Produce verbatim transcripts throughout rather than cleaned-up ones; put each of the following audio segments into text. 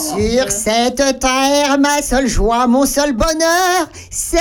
Sur cette terre, ma seule joie, mon seul bonheur, c'est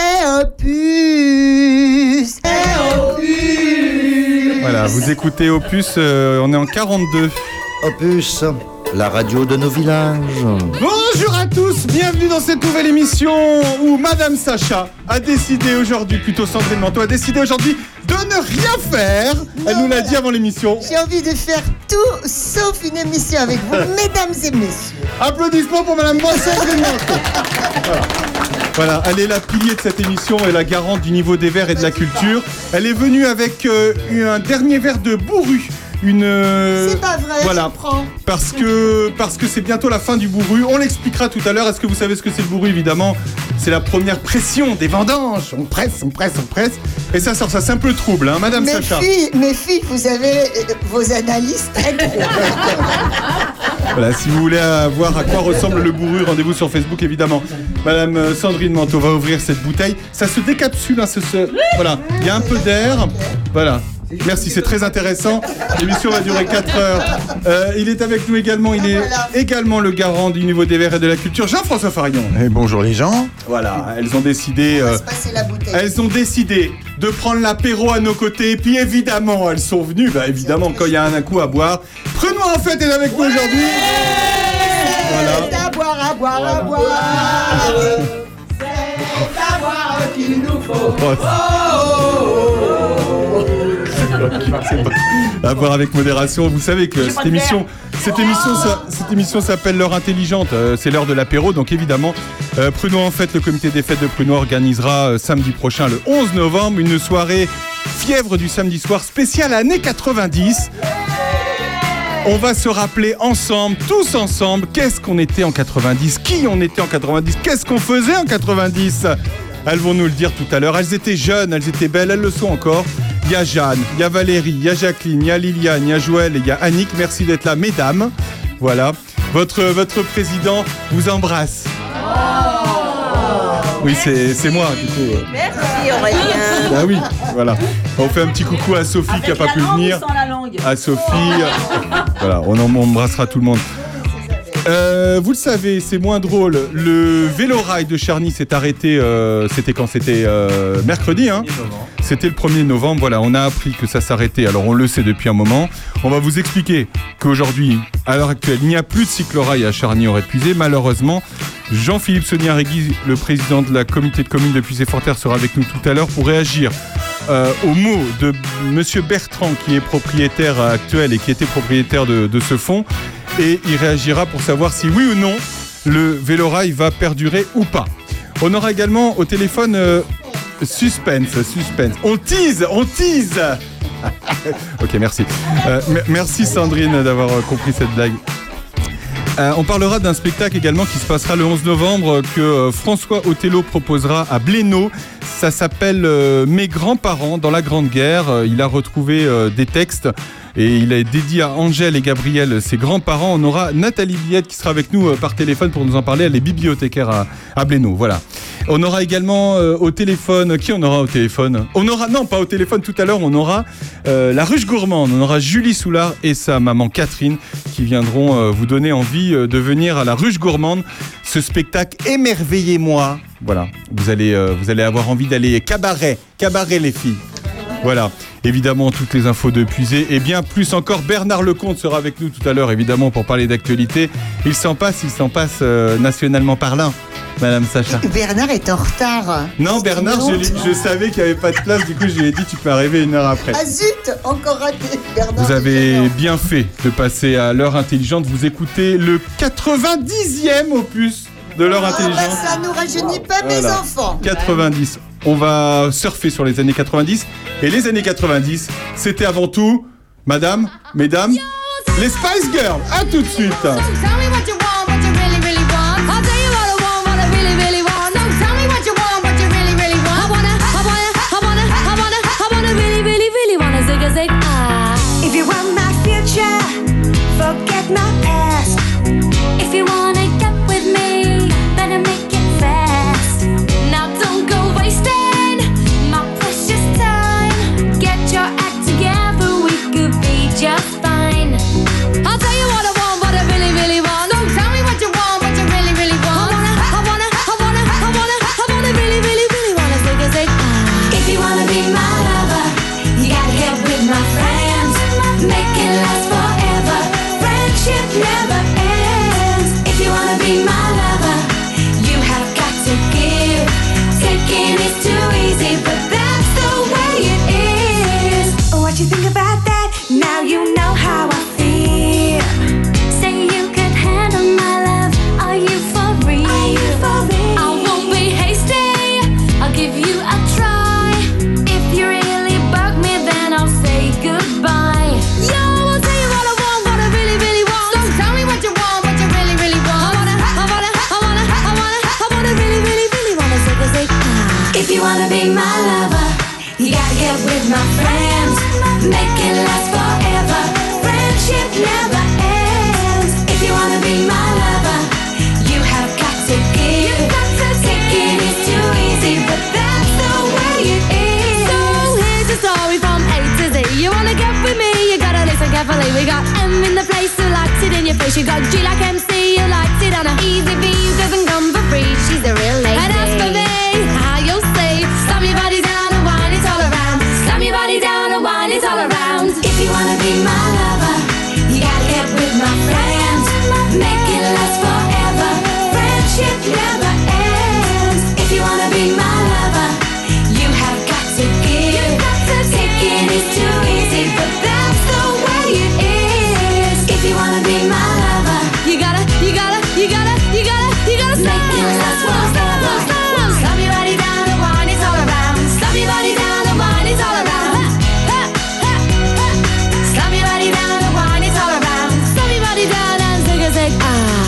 Opus. C'est Opus. Voilà, vous écoutez Opus, euh, on est en quarante-deux. Opus, la radio de nos villages. Bonjour à tous, bienvenue dans cette nouvelle émission où Madame Sacha a décidé aujourd'hui, plutôt Sandrine Manteau a décidé aujourd'hui de ne rien faire. Elle Non, nous l'a voilà. dit avant l'émission. J'ai envie de faire tout sauf une émission avec vous, mesdames et messieurs. Applaudissements pour Madame Sandrine Manteau. Voilà. Voilà, elle est la pilier de cette émission et la garante du niveau des verres et de la culture. Elle est venue avec euh, un dernier verre de bourru. Une. euh, C'est pas vrai, Voilà. je prends. Parce que parce que c'est bientôt la fin du bourru. On l'expliquera tout à l'heure. Est-ce que vous savez ce que c'est le bourru? Évidemment, c'est la première pression des vendanges. On presse, on presse, on presse, et ça sort. Ça c'est un peu trouble, hein, Madame Mes Sacha. filles, mes filles, vous avez euh, vos analyses très drôles. Voilà, si vous voulez euh, voir à quoi ressemble le bourru, rendez-vous sur Facebook évidemment. Madame euh, Sandrine Manteau va ouvrir cette bouteille. Ça se décapsule, hein, ce, ce- voilà. Il y a un peu d'air. Voilà. Merci, c'est très intéressant. L'émission va durer quatre heures. Euh, il est avec nous également. Il est Voilà. également le garant du niveau des verres et de la culture, Jean-François Farillon. Et bonjour les gens. Voilà, elles ont décidé. On euh, va se passer la bouteille. Elles ont décidé de prendre l'apéro à nos côtés. Et puis évidemment, elles sont venues. Bah évidemment, quand il y a un, un coup à boire. Prenons en fait est avec nous aujourd'hui. Voilà. C'est à boire, à boire, à boire. C'est à boire qu'il nous faut. À voir avec modération. Vous savez que cette émission, cette émission, ça- cette émission s'appelle l'heure intelligente. Euh, c'est l'heure de l'apéro, donc évidemment, euh, Pruneau en fête, le comité des fêtes de Pruneau organisera euh, samedi prochain, le onze novembre, une soirée fièvre du samedi soir spéciale années quatre-vingt-dix. On va se rappeler ensemble, tous ensemble, qu'est-ce qu'on était en quatre-vingt-dix, qui on était en quatre-vingt-dix, qu'est-ce qu'on faisait en quatre-vingt-dix. Elles vont nous le dire tout à l'heure. Elles étaient jeunes, elles étaient belles, elles le sont encore. Il y a Jeanne, il y a Valérie, il y a Jacqueline, il y a Liliane, il y a Joël et il y a Annick. Merci d'être là, mesdames. Voilà. Votre, votre président vous embrasse. Oui, c'est, c'est moi, du coup. Merci Aurélien. Ah oui, voilà. On fait un petit coucou à Sophie qui n'a pas pu venir. Sans la langue. À Sophie. Voilà, on en- on embrassera tout le monde. Euh, vous le savez, c'est moins drôle. Le vélo-rail de Charny s'est arrêté. euh, c'était quand? C'était euh, mercredi, hein. C'était le premier novembre. Voilà, on a appris que ça s'arrêtait. Alors on le sait depuis un moment. On va vous expliquer qu'aujourd'hui, à l'heure actuelle, il n'y a plus de cyclo-rail à Charny-Auray-de-Puisé. Malheureusement, Jean-Philippe Sonia-Régui, le président de la communauté de communes de Puisé-Forterre, sera avec nous tout à l'heure pour réagir euh, aux mots de Monsieur Bertrand, qui est propriétaire actuel et qui était propriétaire de, de ce fonds. Et il réagira pour savoir si oui ou non le vélo-rail va perdurer ou pas. On aura également au téléphone euh, suspense, suspense. On tease, on tease. Ok, merci. Euh, m- merci Sandrine d'avoir euh, compris cette blague. Euh, on parlera d'un spectacle également qui se passera le onze novembre que euh, François Othello proposera à Blénaud. Ça s'appelle euh, Mes grands-parents dans la Grande Guerre. Euh, il a retrouvé euh, des textes et il est dédié à Angèle et Gabriel, ses grands-parents. On aura Nathalie Villette qui sera avec nous euh, par téléphone pour nous en parler. Elle est bibliothécaire à, à Blénaud. Voilà. On aura également euh, au téléphone... Qui on aura au téléphone? On aura... Non, pas au téléphone tout à l'heure. On aura euh, la Ruche Gourmande. On aura Julie Soulard et sa maman Catherine qui viendront euh, vous donner envie euh, de venir à la Ruche Gourmande. Ce spectacle Émerveillez-moi. Voilà. Vous allez, euh, vous allez avoir envie d'aller cabaret. Cabaret, les filles. Voilà. Évidemment, toutes les infos de Puisé et bien plus encore. Bernard Lecomte sera avec nous tout à l'heure, évidemment, pour parler d'actualité. Il s'en passe, il s'en passe euh, nationalement parlant, Madame Sacha. Bernard est en retard. Non, Bernard, je, l'ai- je savais qu'il n'y avait pas de place, du coup, je lui ai dit, tu peux arriver une heure après. Ah zut, encore raté, Bernard. Vous avez Bernard. bien fait de passer à l'heure intelligente. Vous écoutez le quatre-vingt-dixième opus de l'heure Ah bah intelligente. ça nous rajeunit pas mes Voilà. enfants. quatre-vingt-dix. On va surfer sur les années quatre-vingt-dix. Et les années quatre-vingt-dix, c'était avant tout, madame, mesdames, les Spice Girls. À tout de suite. So tell me what you want, what you really, really want. I'll tell you what I want, what I really, really want. So tell me what you want, what you really, really want. I wanna, I wanna, I wanna, I wanna, I wanna really, really, really wanna zig a zig ah. If you want my future, forget my past. If you wanna get with me, better make it fast. Now don't go wasting my precious time. Get your act together, we could be just fine. I'll tell you what I want, what I really, really want. Don't wanna be my lover, you gotta get with my friends, make it last forever. Friendship never ends. If you wanna be my lover, you have got to give. Taking is too easy, but that's the way it is. So here's a story from A to Z. You wanna get with me, you gotta listen carefully. We got M in the place who likes it in your face. You got G like M C, who likes it on a easy V, who doesn't come for free. She's a real lady. And as for me, how you'll see, slam your body down and wine it all around. Slam your body down and wine it all around. If you wanna be my lover, you gotta get with my friends, make it last forever. Friendship never ends. If you wanna be my lover, you have got to give. Taking is too easy, but that's the way it is. If you wanna be my lover, you gotta, you gotta, you gotta, you gotta, you gotta make it last forever. Slam your body down and wine it all around. Slam your body down and wine it all around. Slam your body down and wine it all around. Slam your body down and zig a zig ah.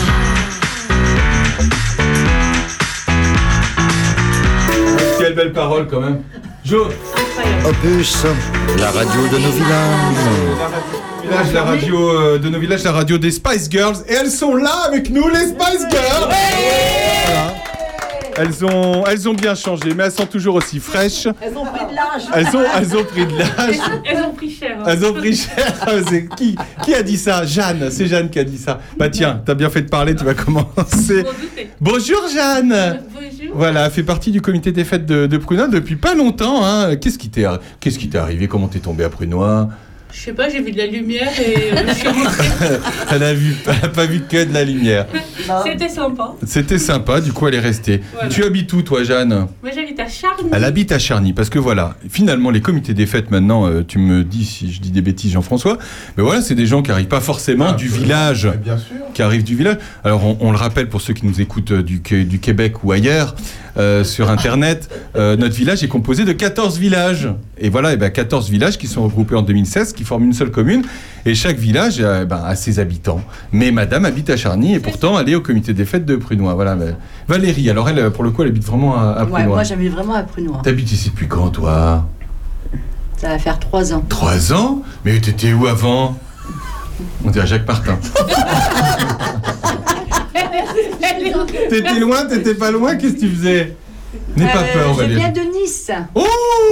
Quelle belle parole quand même. Jo. Opus, la radio de nos villages. Village, la radio euh, de nos villages, la radio des Spice Girls. Et elles sont là avec nous, les Spice Girls. Voilà. Elles ont, elles ont bien changé, mais elles sont toujours aussi fraîches. Elles ont pris de l'âge. Elles ont, elles ont pris de l'âge. Elles ont pris cher. Hein. Elles ont pris cher. C'est qui, qui a dit ça? Jeanne. C'est Jeanne qui a dit ça. Bah tiens, t'as bien fait de parler, tu vas commencer. Bonjour Jeanne. Bonjour. Voilà, elle fait partie du comité des fêtes de, de Prunois depuis pas longtemps. Hein. Qu'est-ce qui t'est, qu'est-ce qui t'est arrivé? Comment t'es tombée à Prunois? Je sais pas, j'ai vu de la lumière et euh, je suis rentrée. Elle a vu, elle a pas vu que de la lumière. C'était sympa. C'était sympa, du coup elle est restée. Voilà. Tu habites où toi Jeanne? Moi j'habite à Charny. Elle habite à Charny, parce que voilà, finalement les comités des fêtes maintenant, euh, tu me dis si je dis des bêtises Jean-François, mais voilà, c'est des gens qui arrivent pas forcément Ah, du absolument. village, Ouais, bien sûr. qui arrivent du village. Alors on, on le rappelle pour ceux qui nous écoutent euh, du, Qué- du Québec ou ailleurs, euh, sur internet, euh, notre village est composé de quatorze villages. Et voilà, et ben quatorze villages qui sont regroupés en deux mille seize, qui forment une seule commune, et chaque village euh, ben, a ses habitants. Mais madame habite à Charny, et pourtant elle est au comité des fêtes de Prunois. Voilà, mais... Valérie, alors elle, pour le coup, elle habite vraiment à, à Prunois. Ouais, moi j'habite vraiment à Prunois. T'habites ici depuis quand, toi? Ça va faire trois ans. Trois ans? Mais t'étais où avant? On dirait Jacques Martin. T'étais loin, t'étais pas loin, qu'est-ce que tu faisais? N'aie pas peur, Je viens Valérie. de Nice. Oh,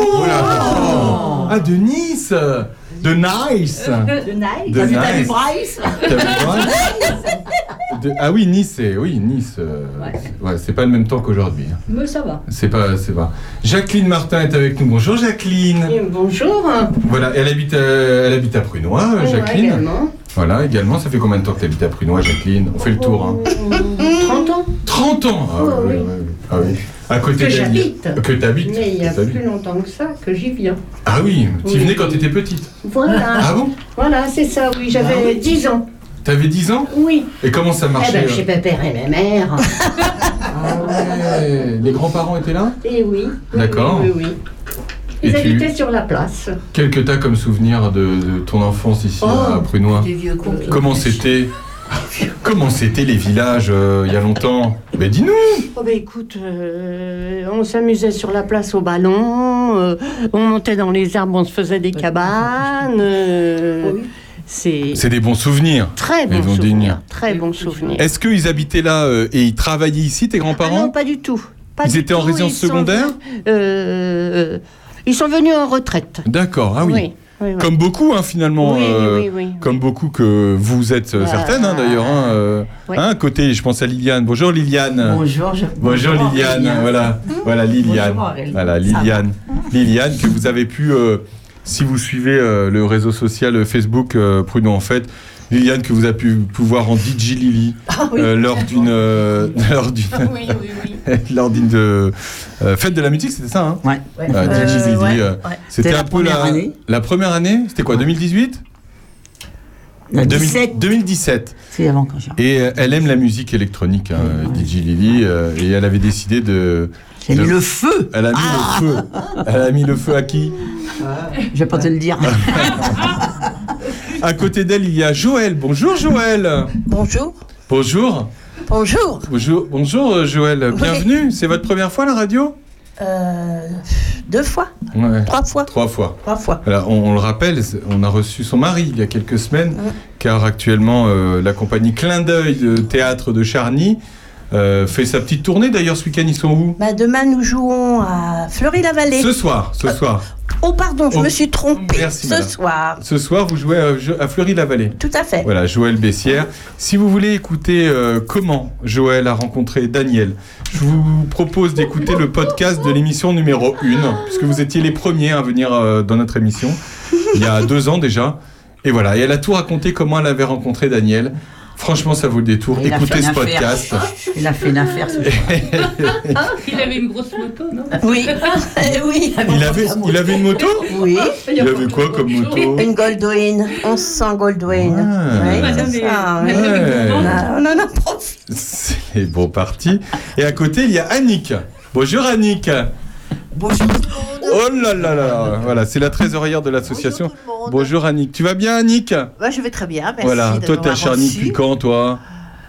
Ah, de Nice. De Nice. De Nice. De T'as vu Nice. Bryce? T'as vu Bryce? De- Ah oui, Nice, c'est oui, Nice. euh, Ouais. c'est- ouais, c'est pas le même temps qu'aujourd'hui. hein. Mais ça va. C'est pas, c'est pas. Jacqueline Martin est avec nous. Bonjour Jacqueline. Bonjour. Voilà, elle habite, euh, elle habite à Prunois, euh, Jacqueline. Également. Voilà, également. Ça fait combien de temps que tu habites à Prunois, Jacqueline? On fait le tour. Hein. trente ans. trente ans. Ah, Oh, oui, oui. oui, oui. Ah oui. À côté Que d'elle. j'habite. Que t'habites. Mais il y a T'habites. plus longtemps que ça que j'y viens. Ah oui, tu Oui. venais quand t'étais petite. Voilà. Ah bon? Voilà, c'est ça, oui. J'avais Ah oui. dix ans. T'avais dix ans? Oui. Et comment ça Eh marchait? ben, euh chez ma père et ma mère. Ah ouais. Les grands-parents étaient là? Et oui. oui, D'accord. Oui, oui, oui. Ils Et tu- habitaient sur la place. Quel que t'as comme souvenir de, de ton enfance ici Oh, à Prunois? Des vieux cons. Comment c'était? Comment c'était les villages euh, il y a longtemps? Ben dis-nous! Oh ben écoute, euh, on s'amusait sur la place au ballon, euh, on montait dans les arbres, on se faisait des cabanes. euh, C'est C'est des bons souvenirs. très Ils bon vont souvenir. dire. Très bon souvenir. Est-ce qu'ils habitaient là euh, et ils travaillaient ici, tes Ah grands-parents? non, pas du tout. Pas Ils du étaient en tout, résidence ils sont secondaire? venus, euh, Ils sont venus en retraite. D'accord, ah oui. Oui, oui, oui. Comme beaucoup, hein, finalement. Oui, euh, oui, oui. Comme beaucoup que vous êtes euh, Bah, certaines, hein, d'ailleurs. Hein, euh, ouais. hein, à côté, je pense à Liliane. Bonjour Liliane. Bonjour. je- Bonjour Liliane. Aurélien. Voilà, voilà Liliane. Bonjour, Aurélien. Voilà Ça Liliane. Liliane que vous avez pu, euh, si vous suivez euh, le réseau social euh, Facebook euh, Pruneau en fait, Liliane que vous avez pu, pu voir en D J Lily Ah oui. euh, lors d'une euh, lors d'une Oui, oui, oui. lors d'une de, euh, fête de la musique, c'était ça, hein? Ouais. ouais. Euh, D J Lily, ouais, euh, ouais. C'était la un peu première la année. la première année. C'était quoi, Ouais. deux mille dix-huit? La deux mille dix-sept. deux mille dix-sept. C'est avant quand j'ai. Et euh, elle aime la musique électronique, hein, Ouais. D J Lily, euh, et elle avait décidé de. J'ai de- mis le feu. Elle a mis Ah le feu. Elle a mis le feu à qui? Je vais pas te le dire. À côté d'elle, il y a Joël. Bonjour Joël. Bonjour. Bonjour. Bonjour. Bonjour, bonjour euh, Joël. Bienvenue. C'est votre première fois à la radio? Euh, deux fois, Ouais. trois fois, Trois fois. trois fois. Voilà, on, on le rappelle, c'est- on a reçu son mari il y a quelques semaines, Ouais. car actuellement euh, la compagnie Clin d'œil de théâtre de Charny euh, fait sa petite tournée. D'ailleurs, ce week-end, ils sont où? Bah, demain, nous jouons à Fleury-la-Vallée. Ce soir, ce soir. Oh, pardon, je Oh. me suis trompée. Merci, Ce madame. soir, Ce soir, vous jouez à, à Fleury-la-Vallée. tout à fait. Voilà, Joël Bessières. Si vous voulez écouter euh, comment Joël a rencontré Daniel, je vous propose d'écouter le podcast de l'émission numéro un, puisque vous étiez les premiers à venir euh, dans notre émission, il y a deux ans déjà. Et voilà, et elle a tout raconté comment elle avait rencontré Daniel. Franchement, ça vaut le détour. Il a Écoutez fait ce une affaire. podcast. Il a fait une affaire ce jour. Il avait une grosse moto, non? Oui, Eh oui, Il avait, il avait une moto? oui. Il avait quoi comme moto? Une Goldwyn, onze cents Goldwyn. Ah. Oui, Madame c'est est- ça. oui. Madame est Ouais. On gourmande. a- on en a profité. C'est bon parti. Et à côté, il y a Annick. Bonjour Annick. Bonjour. Oh là là là. Voilà, c'est la trésorière de l'association. Bonjour tout le monde. Bonjour Annick. Tu vas bien Annick? Bah, je vais très bien, merci. Voilà, de toi t'es à m'avoir Charny reçu. depuis quand toi?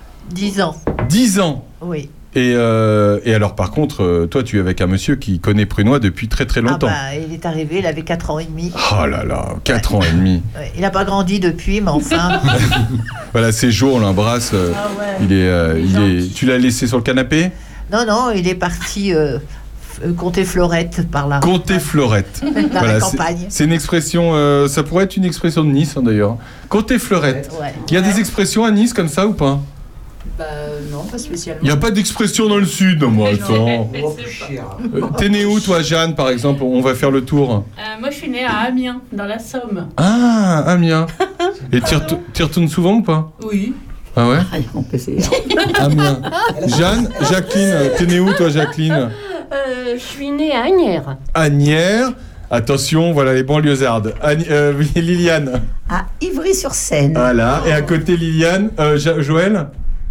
dix ans, dix ans. oui. Et, euh, et alors par contre, euh, toi tu es avec un monsieur qui connaît Prunois depuis très très longtemps. Ah bah, il est arrivé, il avait quatre ans et demi. Oh là là, quatre ans et demi. Ouais, il n'a pas grandi depuis, mais enfin. Voilà, c'est jour, on l'embrasse. euh, Ah ouais. Il est, euh, il est. Tu l'as laissé sur le canapé? Non, non, il est parti euh, f- compter Fleurette par là. Compter Fleurette. Dans Voilà, la c'est- campagne. C'est une expression, euh, ça pourrait être une expression de Nice hein, d'ailleurs. Compter Fleurette. Ouais. Il y a des expressions à Nice comme ça ou pas? Bah non, pas spécialement. Il n'y a pas d'expression dans le sud, non, moi, attends. Elle sait pas. Euh, T'es né où, toi, Jeanne, par exemple? On va faire le tour. Euh, moi, je suis née à Amiens, dans la Somme. Ah, Amiens. Et tu retour- tu y retournes souvent ou pas? Oui. Ah ouais? Ah, mon P C. Amiens. Jeanne, Jacqueline, t'es née où, toi, Jacqueline? Euh, je suis née à Agnières. Agnières. Attention, voilà les banlieusardes. Agn- euh, Liliane. À Ivry-sur-Seine. Voilà. Et à côté, Liliane. Euh, Jo- Joël?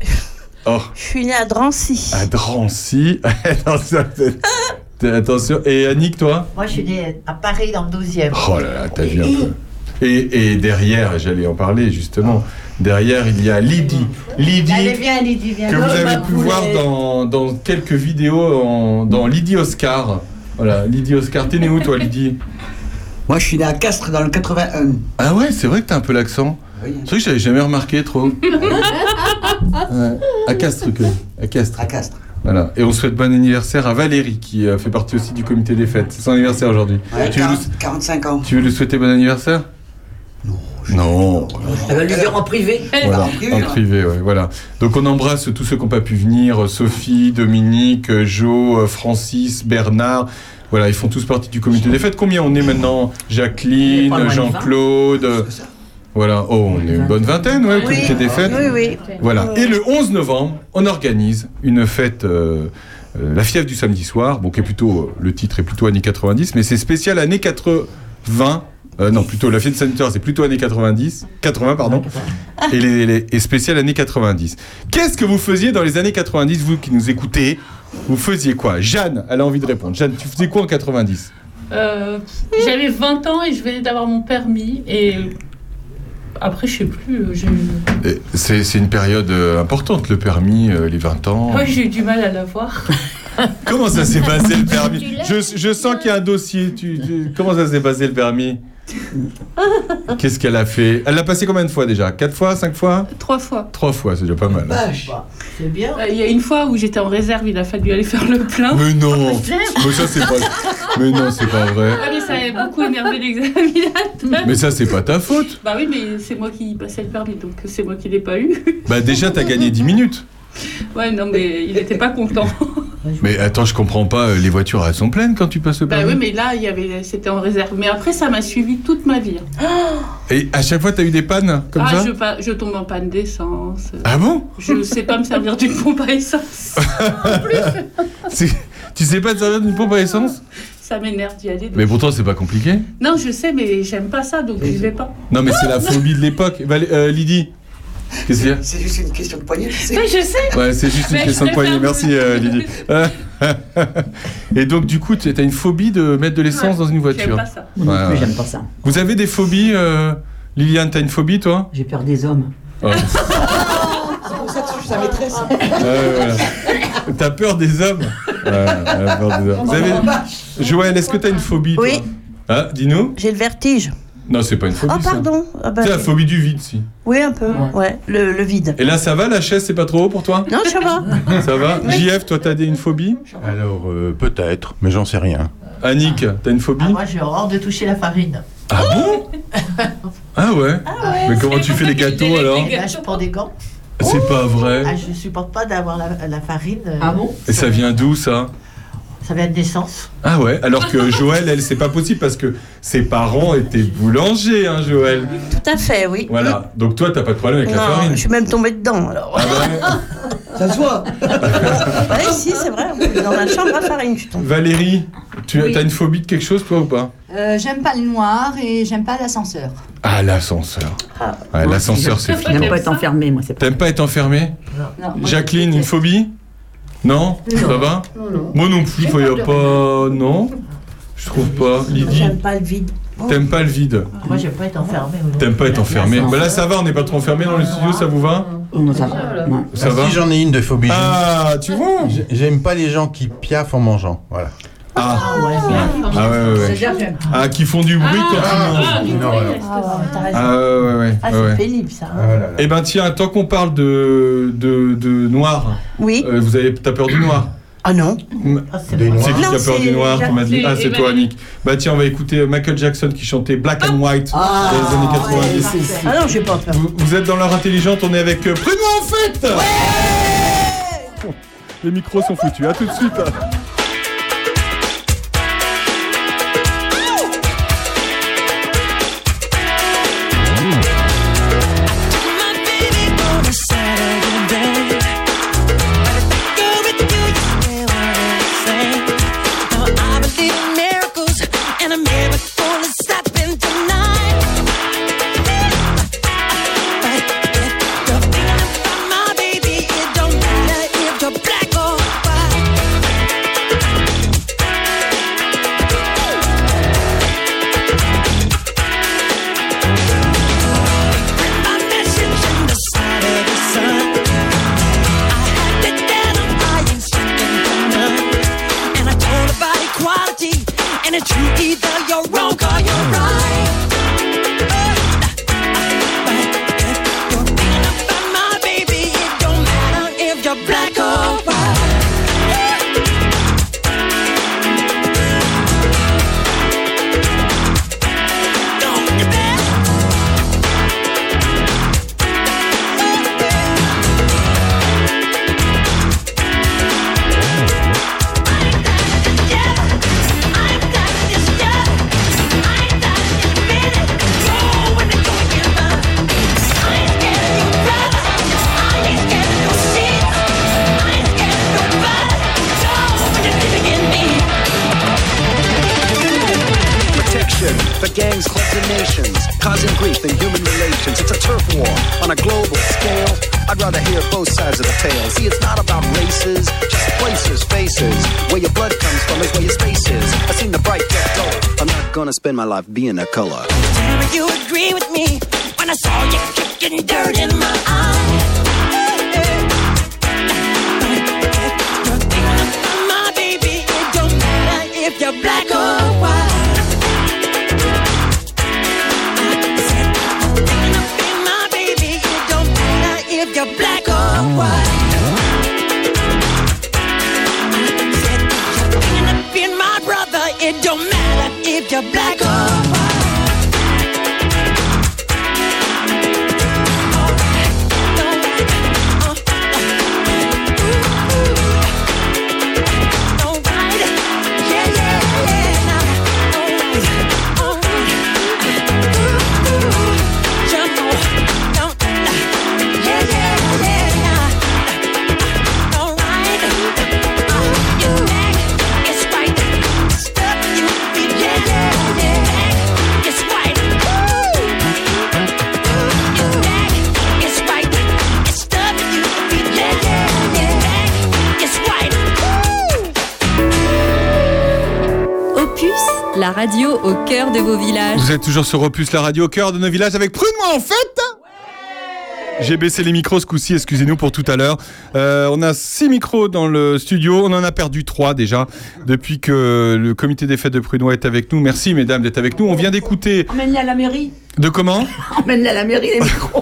Oh. Je suis née à Drancy. À Drancy. Attention. Attention. Et Annick, toi? Moi, je suis née à Paris, dans le douzième. Oh là là, t'as vu un peu. Et, et derrière, j'allais en parler justement, derrière il y a Lydie. Lydie, Allez, viens, Lydie, viens. que vous Oh, avez ma pu poulette. voir dans, dans quelques vidéos, en- dans Lydie Oscar. Voilà, Lydie Oscar, t'es né où toi Lydie? Moi, je suis né à Castres dans le quatre-vingt-un. Ah ouais, c'est vrai que t'as un peu l'accent. Oui, C'est vrai que j'avais jamais remarqué trop. Ouais. À Castres que. À Castres. à Castres. Voilà. Et on souhaite bon anniversaire à Valérie qui euh, fait partie aussi du comité des fêtes. C'est son anniversaire aujourd'hui. Ouais, tu, veux quarante- lui, quarante-cinq ans. tu veux lui souhaiter bon anniversaire? Non. Elle va lui dire en privé. Voilà, En privé, en hein. privé, ouais, voilà. Donc on embrasse tous ceux qui n'ont pas pu venir, Sophie, Dominique, Jo, Francis, Bernard. Voilà, ils font tous partie du comité des fêtes. Combien on est maintenant? Jacqueline, Pas loin de Jean-Claude. Voilà, oh, on est une bonne vingtaine, ouais, au Oui, comité des fêtes. oui, oui. Voilà. Et le onze novembre, on organise une fête, euh, euh, la fièvre du samedi soir, bon, qui est plutôt, le titre est plutôt années quatre-vingt-dix, mais c'est spécial années quatre-vingts. Euh, non, plutôt la fièvre du samedi soir, c'est plutôt années quatre-vingt-dix, quatre-vingts, pardon, et, les, les- et spécial années quatre-vingt-dix. Qu'est-ce que vous faisiez dans les années quatre-vingt-dix, vous qui nous écoutez? Vous faisiez quoi? Jeanne, elle a envie de répondre. Jeanne, tu faisais quoi en quatre-vingt-dix? Euh, J'avais vingt ans et je venais d'avoir mon permis. Et après, je sais plus. euh, j'ai eu- Et C'est c'est une période euh, importante, le permis, euh, les vingt ans. Ouais, j'ai eu du mal à l'avoir. Comment ça s'est passé le permis? je, je sens qu'il y a un dossier. Tu, tu- comment ça s'est passé le permis? Qu'est-ce qu'elle a fait? Elle l'a passé combien de fois déjà? Quatre fois? Cinq fois? Trois fois. Trois fois, c'est déjà pas mal. hein. Vache. C'est bien. Euh, Il y a une fois où j'étais en réserve, il a fallu aller faire le plein. Mais non! Mais ça, c'est pas. Mais non, c'est pas vrai. Ah, mais ça avait beaucoup énervé l'examinateur. Mais ça, c'est pas ta faute. Bah oui, mais c'est moi qui passais le permis, donc c'est moi qui l'ai pas eu. Bah, déjà, t'as gagné dix minutes. Ouais, non, mais il était pas content. Mais attends, je comprends pas. euh, Les voitures, elles sont pleines quand tu passes le Bah permis. oui, mais là, il y avait, c'était en réserve. Mais après, ça m'a suivi toute ma vie. Et à chaque fois, t'as eu des pannes comme ah, ça? je, pa- je tombe en panne d'essence. Ah bon? Je sais pas me servir d'une pompe à essence. C'est- Tu sais pas te servir d'une pompe à essence? Ça m'énerve d'y aller. donc- Mais pourtant, c'est pas compliqué. Non, je sais, mais j'aime pas ça, donc j'y vais pas. Non, mais c'est la phobie de l'époque. Valé- euh, Lydie, qu'est-ce qu'il y a? C'est juste une question de poignée, tu sais. Mais je sais. Ouais, c'est juste une Mais question je de poignée. préfère Merci, vous- euh, Lydie. Et donc, du coup, tu as une phobie de mettre de l'essence Ouais, dans une J'aime voiture. pas ça. Moi non Ouais, plus, ouais. j'aime pas ça. Vous avez des phobies, euh... Liliane, t'as une phobie, toi? J'ai peur des hommes. Ouais. C'est pour ça que je suis sa maîtresse. Ouais, voilà. T'as peur des hommes? Ouais, ouais, bon, vous avez... Joël, est-ce que t'as une phobie, toi? Oui. Ah, dis-nous. J'ai le vertige. Non, c'est pas une phobie. Oh, pardon. Ah, bah, c'est la phobie du vide, si. Oui, un peu. Ouais, ouais. Le, le vide. Et là, ça va, la chaise, c'est pas trop haut pour toi? Non, ça va. Ça va. J F, toi, t'as des, une phobie? Alors, euh, peut-être, mais j'en sais rien. Annick, t'as une phobie? Ah, moi, j'ai horreur de toucher la farine. Ah bon? Ah ouais. Ah ouais. Mais comment tu fais les gâteaux, alors? Là, je prends des gants. C'est pas vrai. Ah, je supporte pas d'avoir la, la farine. euh, Ah bon? Et ça vient d'où, ça? Ça vient de naissance. Ah ouais, alors que Joël, elle, c'est pas possible parce que ses parents étaient boulangers, hein, Joël. Tout à fait, oui. Voilà, donc toi, t'as pas de problème avec non, la farine. je suis même tombée dedans, alors. Ah ouais. Ça se voit. Oui, si, c'est vrai. Dans la chambre à farine, je suis tombée. Valérie, tu Oui. as une phobie de quelque chose, toi, ou pas? Euh, j'aime pas le noir et j'aime pas l'ascenseur. Ah, l'ascenseur. Ah. Ouais, l'ascenseur, c'est flippant. J'aime pas être enfermée, moi, c'est pas. T'aimes pas être enfermé? Non, moi, Jacqueline, une phobie? Non? Ça va? Non, non. Moi non plus, il y a pas... Non? Je trouve pas. Lydie, J'aime pas le vide. t'aimes pas le vide? Moi, j'aime pas être enfermée. T'aimes pas être enfermé? Bah là, ça va, on n'est pas trop enfermé dans le studio, ça vous va? Non, ça va. Non. Ça Ah, va? si j'en ai une de phobie. Ah, tu vois? J'ai- J'aime pas les gens qui piaffent en mangeant. Voilà. Ah, Ah ouais, bien. ah ouais, ouais, ouais. C'est-à-dire que j'aime. Ah, qui font du bruit quand ils mangent. Ah, Une horreur. Ah, ouais, t'as raison. Ah ouais, ouais, ouais. Ah, ouais, c'est ouais. pénible, ça. hein. Ah là là. Eh ben tiens, tant qu'on parle de, de, de noir, Oui. euh, vous avez, t'as peur du noir? Ah non. Ah, c'est Des bon. noirs. C'est qui Non, qui a peur c'est du noir? Tu m'as dit. C'est Ah, c'est toi, Valérie. Annick. Bah tiens, on va écouter Michael Jackson qui chantait Black and White Ah, dans les années quatre-vingt-dix. ouais, c'est- Ah non, j'ai pas peur. Vous, vous êtes dans l'heure intelligente, on est avec euh, Prune-moi en fait. Ouais. Les micros sont foutus, à tout de suite. And it's true, either you're wrong or you're right. But if you're thinking about my baby, it don't matter if you're black or white. Don't you bet. Protection for gangs, clubs, and nations, causing grief in human relations. It's a turf war on a global scale. I'd rather hear both sides of the tale. See, it's not about races, just places, faces. Where your blood comes from is where your space is. I've seen the bright get dull. I'm not gonna spend my life being a color. Tell me you agree with me when I saw you kicking dirt in my eye. You're thinking about my baby. It don't matter if you're black or white. I said, you're thinking about my baby. It don't matter if you're black or white. I said, you're thinking of being my brother. It don't matter if you're black or white. La radio au cœur de vos villages. Vous êtes toujours sur Opus, la radio au cœur de nos villages avec Prune-moi en fait. J'ai baissé les micros ce coup-ci, excusez-nous pour tout à l'heure. Euh, on a six micros dans le studio, on en a perdu trois déjà depuis que le comité des fêtes de Prunois est avec nous. Merci mesdames d'être avec nous. On vient d'écouter... Emmène-les à la mairie. De comment? Emmène-les à la mairie, les micros.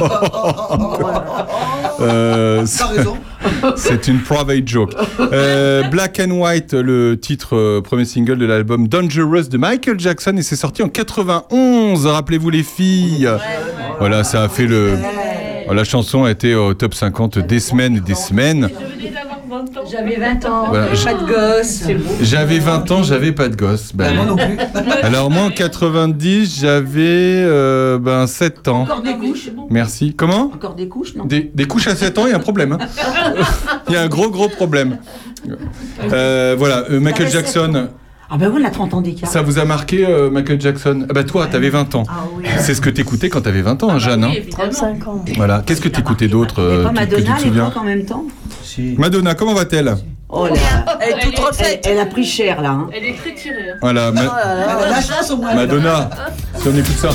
euh, T'as raison. C'est une private joke. Euh, Black and White, le titre euh, premier single de l'album Dangerous de Michael Jackson, et c'est sorti en quatre-vingt-onze. Rappelez-vous les filles. Voilà, ça a fait le... La chanson a été au top cinquante des semaines et des semaines. J'avais vingt ans, Voilà, j'avais pas de gosse. J'avais vingt ans, j'avais pas de gosse. Ben, Moi non plus. Alors moi en quatre-vingt-dix, j'avais euh, ben, sept ans. Encore des couches. Merci. Comment? Encore des couches, non? Des, des couches à sept ans, il y a un problème. Hein. Il y a un gros gros problème. Euh, voilà, euh, Michael Jackson. Ah ben oui, on a trente ans d'écart. Ça vous a marqué, euh, Michael Jackson? Ah bah toi, t'avais vingt ans. Ah oui. C'est ce que t'écoutais quand t'avais vingt ans, hein, Jeanne. Hein. trente-cinq ans. Voilà. Qu'est-ce que t'écoutais d'autre Et euh, pas que- que Madonna tu te à souviens? l'époque en même temps? Madonna, comment va-t-elle? Oh là, Elle est toute refaite. Elle, elle a pris cher là. Hein. Elle est très tirée. hein. Voilà, Ma- Elle a la chance au moins. Madonna. Si on écoute ça.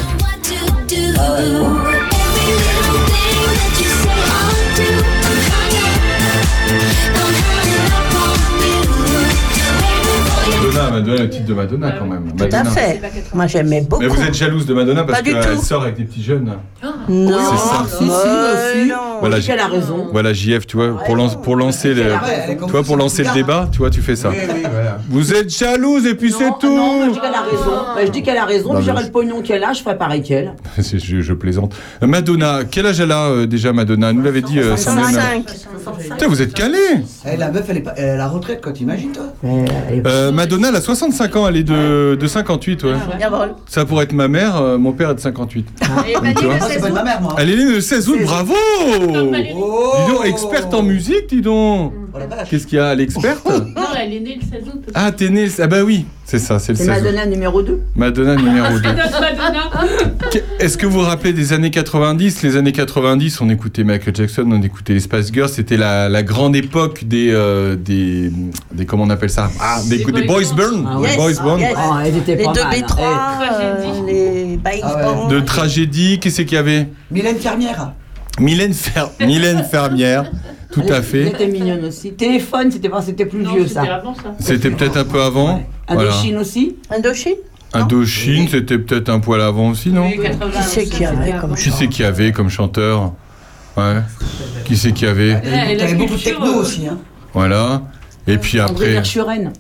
Madonna, Madonna, le titre de Madonna quand même. Tout à Madonna. fait. Moi, j'aimais beaucoup. Mais vous êtes jalouse de Madonna parce Pas du qu'elle tout. sort avec des petits jeunes. Non, C'est ça. Si, si, aussi. Voilà, J- elle a raison. Voilà, J F, tu vois, pour, lan- pour lancer, le, tu vois, pour lancer le débat, tu vois, tu fais ça. Oui, oui, voilà. Vous êtes jalouse et puis c'est tout. Non, moi, je dis qu'elle a raison. Bah, je dis qu'elle a raison, Non, mais mais- j'aurais le pognon qu'elle a, je ferais pareil qu'elle. C'est- je, je plaisante. Euh, Madonna, quel âge elle a euh, déjà, Madonna? Elle nous l'avait dit, euh, Sandrine. soixante-cinq. Putain, vous êtes calé. Eh, la meuf, elle est, pas, elle est à la retraite, quoi, t'imagines, toi? Euh, Madonna, elle a soixante-cinq ans, elle est de, de cinquante-huit, ouais. Jawohl. Ça pourrait être ma mère, euh, mon père est de cinquante-huit. Donc, tu vois. Ah, c'est pas de ma mère, moi. Elle est née le seize août, bravo. Oh. Dis donc, experte en musique, dis donc. Oh la vache. Qu'est-ce qu'il y a, l'experte? Non, elle est née le seize août. Ah, t'es née, ah bah oui, c'est ça, c'est le C'est seize août. Madonna numéro deux. Madonna numéro deux. Madonna. Est-ce que vous vous rappelez des années quatre-vingt-dix? Les années quatre-vingt-dix, on écoutait Michael Jackson, on écoutait les Spice Girls, c'était la, la grande époque des, euh, des, des, comment on appelle ça? Ah, des, des, boys band. Ah Des ouais. boys band. Yes. Oh, elles étaient Les pas deux mal, B hein. trois, Tragédie. euh, les Baïs Ah ouais. Band. De tragédie, qu'est-ce qu'il y avait? Mylène Fermière. Mylène, Fer... Mylène Fermière, tout Elle- à Elle fait. était mignonne aussi. Téléphone, c'était pas, c'était plus Non, vieux, c'était ça. avant ça. C'était peut-être un peu avant. Ouais. Voilà. Indochine aussi. Indochine. Indochine, c'était peut-être un poil avant aussi, non? Oui, quatre-vingts. Qui c'est qu'il y avait comme Qui c'est qu'il y avait comme chanteur? Ouais. Qui c'est qu'il y avait? Ouais, elle a T'avais beaucoup de culture, techno euh, aussi, hein. Voilà. Et puis André après, Verschuren.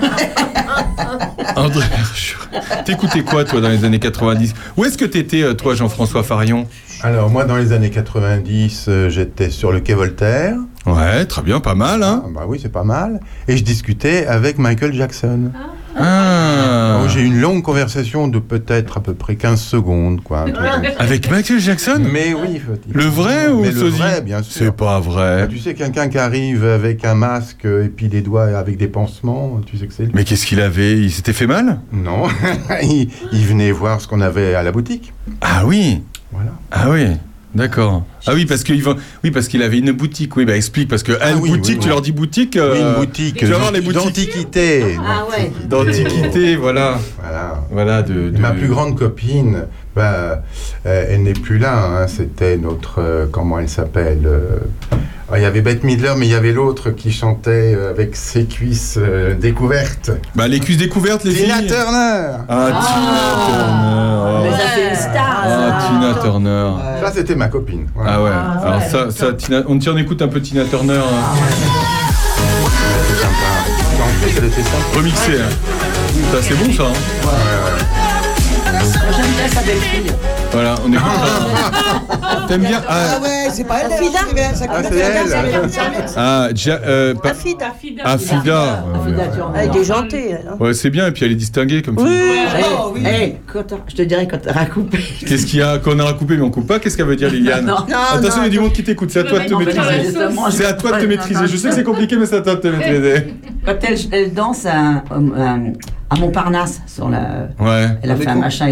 André Verschuren. T'écoutais quoi, toi, dans les années quatre-vingt-dix? Où est-ce que t'étais, euh, toi, Jean-François Farion? Alors, moi, dans les années quatre-vingt-dix, euh, j'étais sur le quai Voltaire. Ouais, très bien, pas mal, hein? Ah, bah oui, c'est pas mal. Et je discutais avec Michael Jackson. Ah. Donc, j'ai eu une longue conversation de peut-être à peu près quinze secondes, quoi. un truc comme ça. Avec Michael Jackson? Mais oui, faut-il. Le vrai ou Mais le le sosie? vrai, bien sûr. C'est pas vrai. Tu sais, quelqu'un qui arrive avec un masque et puis des doigts avec des pansements, tu sais que c'est lui. Mais qu'est-ce qu'il avait? Il s'était fait mal? Non, il, il venait voir ce qu'on avait à la boutique. Ah oui. Voilà. Ah oui. D'accord. Ah oui, parce qu'il va... oui, parce qu'il avait une boutique. Oui, bah explique, parce que Ah une oui, boutique, oui, tu oui. leur dis boutique. Oui, euh, une boutique Tu vas voir les boutiques d'antiquité. Ah ouais. d'antiquité, voilà. Voilà. Voilà, de, de- Ma plus grande copine, bah, euh, elle n'est plus là. Hein, c'était notre. euh, comment elle s'appelle euh, ah, il y avait Bette Midler, mais il y avait l'autre qui chantait euh, avec ses cuisses euh, découvertes. Bah, les cuisses découvertes, les Tina filles. Turner. Ah, Tina Turner. Mais oh. ça, c'est une star. Ah, ça. Tina Turner. Ça, c'était ma copine. Voilà. Ah ouais. Alors ça, ça, Tina, on tient, on écoute un peu Tina Turner. hein. C'était sympa. En plus, elle était sympa. Remixé. Hein. Ça, c'est bon, ça. Hein. Ouais, ouais. J'aime bien sa belle-fille. Voilà, on écoute ça. T'aimes bien? Ah Ah, ouais, c'est pas elle. Afida. Ça Ah, c'est elle. ah, Ja- euh, pas- Afida. Afida. Afida. Afida Ouais, Turner. Elle est déjantée, elle. hein. ouais, c'est bien, et puis elle est distinguée comme fille. Eh, Oh, oui. eh, quand t'as- je te dirais quand t'as recoupé. Qu'est-ce qu'il y a qu'on a recoupé mais on coupe pas? Qu'est-ce qu'elle veut dire, Liliane? Non, non, Attention, il y a du non. monde qui t'écoute, c'est à toi de te Non, mais non, maîtriser. justement, je- C'est à toi de te Ouais, maîtriser. non, non. Je sais que c'est compliqué, mais c'est à toi de te maîtriser. Quand elle, elle danse à, à- à Montparnasse, sur la, Ouais. elle a fait un machin et tout,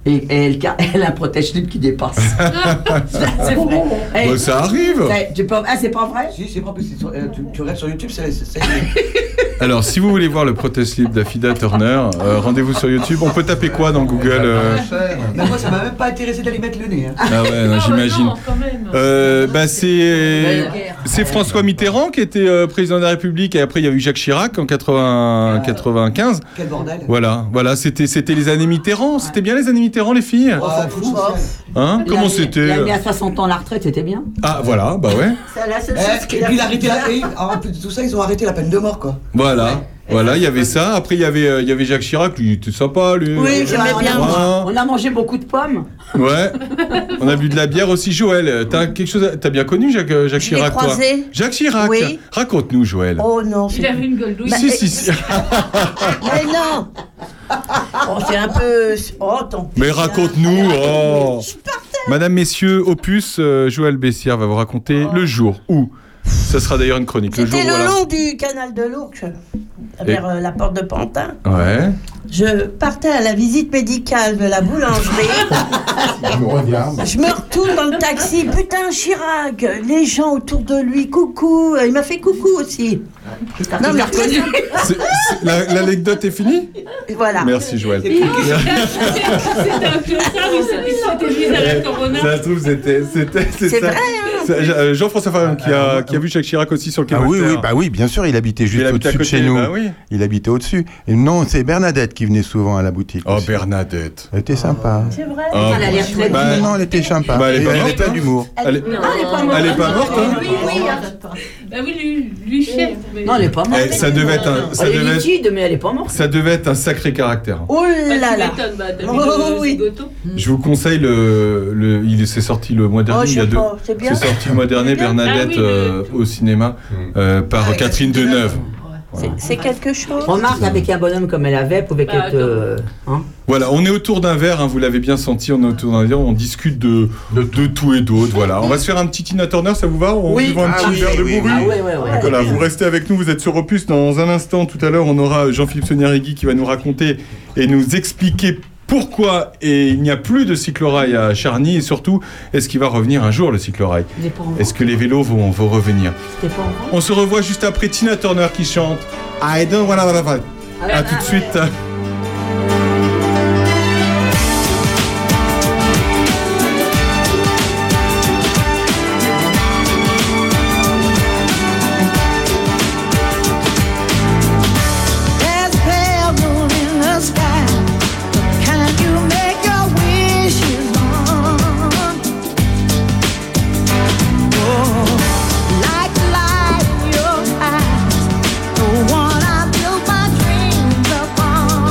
Et, et elle, elle a un protège-slip qui dépasse. C'est vrai. Hey, Bah, ça arrive. hey, tu peux- Ah, c'est pas vrai? Si, c'est pas possible. Sur- euh, Tu, tu regardes sur YouTube, c'est. c'est- c'est- Alors, si vous voulez voir le protest-slip d'Affida Turner, euh, rendez-vous sur YouTube. On peut taper quoi dans Google euh Mais moi, ça m'a même pas intéressé d'aller mettre le nez. hein. Ah ouais, non, j'imagine. Euh, bah c'est c'est François Mitterrand qui était euh, président de la République et après il y a eu Jacques Chirac en quatre-vingts quatre-vingt-quinze. Quel bordel. Voilà, voilà, c'était c'était les années Mitterrand. C'était bien les années Mitterrand, les filles. Ah, fou, ça. Hein Il Comment a mis- c'était Il a mis à soixante ans la retraite, c'était bien. Ah voilà, bah ouais. C'est la seule Eh, chose et qu'il a puis il a fait. arrêté la. et, en plus de tout ça, ils ont arrêté la peine de mort, quoi. Voilà. Voilà, il y avait ça. Après, il y avait, euh, il y avait Jacques Chirac, lui, il était sympa, lui. Oui, j'aimais on, bien. a, Hein on a mangé beaucoup de pommes. Ouais. On a bu de la bière aussi, Joël. T'as quelque chose, à- t'as bien connu Jacques, euh, Jacques Je l'ai Chirac, toi croisé. Jacques Chirac. Oui. Raconte-nous, Joël. Oh non, Il c'est. avait une gueule douce. Bah, si, eh, si, si. Mais non. Oh, c'est un peu. Oh, tant pis. Mais raconte-nous. Oh. Madame, messieurs, Opus, euh, Joël Bessière va vous raconter le jour où. Ça sera d'ailleurs une chronique. Le jour C'était où, le voilà. long du canal de l'Ourcq, vers euh, la porte de Pantin. Ouais. Je partais à la visite médicale de la boulangerie. Je me regarde. Je me retourne dans le taxi. Putain, Chirac, les gens autour de lui, coucou. Il m'a fait coucou aussi. Non, mais reconnu. C'est- c'est- la- L'anecdote est finie. Voilà. Merci, Joël. C'était un clochard, il s'est- il s'était mis à la corona. Ça se trouve, c'était. c'était- C'est ça. vrai, hein. Ça, euh, Jean-François Farron qui a, qui a vu Jacques Chirac aussi sur le quai Ah oui, Voltaire. oui, bah oui, bien sûr, il habitait juste Il habitait à au-dessus de côté, chez nous. bah oui. Il habitait au-dessus. Et non, c'est Bernadette qui venait souvent à la boutique. Oh, aussi. Bernadette. Elle était sympa. C'est vrai. Oh, Elle a l'air très Bah, bah, non, elle était sympa. bah, elle est Et pas elle morte, avait pas hein. d'humour. Elle est, Non, elle est pas morte. elle est pas morte, hein. Oui, oui. Bah oui, lui, lui chef. mais- Non, elle est pas morte. Eh, ça devait être un, ça Elle est devait être, liquide, mais elle est pas morte. ça devait être un sacré caractère. Oh Bah, là tu là. m'étonnes, bah, t'as vu Oh, le oui. zigoto. Je vous conseille le, le il s'est sorti le mois dernier. Oh, je il y a sais deux. pas, c'est bien. C'est sorti le mois dernier, C'est bien. Bernadette Ah oui, le- euh, au cinéma euh, par Ah, Catherine Catherine Deneuve. C'est- C'est quelque chose. Remarque, avec un bonhomme comme elle avait, elle pouvait Bah, qu'être. euh, hein. Voilà, on est autour d'un verre, hein, vous l'avez bien senti, on est autour d'un verre, on discute de, de, tout et d'autre. Voilà, on va se faire un petit Tina Turner, ça vous va? On Oui. buvant un Ah petit oui, verre de oui, bourru. Ah ouais, ouais, ouais. Voilà, vous restez avec nous, vous êtes sur Opus. Dans un instant, tout à l'heure, on aura Jean-Philippe Soniarigui qui va nous raconter et nous expliquer pourquoi et il n'y a plus de cyclorail à Charny et surtout, est-ce qu'il va revenir un jour le cyclorail? Il est pas en vente. Est-ce que les vélos vont, vont revenir? C'était pas en vente. On se revoit juste après Tina Turner qui chante I don't wanna wanna wanna. À tout de suite. There's a pale moon in the sky. Can you make your wishes on? Oh, like the light in your eyes, the one I built my dreams upon.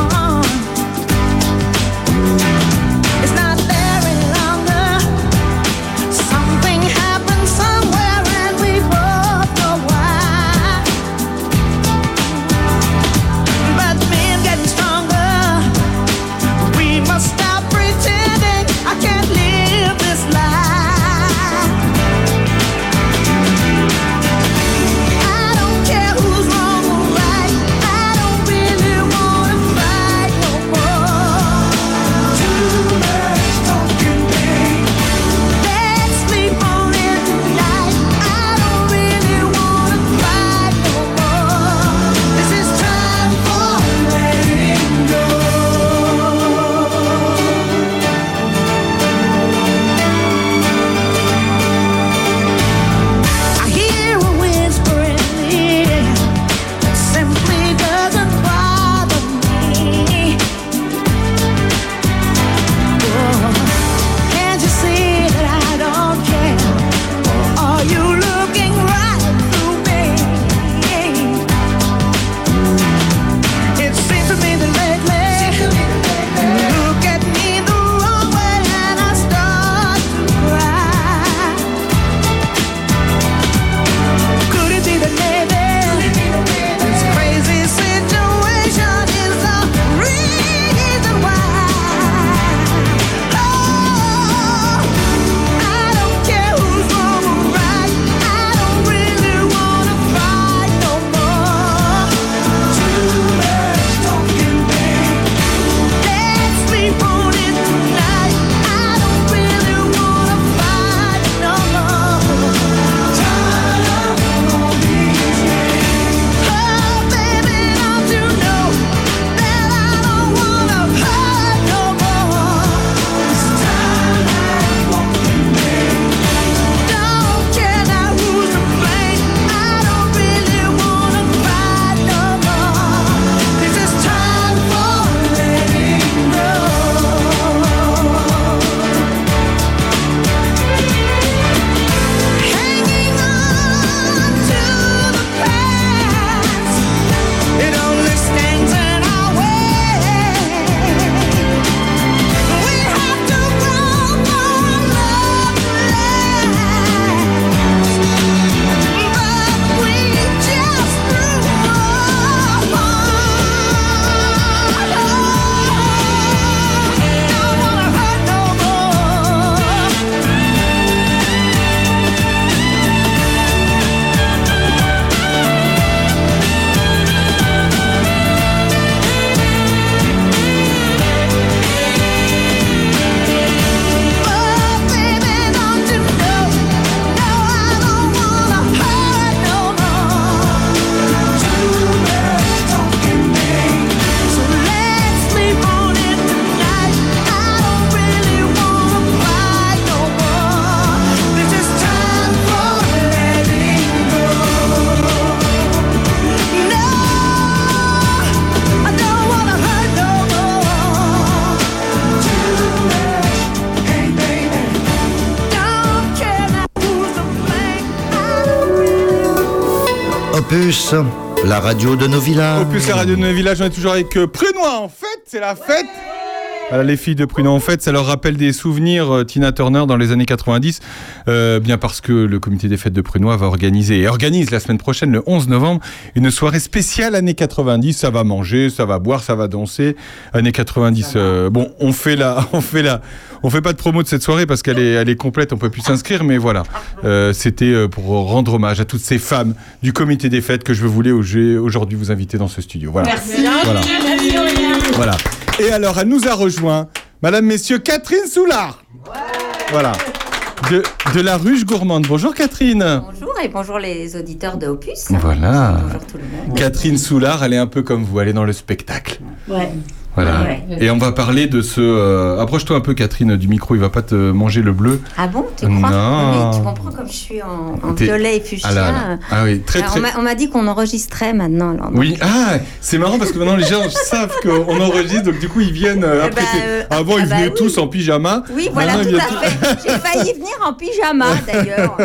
Opus, la radio de nos villages. Opus, la radio de nos villages, on est toujours avec euh, Prunois. En fait, c'est la fête. Voilà, les filles de Prunois, en fait, ça leur rappelle des souvenirs euh, Tina Turner dans les années quatre-vingt-dix, euh, bien parce que le comité des fêtes de Prunois va organiser et organise la semaine prochaine, le onze novembre, une soirée spéciale années quatre-vingt-dix. Ça va manger, ça va boire, ça va danser. Années quatre-vingt-dix. Euh, bon, on fait la, on fait la, on fait pas de promo de cette soirée parce qu'elle est, elle est complète, on peut plus s'inscrire, mais voilà, euh, c'était pour rendre hommage à toutes ces femmes du comité des fêtes que je voulais aujourd'hui vous inviter dans ce studio. Voilà. Merci. Voilà. Voilà. Et alors, elle nous a rejoint, Madame, Messieurs, Catherine Soulard. Ouais. Voilà. De, de la Ruche Gourmande. Bonjour Catherine. Bonjour et bonjour les auditeurs de Opus. Voilà. Bonjour tout le monde. Catherine Soulard, elle est un peu comme vous, elle est dans le spectacle. Ouais. Voilà. Ouais. Et on va parler de ce... Euh... Approche-toi un peu Catherine du micro, il va pas te manger le bleu. Ah bon, tu crois? Non. Oui, tu comprends comme je suis en, en violet et fuchsia. Ah, là, là. Ah oui, très alors, très... On m'a, on m'a dit qu'on enregistrait maintenant. Alors, donc... Oui, ah, c'est marrant parce que maintenant les gens savent qu'on enregistre, donc du coup ils viennent euh, après. bah, euh, Avant ah ils bah venaient oui. tous en pyjama. Oui, voilà, Maintenant, tout ils à viennent fait. J'ai failli venir en pyjama d'ailleurs.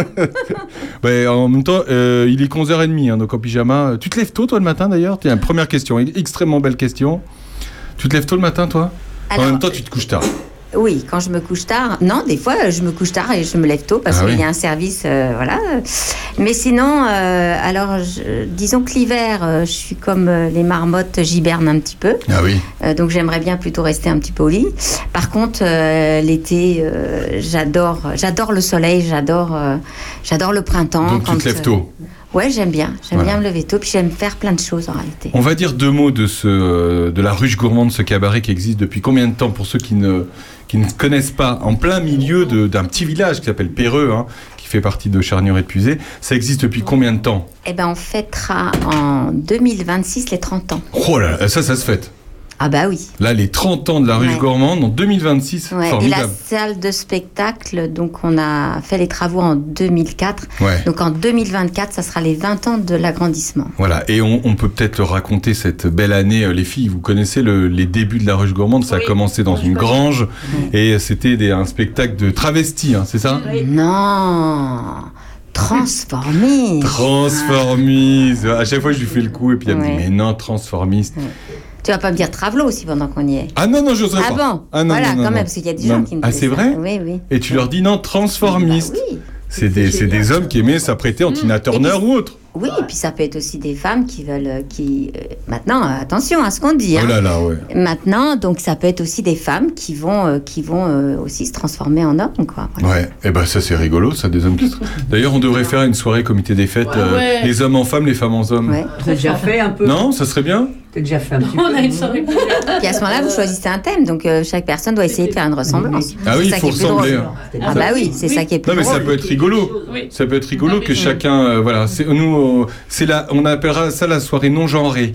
Bah, en même temps, euh, il est onze heures trente, hein, donc en pyjama. Tu te lèves tôt toi le matin d'ailleurs? Tiens, première question, extrêmement belle question. Tu te lèves tôt le matin toi? Alors, en même temps tu te couches tard. Oui, quand je me couche tard. Non, des fois, je me couche tard et je me lève tôt parce Ah qu'il oui. y a un service, euh, voilà. Mais sinon, euh, alors, je- disons que l'hiver, euh, je suis comme euh, les marmottes, j'hiberne un petit peu. Ah oui. Euh, donc, j'aimerais bien plutôt rester un petit peu au lit. Par contre, euh, l'été, euh, j'adore, j'adore le soleil, j'adore, euh, j'adore le printemps. Donc tu te lèves euh, tôt. Ouais, j'aime bien. J'aime Voilà. bien me lever tôt, puis j'aime faire plein de choses en réalité. On va dire deux mots de ce euh, de la Ruche Gourmande, ce cabaret qui existe depuis combien de temps pour ceux qui ne qui ne connaissent pas, en plein milieu de- d'un petit village qui s'appelle Péreux, hein, qui fait partie de Charnières et de Puisé. Ça existe depuis combien de temps? Eh ben, on fêtera en deux mille vingt-six les trente ans. Oh là là, ça, ça se fête. Ah bah oui. Là, les trente ans de la Ruche Ouais. Gourmande en deux mille vingt-six, Ouais, et la formidable. salle de spectacle, donc on a fait les travaux en deux mille quatre. Ouais. Donc en deux mille vingt-quatre, ça sera les vingt ans de l'agrandissement. Voilà, et on, on peut peut-être raconter cette belle année. euh, Les filles, vous connaissez le- les débuts de la Ruche Gourmande, ça a commencé dans une grange, et c'était des- un spectacle de travestis, hein, c'est ça? Non, transformiste. Transformiste. À chaque fois, je lui fais le coup, et puis elle me dit, Ouais. mais non, transformiste. Tu vas pas me dire Travelo aussi pendant qu'on y est. Ah non, non, j'oserais Ah pas. bon Ah non, Voilà, non, non, quand non. même, parce qu'il y a des Non. gens qui me Ah, disent c'est ça. vrai? Oui, oui. Et tu leur dis non, transformiste. Bah oui. C'est des, c'est des hommes qui aimaient s'apprêter en Tina Turner Et puis- ou autre. Oui, et puis ça peut être aussi des femmes qui veulent, euh, qui euh, maintenant, euh, attention à ce qu'on dit. Oh hein. là là, ouais. Maintenant, donc ça peut être aussi des femmes qui vont, euh, qui vont euh, aussi se transformer en hommes, quoi. Ouais, et ben ça c'est rigolo, ça, des hommes qui se... D'ailleurs, on devrait faire une soirée comité des fêtes, euh, Ouais. les hommes en femmes, les femmes en hommes. Ouais. T'as déjà fait un peu? Non, ça serait bien. T'as déjà fait un petit peu? On a une soirée. Puis à ce moment-là, vous choisissez un thème, donc euh, chaque personne doit essayer de faire une ressemblance. Ah oui, C'est ça il faut qui est plus ressembler. drôle. hein. Ah bah oui, c'est ça qui est plus Non mais drôle. ça peut être rigolo. Oui. Ça peut être rigolo que chacun, euh, voilà, c'est nous, euh, c'est la, on appellera ça la soirée non genrée.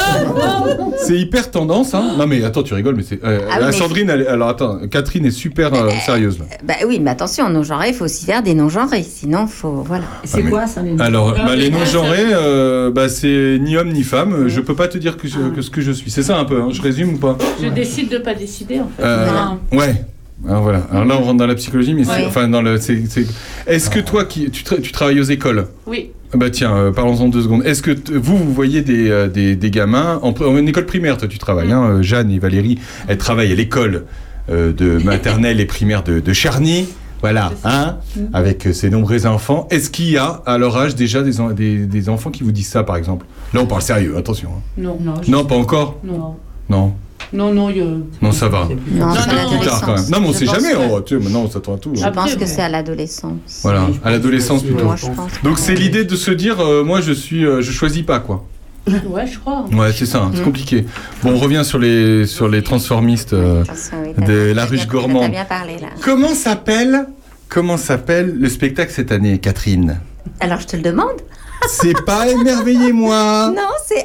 C'est hyper tendance, hein. Non mais attends, tu rigoles, mais c'est. euh, Ah oui, la mais- Sandrine, elle est- alors attends, Catherine est super euh, sérieuse là. Bah oui, mais attention, non-genrés, il faut aussi faire des non-genrés, sinon faut, voilà. C'est Ah, mais- quoi ça les Alors, Ah, bah, les mais- non genrés, euh, bah, c'est ni homme ni femme. Je peux pas te dire que, je- que ce que je suis. C'est ça un peu. Hein. Je résume ou pas? Je décide de pas décider en fait. Euh, Enfin, Ouais. Alors, voilà. Alors là, on rentre dans la psychologie, mais c'est, Ouais. enfin dans le. c'est- c'est- Est-ce que toi, qui tu, tra- tu travailles aux écoles? oui. Ah bah tiens, euh, parlons-en deux secondes. Est-ce que t- vous, vous voyez des, euh, des, des gamins en, pr- en école primaire? Toi, tu travailles. Hein, euh, Jeanne et Valérie, elles travaillent à l'école euh, de maternelle et primaire de, de Charny. Voilà, hein, avec euh, ces nombreux enfants. Est-ce qu'il y a, à leur âge, déjà des, en- des, des enfants qui vous disent ça, par exemple? Là, on parle sérieux, attention. hein. Non. Non, je- Non, pas encore? Non. Non. Non, non, il y a... Non, ça va. Non, C'est c'est peut-être plus tard quand même. Non, mais on Je sait pense jamais. que- Oh, tu sais, maintenant, on s'attend à tout. Je hein. pense que c'est à l'adolescence. Voilà, à l'adolescence plutôt. Moi, je pense. Donc, c'est l'idée de se dire, euh, moi, je suis, euh, je choisis pas, quoi. Ouais, je crois. Ouais, c'est ça, hein, c'est Mm. compliqué. Bon, on revient sur les, sur les transformistes euh, Attention, oui, t'as- de la t'as Ruche bien- Gourmande. T'as bien parlé, là. Comment s'appelle, comment s'appelle le spectacle cette année, Catherine? Alors, je te le demande. C'est pas émerveillez-moi. Non, c'est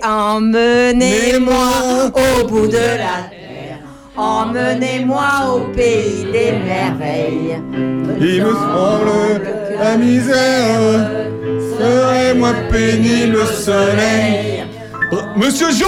emmenez-moi au bout de la terre. Emmenez-moi au pays des merveilles. Il me semble que la misère serait moins pénible le soleil. Monsieur Jo.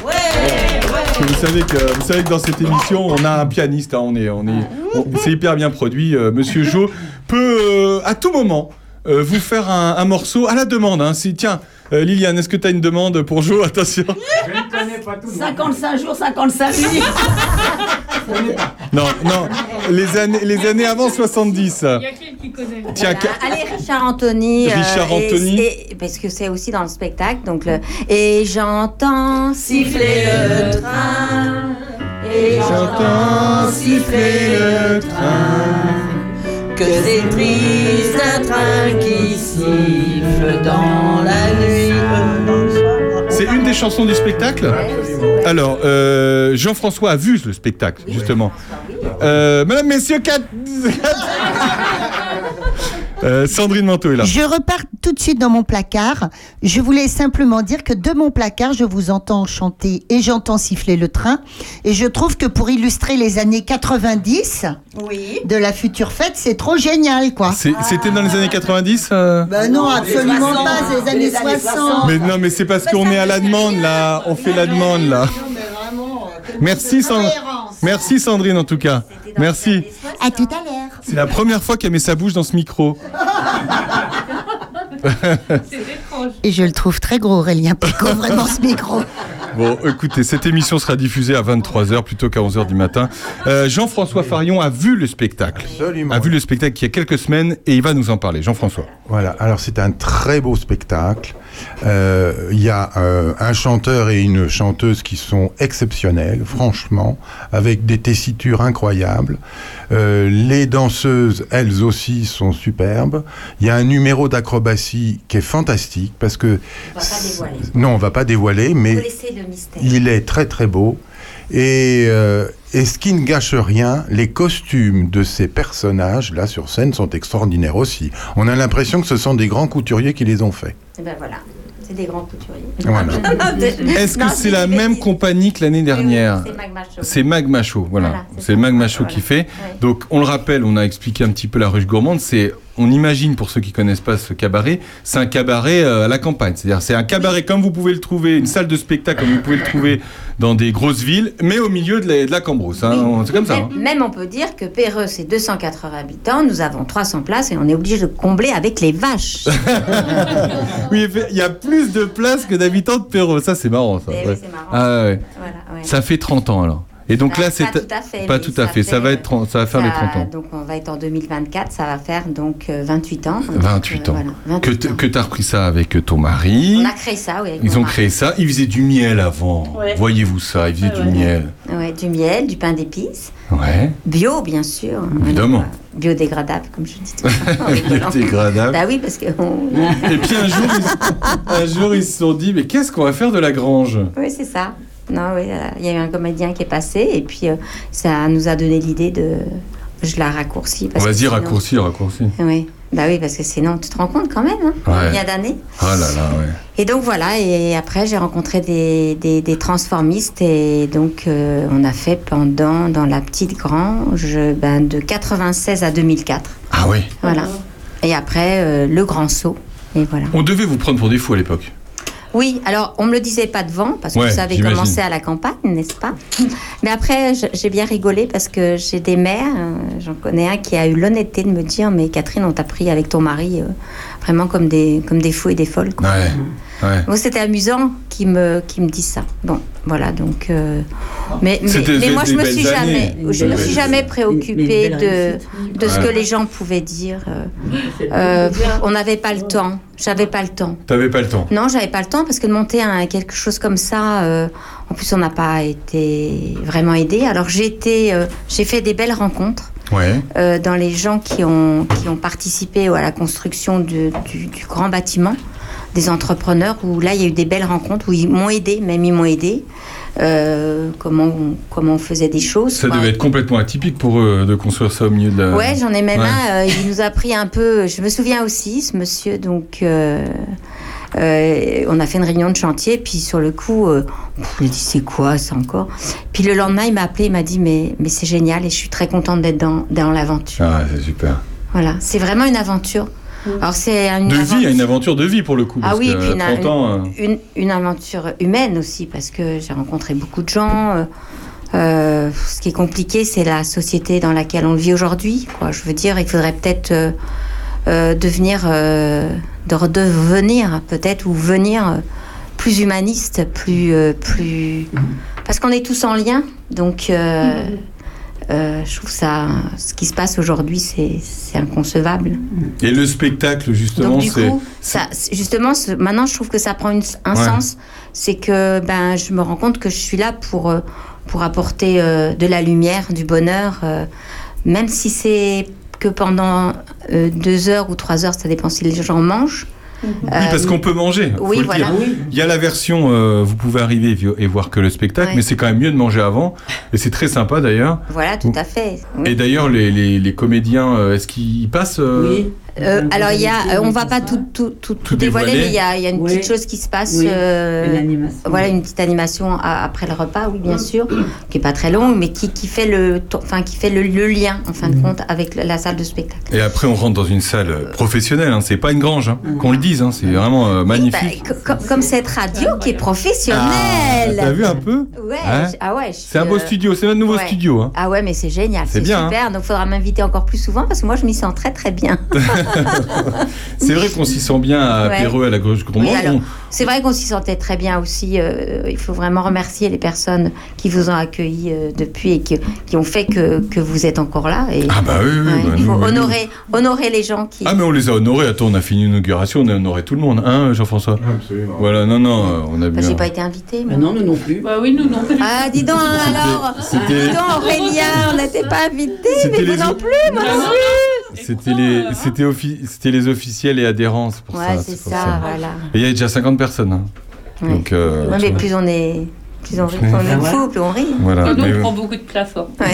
Vous savez que vous savez que dans cette émission on a un pianiste, hein, on est on est on- c'est hyper bien produit. Euh, Monsieur Jo peut euh, à tout moment euh, vous faire un, un morceau à la demande. Hein. Si, tiens, euh, Liliane, est-ce que tu as une demande pour Jo? Attention. Je ne connais pas tout. cinquante-cinq jours, cinquante-cinq nuits. Non, non, les années, les années avant soixante-dix. Il y a quelqu'un qui connaît. Tiens, Voilà. Allez, Richard Anthony. euh, Richard et- Anthony. et- parce que c'est aussi dans le spectacle. Donc le, et j'entends siffler le train. Et j'entends siffler le train. Que c'est triste un train qui siffle dans la nuit. C'est une des chansons du spectacle. Alors, euh, Jean-François a vu le spectacle, justement. Euh, Madame, messieurs, quatre... Euh, Sandrine Manteau est là. Je repars tout de suite dans mon placard. Je voulais simplement dire que de mon placard, je vous entends chanter et j'entends siffler le train. Et je trouve que pour illustrer les années quatre-vingt-dix Oui. de la future fête, c'est trop génial, quoi. C'est- C'était dans les années quatre-vingt-dix euh Ben non, absolument pas, c'est les années les années soixante. Mais non, mais c'est parce qu'on est à la demande, là. On fait la demande, là. Merci, Sand- Merci Sandrine, en tout cas. Merci. À tout à l'heure. C'est la première fois qu'elle met sa bouche dans ce micro. C'est étrange. Et je le trouve très gros, Aurélien Péco, vraiment ce micro. Bon, écoutez, cette émission sera diffusée à vingt-trois heures plutôt qu'à onze heures du matin. Euh, Jean-François Farion a vu le spectacle. Absolument. A vu le spectacle il y a quelques semaines et il va nous en parler. Jean-François. Voilà, alors c'est un très beau spectacle. Euh, Il y a euh, un chanteur et une chanteuse qui sont exceptionnels, franchement, avec des tessitures incroyables. Euh, les danseuses, elles aussi, sont superbes. Il y a un numéro d'acrobatie qui est fantastique parce que... On va pas dévoiler. Non, on va pas dévoiler, mais... Faut laisser le mystère. Il est très très beau. Et, euh, et ce qui ne gâche rien, les costumes de ces personnages, là sur scène, sont extraordinaires aussi. On a l'impression que ce sont des grands couturiers qui les ont faits. Et ben voilà, c'est des grands couturiers. Voilà. Est-ce que Non, c'est la même compagnie que l'année dernière? C'est Magma Show. C'est Magma Show, voilà. Voilà, c'est c'est ça. Magma Show Voilà. qui fait. Ouais. Donc, on le rappelle, on a expliqué un petit peu la ruche gourmande. C'est, on imagine, pour ceux qui connaissent pas ce cabaret, c'est un cabaret euh, à la campagne. C'est-à-dire, c'est un cabaret comme vous pouvez le trouver, une salle de spectacle comme vous pouvez le trouver dans des grosses villes, mais au milieu de la, de la Cambrousse. Hein. On- C'est comme ça. Même, hein. même on peut dire que Perreux, c'est deux cent quatre-vingts habitants, nous avons trois cents places et on est obligé de combler avec les vaches. Oui, il y a plus de places que d'habitants de Perreux. Ça, c'est marrant, ça. Eh oui, Ouais. c'est marrant. Ah, ouais. Voilà, ouais. Ça fait trente ans, alors. Et donc Pas- là, c'est... pas tout à fait, Pas mais tout ça à fait. Ça fait- va, être, trente- ça va faire Ça- les trente ans. Donc on va être en deux mille vingt-quatre, ça va faire donc euh, vingt-huit ans. Donc, vingt-huit euh, ans. voilà, vingt-huit Que t- ans. que t'as repris ça avec ton mari. On a créé ça, oui. avec Ils mon ont mari. créé ça. Ils faisaient du miel avant. Ouais. Voyez-vous ça, ils faisaient Ouais, du ouais. miel. Ouais, du miel, du pain d'épices. Ouais. Bio, bien sûr. Évidemment. Biodégradable, comme je dis tout le temps. en rigolant. Biodégradable. Bah oui, parce que. on- Et puis un jour, ils, un jour, ils se sont dit, mais qu'est-ce qu'on va faire de la grange? Oui, c'est ça. Non, oui, euh, il y a eu un comédien qui est passé et puis euh, ça nous a donné l'idée de. Je la raccourcis. parce que Vas-y, sinon- raccourci, raccourci. Oui, bah oui, parce que sinon, tu te rends compte quand même, hein, Ouais. combien d'années. Ah là là, ouais. Et donc voilà, et après j'ai rencontré des, des, des transformistes et donc euh, on a fait pendant, dans la petite grange, ben, de quatre-vingt-seize à deux mille quatre. Ah oui. Voilà. Et après, euh, le grand saut. Et voilà. On devait vous prendre pour des fous à l'époque. Oui, alors on me le disait pas devant parce que Ouais, ça avait j'imagine. commencé à la campagne, n'est-ce pas? Mais après, je- j'ai bien rigolé parce que j'ai des mères, euh, j'en connais un qui a eu l'honnêteté de me dire, mais Catherine, on t'a pris avec ton mari euh, vraiment comme des, comme des fous et des folles, quoi. Ouais. Ouais. Bon, c'était amusant qu'ils me, qu'ils me disent ça. Bon, voilà, donc. euh, mais mais, C'était mais des- moi, des je me belles suis jamais, années. je me Des suis belles- jamais Mais préoccupée une de, belle de ce Ouais. que les gens pouvaient dire. euh, euh, on n'avait pas le temps. J'avais pas le temps. T'avais pas le temps. Non, j'avais pas le temps parce que de monter un, quelque chose comme ça, euh, en plus, on n'a pas été vraiment aidé. Alors, j'ai été, euh, j'ai fait des belles rencontres. Ouais. Euh, dans les gens qui ont, qui ont participé à la construction du, du, du grand bâtiment, des entrepreneurs, où là, il y a eu des belles rencontres, où ils m'ont aidé, même ils m'ont aidé, euh, comment, on, comment on faisait des choses. Ça quoi. devait être complètement atypique pour eux de construire ça au milieu de la... Ouais, j'en ai même Ouais. un, euh, il nous a pris un peu, je me souviens aussi, ce monsieur, donc... euh, euh, on a fait une réunion de chantier, puis sur le coup, euh, pff, il a dit c'est quoi ça encore? Puis le lendemain, il m'a appelé, il m'a dit mais, mais c'est génial et je suis très contente d'être dans, dans l'aventure. Ah, c'est super. Voilà, c'est vraiment une aventure. Alors c'est une De aventure- vie, une aventure de vie pour le coup. Ah parce oui, que puis une, à trente ans... euh, une, une aventure humaine aussi, parce que j'ai rencontré beaucoup de gens. euh, euh, ce qui est compliqué, c'est la société dans laquelle on vit aujourd'hui, quoi. Je veux dire, il faudrait peut-être euh, euh, devenir, euh, de redevenir peut-être ou venir euh, plus humaniste, plus, euh, plus, parce qu'on est tous en lien. Donc, euh, euh, je trouve ça, ce qui se passe aujourd'hui, c'est, c'est inconcevable. Et le spectacle, justement, Donc du c'est... coup, ça, justement, ce- maintenant, je trouve que ça prend une- un Ouais. sens. C'est que ben, je me rends compte que je suis là pour, euh, pour apporter euh, de la lumière, du bonheur, euh, même si c'est que pendant euh, deux heures ou trois heures, ça dépend si les gens mangent. Oui, parce qu'on peut manger. faut oui, le voilà. dire. Oui. Il y a la version, euh, vous pouvez arriver et voir que le spectacle, Ouais. mais c'est quand même mieux de manger avant. Et c'est très sympa d'ailleurs. Voilà, tout à fait. Oui. Et d'ailleurs, les, les, les comédiens, euh, est-ce qu'ils passent euh, Euh, alors, il y a, euh, on va pas tout, tout, tout, tout dévoiler, dévoiler. mais il y a, il y a une Oui. petite chose qui se passe. Oui, euh, une animation. Voilà, une petite animation à- après le repas, oui, bien sûr, qui est pas très longue, mais qui, qui fait le, to- enfin, qui fait le, le lien, en fin de compte, avec la salle de spectacle. Et après, on rentre dans une salle professionnelle. Hein. C'est pas une grange, hein. qu'on le dise. Hein. C'est vraiment euh, magnifique. Bah, co- co- comme cette radio qui est professionnelle. Ah, t'as vu un peu Ouais, Hein je- ah ouais. je C'est un suis, beau euh, studio. C'est notre nouveau ouais. studio. Hein. Ah ouais, mais c'est génial, C'est c'est, bien, super. Donc, il faudra m'inviter encore plus souvent parce que moi, je m'y sens très très bien. C'est vrai qu'on s'y sent bien à Ouais. Péreux, à la Gauche Oui, Gourmand. alors, c'est vrai qu'on s'y sentait très bien aussi. euh, il faut vraiment remercier les personnes qui vous ont accueillis euh, depuis et qui, qui ont fait que, que vous êtes encore là. Et, Ah bah oui, oui, ouais, bah il faut nous, honorer, honorer les gens qui... Ah mais on les a honorés. Attends, on a fini l'inauguration, on a honoré tout le monde, hein, Jean-François. Absolument. Voilà, non, non, euh, on a Bah, bien. j'ai pas été invitée. moi. non, nous non plus. Bah oui, nous non plus. Ah, dis donc, alors c'était- Dis donc, Aurélien, on n'était pas invités, C'était mais vous les non autres. plus, moi non plus. C'était les, c'était, offi- c'était les officiels et adhérents, c'est pour Ouais, ça. c'est pour ça, voilà. Et il y a déjà cinquante personnes. hein. Ouais. Donc, euh, Ouais, tu mais vois. plus on est... Plus on rit, Ouais. on Ah est ouais. fou, plus on rit. Voilà, Nous, mais, on euh, prend beaucoup de place. hein. Ouais.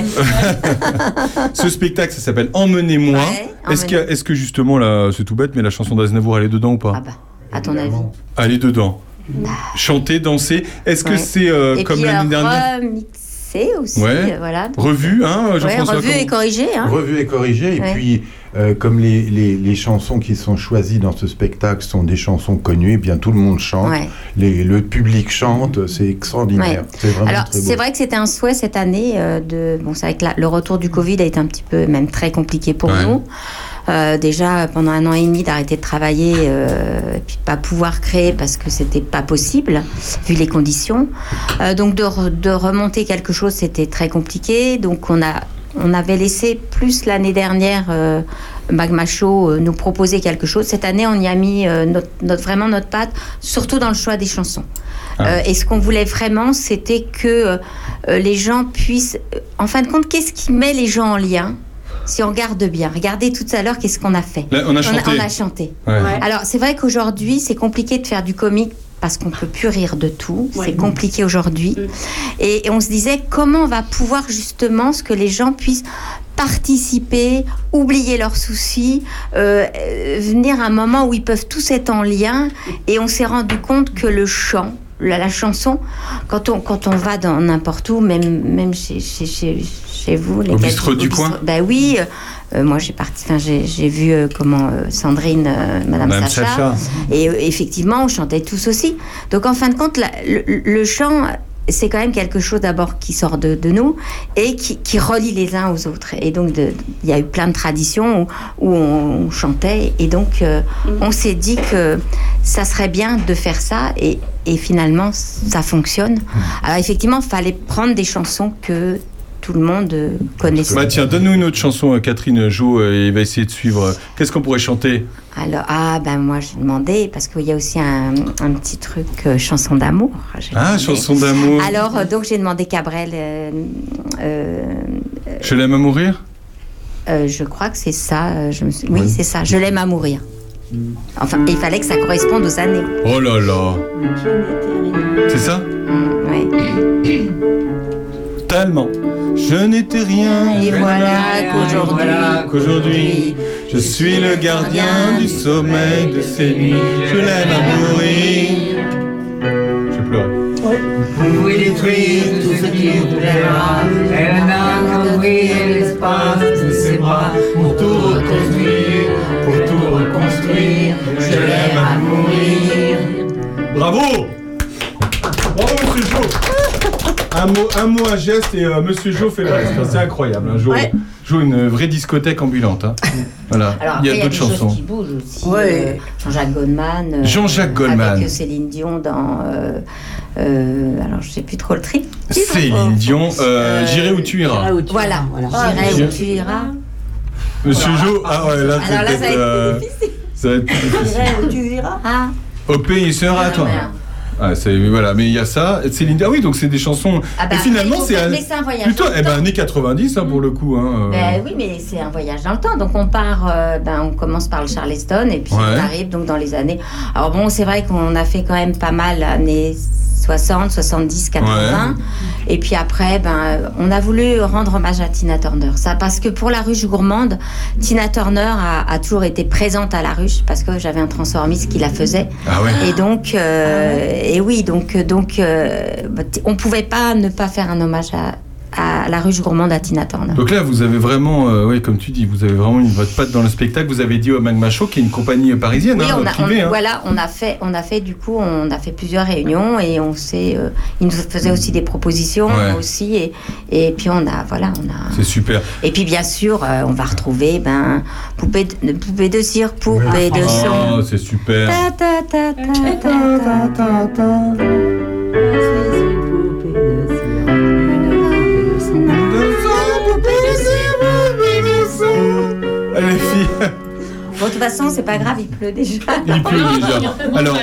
Ce spectacle, ça s'appelle Emmenez-moi. Ouais, est-ce, qu'il y a- est-ce que justement, là, c'est tout bête, mais la chanson d'Aznavour, elle est dedans ou pas À ton avis. Elle est dedans. Chanter, danser. Est-ce que Ouais. c'est euh, Et comme puis, l'année alors, dernière remixé aussi, Ouais. euh, voilà. Donc, Revue, hein, ouais, Jean-François revu comment- et corrigé, hein. Revu et corrigé. Et Ouais. puis, euh, comme les, les, les chansons qui sont choisies dans ce spectacle sont des chansons connues, eh bien tout le monde chante. Ouais. Les, le public chante. C'est extraordinaire. Ouais. C'est vraiment Alors, très beau. c'est vrai que c'était un souhait cette année euh, de. Bon, c'est vrai que la- le retour du Covid a été un petit peu, même très compliqué pour Ouais. nous. Euh, déjà, pendant un an et demi, d'arrêter de travailler euh, et puis de pas pouvoir créer parce que c'était pas possible, vu les conditions. Euh, donc, de, re- de remonter quelque chose, c'était très compliqué. Donc, on, a, on avait laissé plus l'année dernière. Euh, Magma Show euh, nous proposer quelque chose. Cette année, on y a mis euh, notre, notre- vraiment notre patte, surtout dans le choix des chansons. Euh, et ce qu'on voulait vraiment, c'était que euh, les gens puissent... euh, en fin de compte, qu'est-ce qui met les gens en lien ? Si on regarde bien, regardez tout à l'heure, qu'est-ce qu'on a fait ? Là, on a chanté. On a, chanté. Ouais. Ouais. Alors, c'est vrai qu'aujourd'hui, c'est compliqué de faire du comique parce qu'on peut plus rire de tout. Ouais. C'est compliqué aujourd'hui. Et, et on se disait, comment on va pouvoir justement ce que les gens puissent participer, oublier leurs soucis, euh, euh, venir à un moment où ils peuvent tous être en lien. Et on s'est rendu compte que le chant, la, la chanson, quand on, quand on va dans n'importe où, même, même chez, chez, chez, chez vous, les Au gars- bistrot du coin. Ben oui, euh, moi j'ai parti, enfin j'ai, j'ai vu euh, comment euh, Sandrine, euh, Madame, Madame Sacha, Sacha. et euh, effectivement on chantait tous aussi. Donc en fin de compte, la- le, le chant, c'est quand même quelque chose d'abord qui sort de, de nous et qui, qui relie les uns aux autres. Et donc de- il y a eu plein de traditions où, où on, on chantait et donc euh, on s'est dit que ça serait bien de faire ça et, et finalement ça fonctionne. Alors effectivement, il fallait prendre des chansons que tout le monde euh, connaissait. Bah tiens, donne-nous une autre chanson, euh, Catherine Jo, euh, et va essayer de suivre. Qu'est-ce qu'on pourrait chanter? Alors, ah ben moi j'ai demandé, parce qu'il y a aussi un, un petit truc, euh, chanson d'amour. j'ai Ah, demandé. chanson d'amour. Alors, euh, donc j'ai demandé Cabrel. euh, euh, Je l'aime à mourir? euh, je crois que c'est ça. euh, Je me suis... Oui, c'est ça. Je l'aime à mourir. Enfin, il fallait que ça corresponde aux années. Oh là là. C'est ça? Oui. Tellement. Je n'étais rien. Et voilà qu'aujourd'hui, qu'aujourd'hui, je suis le gardien du sommeil de ces nuits. Je l'aime à mourir. Je pleure. Vous pouvez détruire tout ce qui vous plaira. Elle n'a qu'à ouvrir l'espace de ses bras pour tout reconstruire, pour tout reconstruire. Je l'aime à mourir. Bravo! Bravo, monsieur Jo! Un mot, un mot, un geste et euh, monsieur Jo fait le reste. C'est incroyable. Un jour, Ouais. joue une vraie discothèque ambulante. Hein. Voilà. Alors, il y après, a d'autres des choses chansons. qui bougent aussi. Ouais. euh, Jean-Jacques Goldman. euh, Jean-Jacques Goldman. Avec Céline Dion dans. euh, euh, alors, je sais plus trop le tri. Céline Dion, euh, J'irai où tu iras. Voilà, Voilà. J'irai où tu iras. Monsieur Jo, ah ouais, là, c'est Alors là, ça va peut-être, être euh, difficile. ça va être plus difficile. J'irai où tu iras. Ah, Au pays sera toi. Ah, c'est, voilà, mais il y a ça. Céline Dion, ah oui, donc c'est des chansons. Ah bah, et finalement, il faut c'est faire- un- mais c'est un voyage plutôt dans le eh ben, temps. années quatre-vingt-dix hein, pour le coup. Hein, euh. ben oui, mais c'est un voyage dans le temps. Donc on part, euh, ben on commence par le Charleston et puis Ouais. on arrive donc dans les années. Alors bon, c'est vrai qu'on a fait quand même pas mal années soixante, soixante-dix, quatre-vingts. Ouais. Et puis après, ben on a voulu rendre hommage à Tina Turner. Ça parce que pour la ruche gourmande, Tina Turner a, a toujours été présente à la ruche parce que j'avais un transformiste qui la faisait. Ah ouais. Et donc, euh, ah ouais. et oui, donc donc euh, on pouvait pas ne pas faire un hommage à à la ruche gourmande à Tina Turner. Donc là, vous avez vraiment, euh, oui, comme tu dis, vous avez vraiment une votre patte dans le spectacle. Vous avez dit au Magma Show, qui est une compagnie parisienne, oui, hein, on a, privée. on, hein. Voilà, on a fait, on a fait du coup, on a fait plusieurs réunions et on s'est, euh, ils nous faisaient aussi des propositions Ouais. aussi et et puis on a, voilà, on a. C'est super. Et puis bien sûr, euh, on va retrouver ben poupée de, poupée de cire, poupée de son. Oh, c'est super. Ta, ta, ta, ta, ta, ta, ta, ta. Allez, les filles. Bon, de toute façon, c'est pas grave, il pleut déjà. Il pleut déjà. Alors,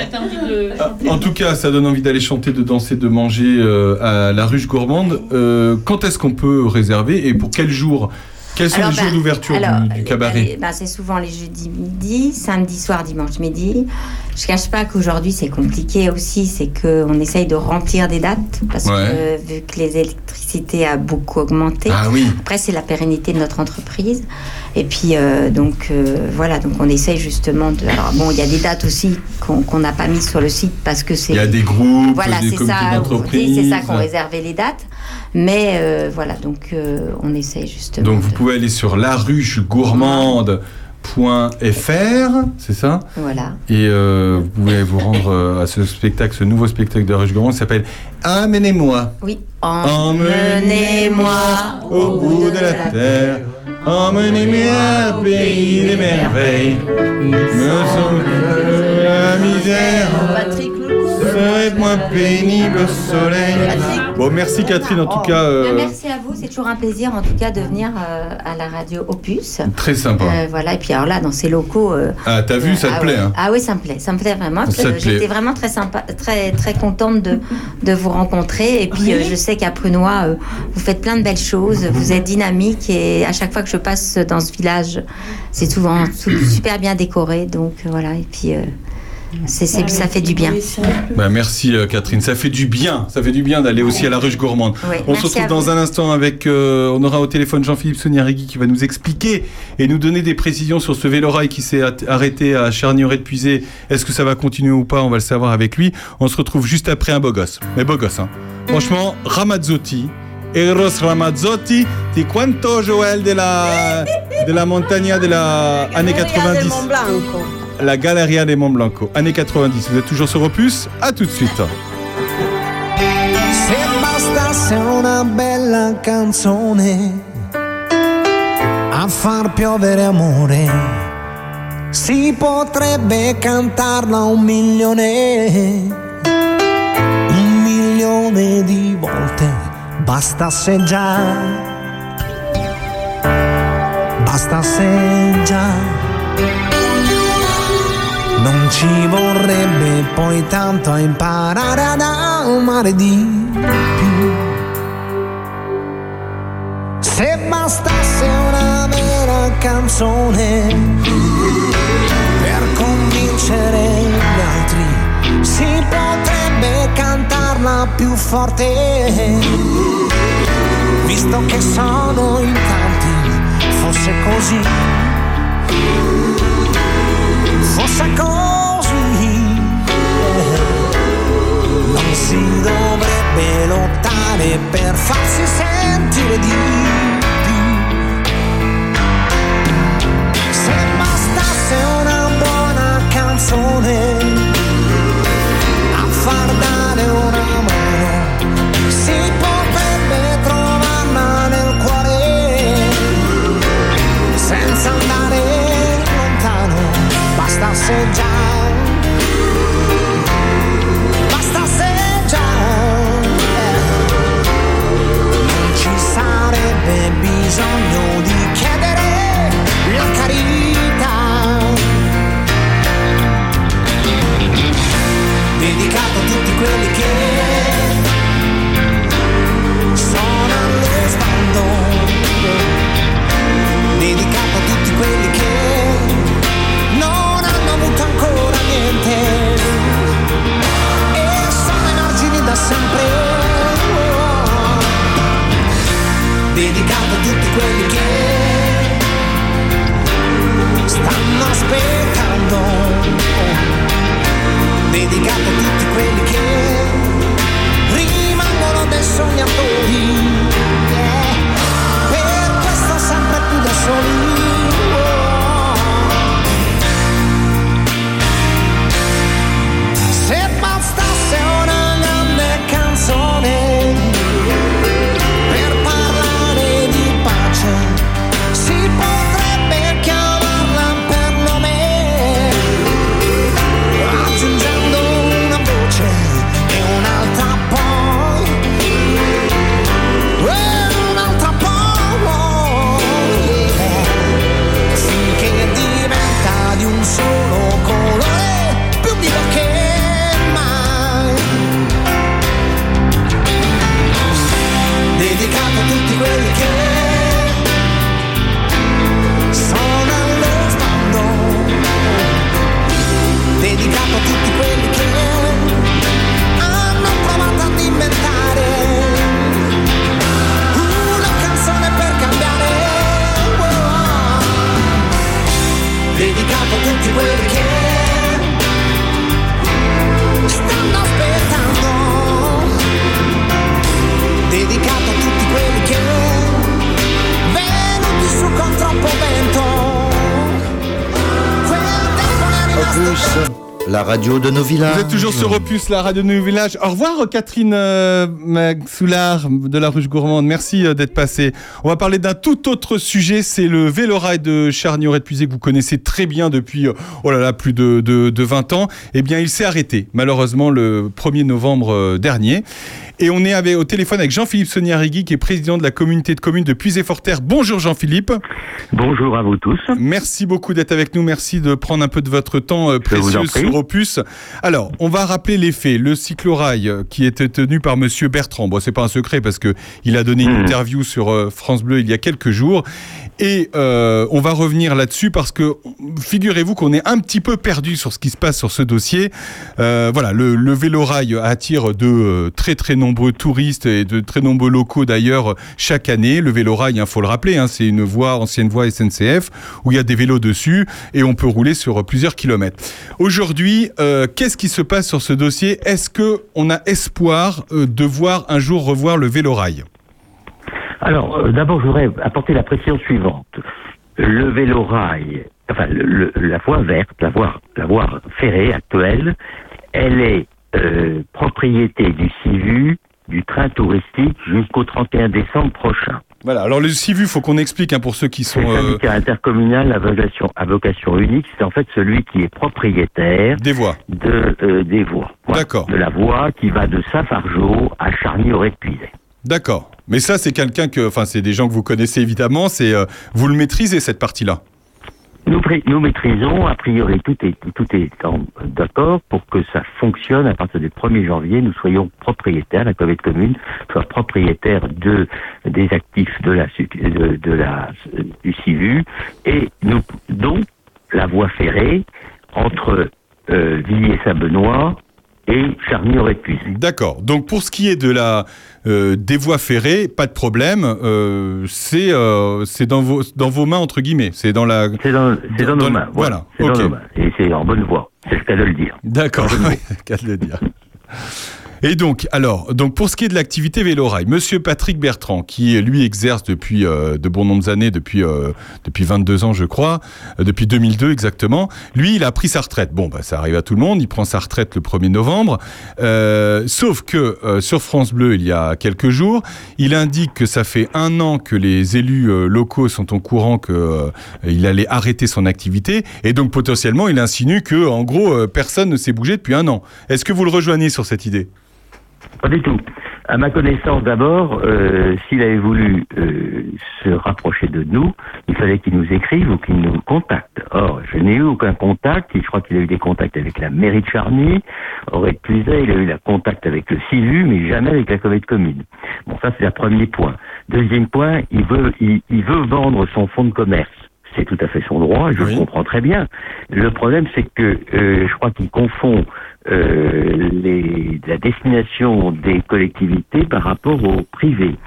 en tout cas, ça donne envie d'aller chanter, de danser, de manger euh, à la ruche gourmande. Euh, quand est-ce qu'on peut réserver et pour quel jour? Quels sont Alors, les ben, jours d'ouverture alors, du, du cabaret? les- ben, c'est souvent les jeudis midi, samedi soir, dimanche midi. Je cache pas qu'aujourd'hui c'est compliqué aussi, c'est qu'on essaye de remplir des dates parce Ouais. que vu que les électricités a beaucoup augmenté. Ah oui. Après c'est la pérennité de notre entreprise. Et puis euh, donc euh, voilà, donc on essaye justement de. Alors bon, il y a des dates aussi qu'on qu'on n'a pas mises sur le site parce que c'est. Il y a des groupes, voilà, des c'est comités ça, d'entreprise. oui, c'est ça qu'on réservait les dates. Mais euh, voilà, donc euh, on essaye justement. Donc vous pouvez aller sur laruchegourmande point f r, c'est ça? Voilà. Et euh, vous pouvez vous rendre euh, à ce spectacle, ce nouveau spectacle de la ruche gourmande qui s'appelle Amenez-moi. Oui. Emmenez-moi au bout de la terre. Emmenez-moi au pays des merveilles. Me sauve la misère. Serait moins pénible au soleil. Bon, merci Catherine en tout cas. euh, Merci à vous, c'est toujours un plaisir en tout cas de venir euh, à la radio Opus. Très sympa. Euh, voilà, et puis alors là, dans ces locaux. euh, Ah, t'as vu, ça te ah plaît, ouais. hein. Ah oui, ça me plaît, ça me plaît vraiment. Ça te Euh, plaît. J'étais vraiment très sympa, très très contente de, de vous rencontrer. Et puis euh, je sais qu'à Prunois, euh, vous faites plein de belles choses, vous êtes dynamique et à chaque fois que je passe dans ce village, c'est souvent tout- super bien décoré. Donc euh, voilà, et puis euh, c'est, c'est- ça fait du bien. Bah, merci euh, Catherine, ça fait du bien, ça fait du bien d'aller aussi à la ruche gourmande. Oui, on se merci retrouve à dans vous. un instant avec, euh, on aura au téléphone Jean-Philippe Soniarigui qui va nous expliquer et nous donner des précisions sur ce vélorail qui s'est at- arrêté à Charnieret-de-Puisé. Est-ce que ça va continuer ou pas? On va le savoir avec lui. On se retrouve juste après un beau gosse, mais beau gosse. Hein. Franchement, Ramazzotti, Eros Ramazzotti, ti quanto Joël de la de la montagna de la année quatre-vingt-dix. La Galleria des Mont Blanco, années quatre-vingt-dix. Vous êtes toujours sur Opus? À tout de suite. Se bastasse una bella canzone a far piovere amore, si potrebbe cantarla un milione, un milione di volte, bastasse già, bastasse già. Non ci vorrebbe poi tanto a imparare ad amare di più. Se bastasse una vera canzone per convincere gli altri, si potrebbe cantarla più forte. Visto che sono in tanti, fosse così. Fosse così, non si dovrebbe lottare per farsi sentire di più. Se bastasse una buona canzone a far dare una mano, si potrebbe trovarla nel cuore dedicato a tutti quelli che stanno aspettando, dedicato a tutti quelli che rimangono dei sognatori, yeah. Per questo sempre più da soli. Se bastasse una grande canzone per parlare di pace, si potrebbe chiamarla per nome, aggiungendo una voce e un'altra poi, e un'altra poi, yeah. Finché diventa di un solo colore, più vivo che dedicato a tutti quelli che sono allo sbando, dedicato a tutti quelli che hanno provato ad inventare una canzone per cambiare, oh. Dedicato a tutti quelli che stanno aspettando, dedicato a tutti quelli che venuti su con troppo vento, quel tempo ne è rimasto. Opus, la radio de nos villages. Vous êtes toujours sur Opus, la radio de nos villages. Au revoir Catherine euh, Soulard de la Ruche Gourmande. Merci euh, d'être passée. On va parler d'un tout autre sujet, c'est le vélorail de Charny-Auray-de-Puisay que vous connaissez très bien depuis euh, oh là là, plus de, de, de vingt ans. Eh bien, il s'est arrêté malheureusement le premier novembre euh, dernier. Et on est avec, au téléphone avec Jean-Philippe Soniarigui, qui est président de la communauté de communes de Puisay-Forterre. Bonjour Jean-Philippe. Bonjour à vous tous. Merci beaucoup d'être avec nous. Merci de prendre un peu de votre temps euh, précieux sur Opus. Alors, on va rappeler les faits. Le cyclorail euh, qui était tenu par Monsieur Bertrand. Bon, c'est pas un secret parce que il a donné une mmh. interview sur euh, France Bleu il y a quelques jours. Et euh, on va revenir là-dessus parce que figurez-vous qu'on est un petit peu perdu sur ce qui se passe sur ce dossier. Euh, voilà, le, le vélorail attire de euh, très très nombreux touristes et de très nombreux locaux d'ailleurs chaque année. Le vélorail, il hein, faut le rappeler, hein, c'est une voie, ancienne voie S N C F où il y a des vélos dessus et on peut rouler sur plusieurs kilomètres. Aujourd'hui, euh, qu'est-ce qui se passe sur ce dossier ? Est-ce qu'on a espoir euh, de voir un jour revoir le vélorail ? Alors, euh, d'abord, je voudrais apporter la précision suivante. Le vélorail, enfin, le, le, la voie verte, la voie, la voie ferrée actuelle, elle est euh, propriété du C I V U, du train touristique, jusqu'au trente et un décembre prochain. Voilà, alors le C I V U, il faut qu'on explique hein, pour ceux qui sont... Le syndicat euh... intercommunal à vocation, à vocation unique, c'est en fait celui qui est propriétaire... Des voies. De, euh, des voies. Voilà. D'accord. De la voie qui va de Saint-Fargeau à Charny-Auray-de-Puisay. D'accord. Mais ça, c'est quelqu'un que... Enfin, c'est des gens que vous connaissez évidemment. C'est, euh, vous le maîtrisez, cette partie-là ? Nous, nous maîtrisons, a priori, tout est, tout est en, d'accord pour que ça fonctionne à partir du premier janvier. Nous soyons propriétaires, la communauté de communes soit propriétaire de, des actifs de la, de, de la, du C I V U et nous, donc, la voie ferrée entre euh, Villiers-Saint-Benoît et Charny-Auray-de-Puisay. D'accord. Donc pour ce qui est de la euh, des voies ferrées, pas de problème. Euh, c'est euh, c'est dans vos dans vos mains entre guillemets. C'est dans la. C'est dans c'est dans, dans nos mains. Voilà. C'est okay. dans nos mains. Et c'est en bonne voie. C'est le cas de le dire. D'accord. C'est le cas de le dire. Et donc, alors, donc pour ce qui est de l'activité vélorail, Monsieur Patrick Bertrand, qui lui exerce depuis euh, de bon nombre d'années, depuis euh, depuis vingt-deux ans, je crois, euh, depuis deux mille deux exactement. Lui, il a pris sa retraite. Bon, bah ça arrive à tout le monde. Il prend sa retraite le premier novembre. Euh, sauf que euh, sur France Bleu, il y a quelques jours, il indique que ça fait un an que les élus euh, locaux sont au courant que euh, il allait arrêter son activité, et donc potentiellement, il insinue que, en gros, euh, personne ne s'est bougé depuis un an. Est-ce que vous le rejoignez sur cette idée ? Pas du tout. À ma connaissance, d'abord, euh, s'il avait voulu euh, se rapprocher de nous, il fallait qu'il nous écrive ou qu'il nous contacte. Or, je n'ai eu aucun contact. Je crois qu'il a eu des contacts avec la mairie de Charny, Auray-de-Puisay, il a eu des contacts avec le C I V U, mais jamais avec la communauté de communes. Bon, ça, c'est le premier point. Deuxième point, il veut, il, il veut vendre son fonds de commerce. C'est tout à fait son droit, je oui. le comprends très bien. Le problème, c'est que euh, je crois qu'il confond euh, les, la destination des collectivités par rapport au privé.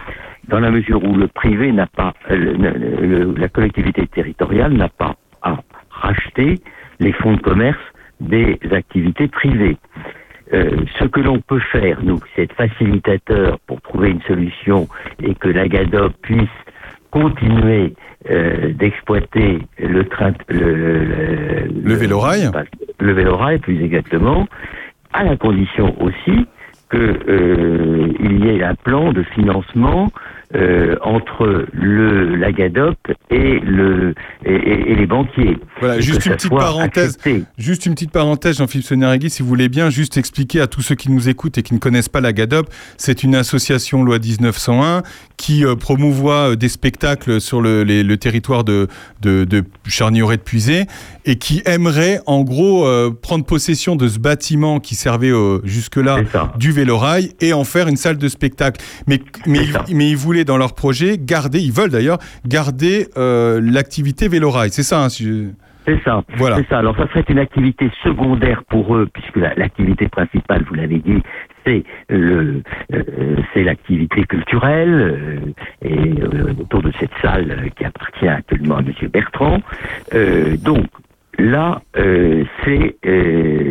dans la mesure où le privé n'a pas, euh, le, le, la collectivité territoriale n'a pas à racheter les fonds de commerce des activités privées. Euh, ce que l'on peut faire, nous, c'est être facilitateur pour trouver une solution et que la GADOP puisse continuer euh, d'exploiter le train, le, le, le vélorail, le vélorail plus exactement, à la condition aussi que euh, il y ait un plan de financement euh, entre le la GADOP et le et, et, et les banquiers. Voilà, juste une petite parenthèse. Accepté. Juste une petite parenthèse, Jean-Philippe Sonnerigui, si vous voulez bien, juste expliquer à tous ceux qui nous écoutent et qui ne connaissent pas la GADOP, c'est une association loi dix-neuf cent un qui euh, promouvoit euh, des spectacles sur le, les, le territoire de de, de Charny-Auré-de-Puisay et qui aimerait en gros euh, prendre possession de ce bâtiment qui servait euh, jusque-là du vélorail et en faire une salle de spectacle. Mais mais ils, mais ils voulaient dans leur projet garder, ils veulent d'ailleurs garder euh, l'activité vélorail. C'est ça, hein, si je... C'est ça. Voilà. C'est ça. Alors ça serait une activité secondaire pour eux, puisque la, l'activité principale, vous l'avez dit, c'est le, euh, c'est l'activité culturelle euh, et euh, autour de cette salle euh, qui appartient actuellement à Monsieur Bertrand. Euh, donc là, euh, c'est euh,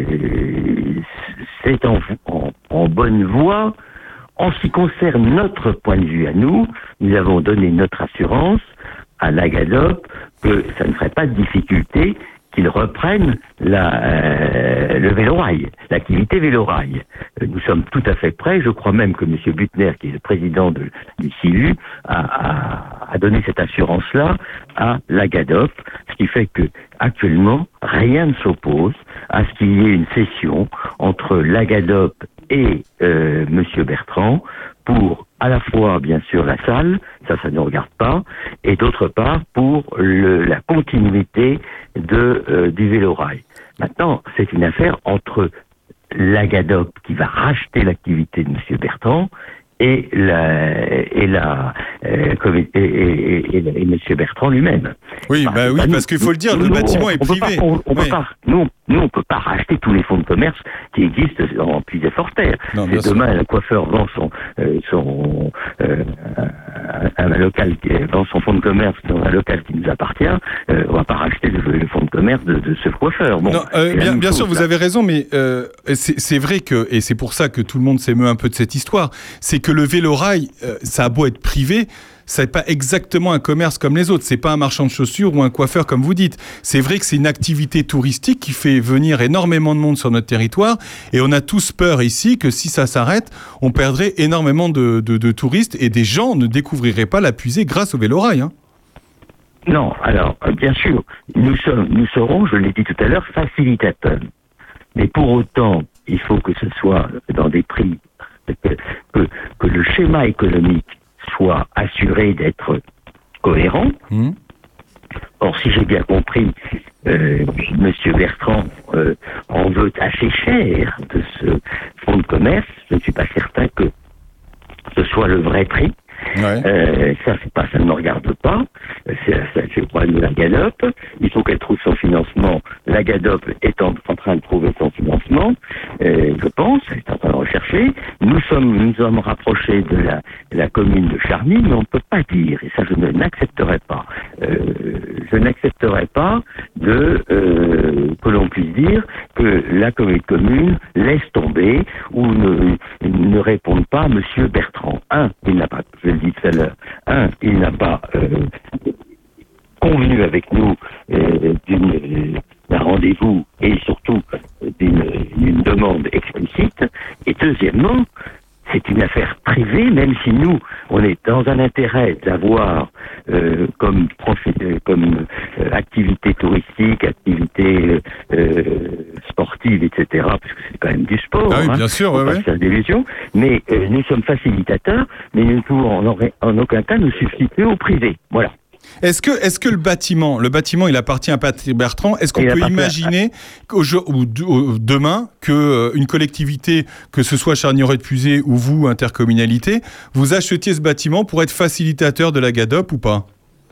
c'est en, en, en bonne voie. En ce qui concerne notre point de vue à nous, nous avons donné notre assurance à la GADOP que ça ne ferait pas de difficulté qu'ils reprennent la, euh, le vélorail, l'activité vélorail. Euh, nous sommes tout à fait prêts. Je crois même que M. Butner, qui est le président de, du C I U, a, a, a donné cette assurance-là à la GADOP, ce qui fait que actuellement rien ne s'oppose à ce qu'il y ait une cession entre la GADOP et euh, Monsieur Bertrand pour à la fois bien sûr la salle, ça ça ne regarde pas, et d'autre part pour le, la continuité de euh, du vélorail. Maintenant, c'est une affaire entre la GADOP qui va racheter l'activité de Monsieur Bertrand et la et la euh, et, et, et, et, et Monsieur Bertrand lui-même. Oui, bah, bah oui, nous, parce qu'il faut le dire, nous, le bâtiment on, est on privé. Pas, on, on oui. peut pas, nous, nous, on peut pas racheter tous les fonds de commerce qui existent en Puisay-Forterre. C'est demain, le coiffeur vend son, euh, son euh, un, un local, qui vend son fonds de commerce dans un local qui nous appartient. Euh, on va pas racheter le, le fonds de commerce de, de ce coiffeur. Bon, non, euh, bien, bien sûr, vous avez raison, mais euh, c'est, c'est vrai que, et c'est pour ça que tout le monde s'émeut un peu de cette histoire, c'est que le vélorail, euh, ça a beau être privé, c'est pas exactement un commerce comme les autres. C'est pas un marchand de chaussures ou un coiffeur comme vous dites. C'est vrai que c'est une activité touristique qui fait venir énormément de monde sur notre territoire et on a tous peur ici que si ça s'arrête, on perdrait énormément de, de, de touristes et des gens ne découvriraient pas la Puisée grâce au vélorail. Hein. Non, alors, bien sûr, nous sommes, nous serons, je l'ai dit tout à l'heure, facilitateurs. Mais pour autant, il faut que ce soit dans des prix, que, que, que le schéma économique soit assuré d'être cohérent. Mmh. Or, si j'ai bien compris, euh, Monsieur Bertrand euh, en veut assez cher de ce fonds de commerce. Je ne suis pas certain que ce soit le vrai prix. Ouais. Euh, ça, c'est pas, ça ne me regarde pas. C'est, c'est, c'est le problème de la GADOP. Il faut qu'elle trouve son financement. La GADOP est en, en train de trouver son financement, euh, je pense. Elle est en train de rechercher. Nous sommes, nous sommes rapprochés de la, de la commune de Charny, mais on ne peut pas dire, et ça, je ne n'accepterai pas. Euh, je n'accepterai pas de euh, que l'on puisse dire que la commune, commune laisse tomber ou ne, ne réponde pas à Monsieur Bertrand. Un, il n'a pas. Je le dis tout à l'heure. Un, il n'a pas euh, convenu avec nous euh, d'une, d'un rendez-vous et surtout d'une, d'une demande explicite. Et deuxièmement, c'est une affaire privée, même si nous, on est dans un intérêt d'avoir euh, comme, profi- euh, comme euh, activité touristique, activité euh, sportive, et cetera, parce que c'est quand même du sport. Ah oui, bien hein, sûr, ouais, ouais. faire d'illusions. Mais euh, nous sommes facilitateurs, mais nous ne pouvons en, en aucun cas nous substituer au privé. Voilà. Est-ce que, est-ce que le bâtiment, le bâtiment, il appartient à Patrick Bertrand. Est-ce qu'on il peut imaginer à... qu'au ou demain que euh, une collectivité, que ce soit Charny-Auré-de-Puisay ou vous, intercommunalité, vous achetiez ce bâtiment pour être facilitateur de la GADOP ou pas?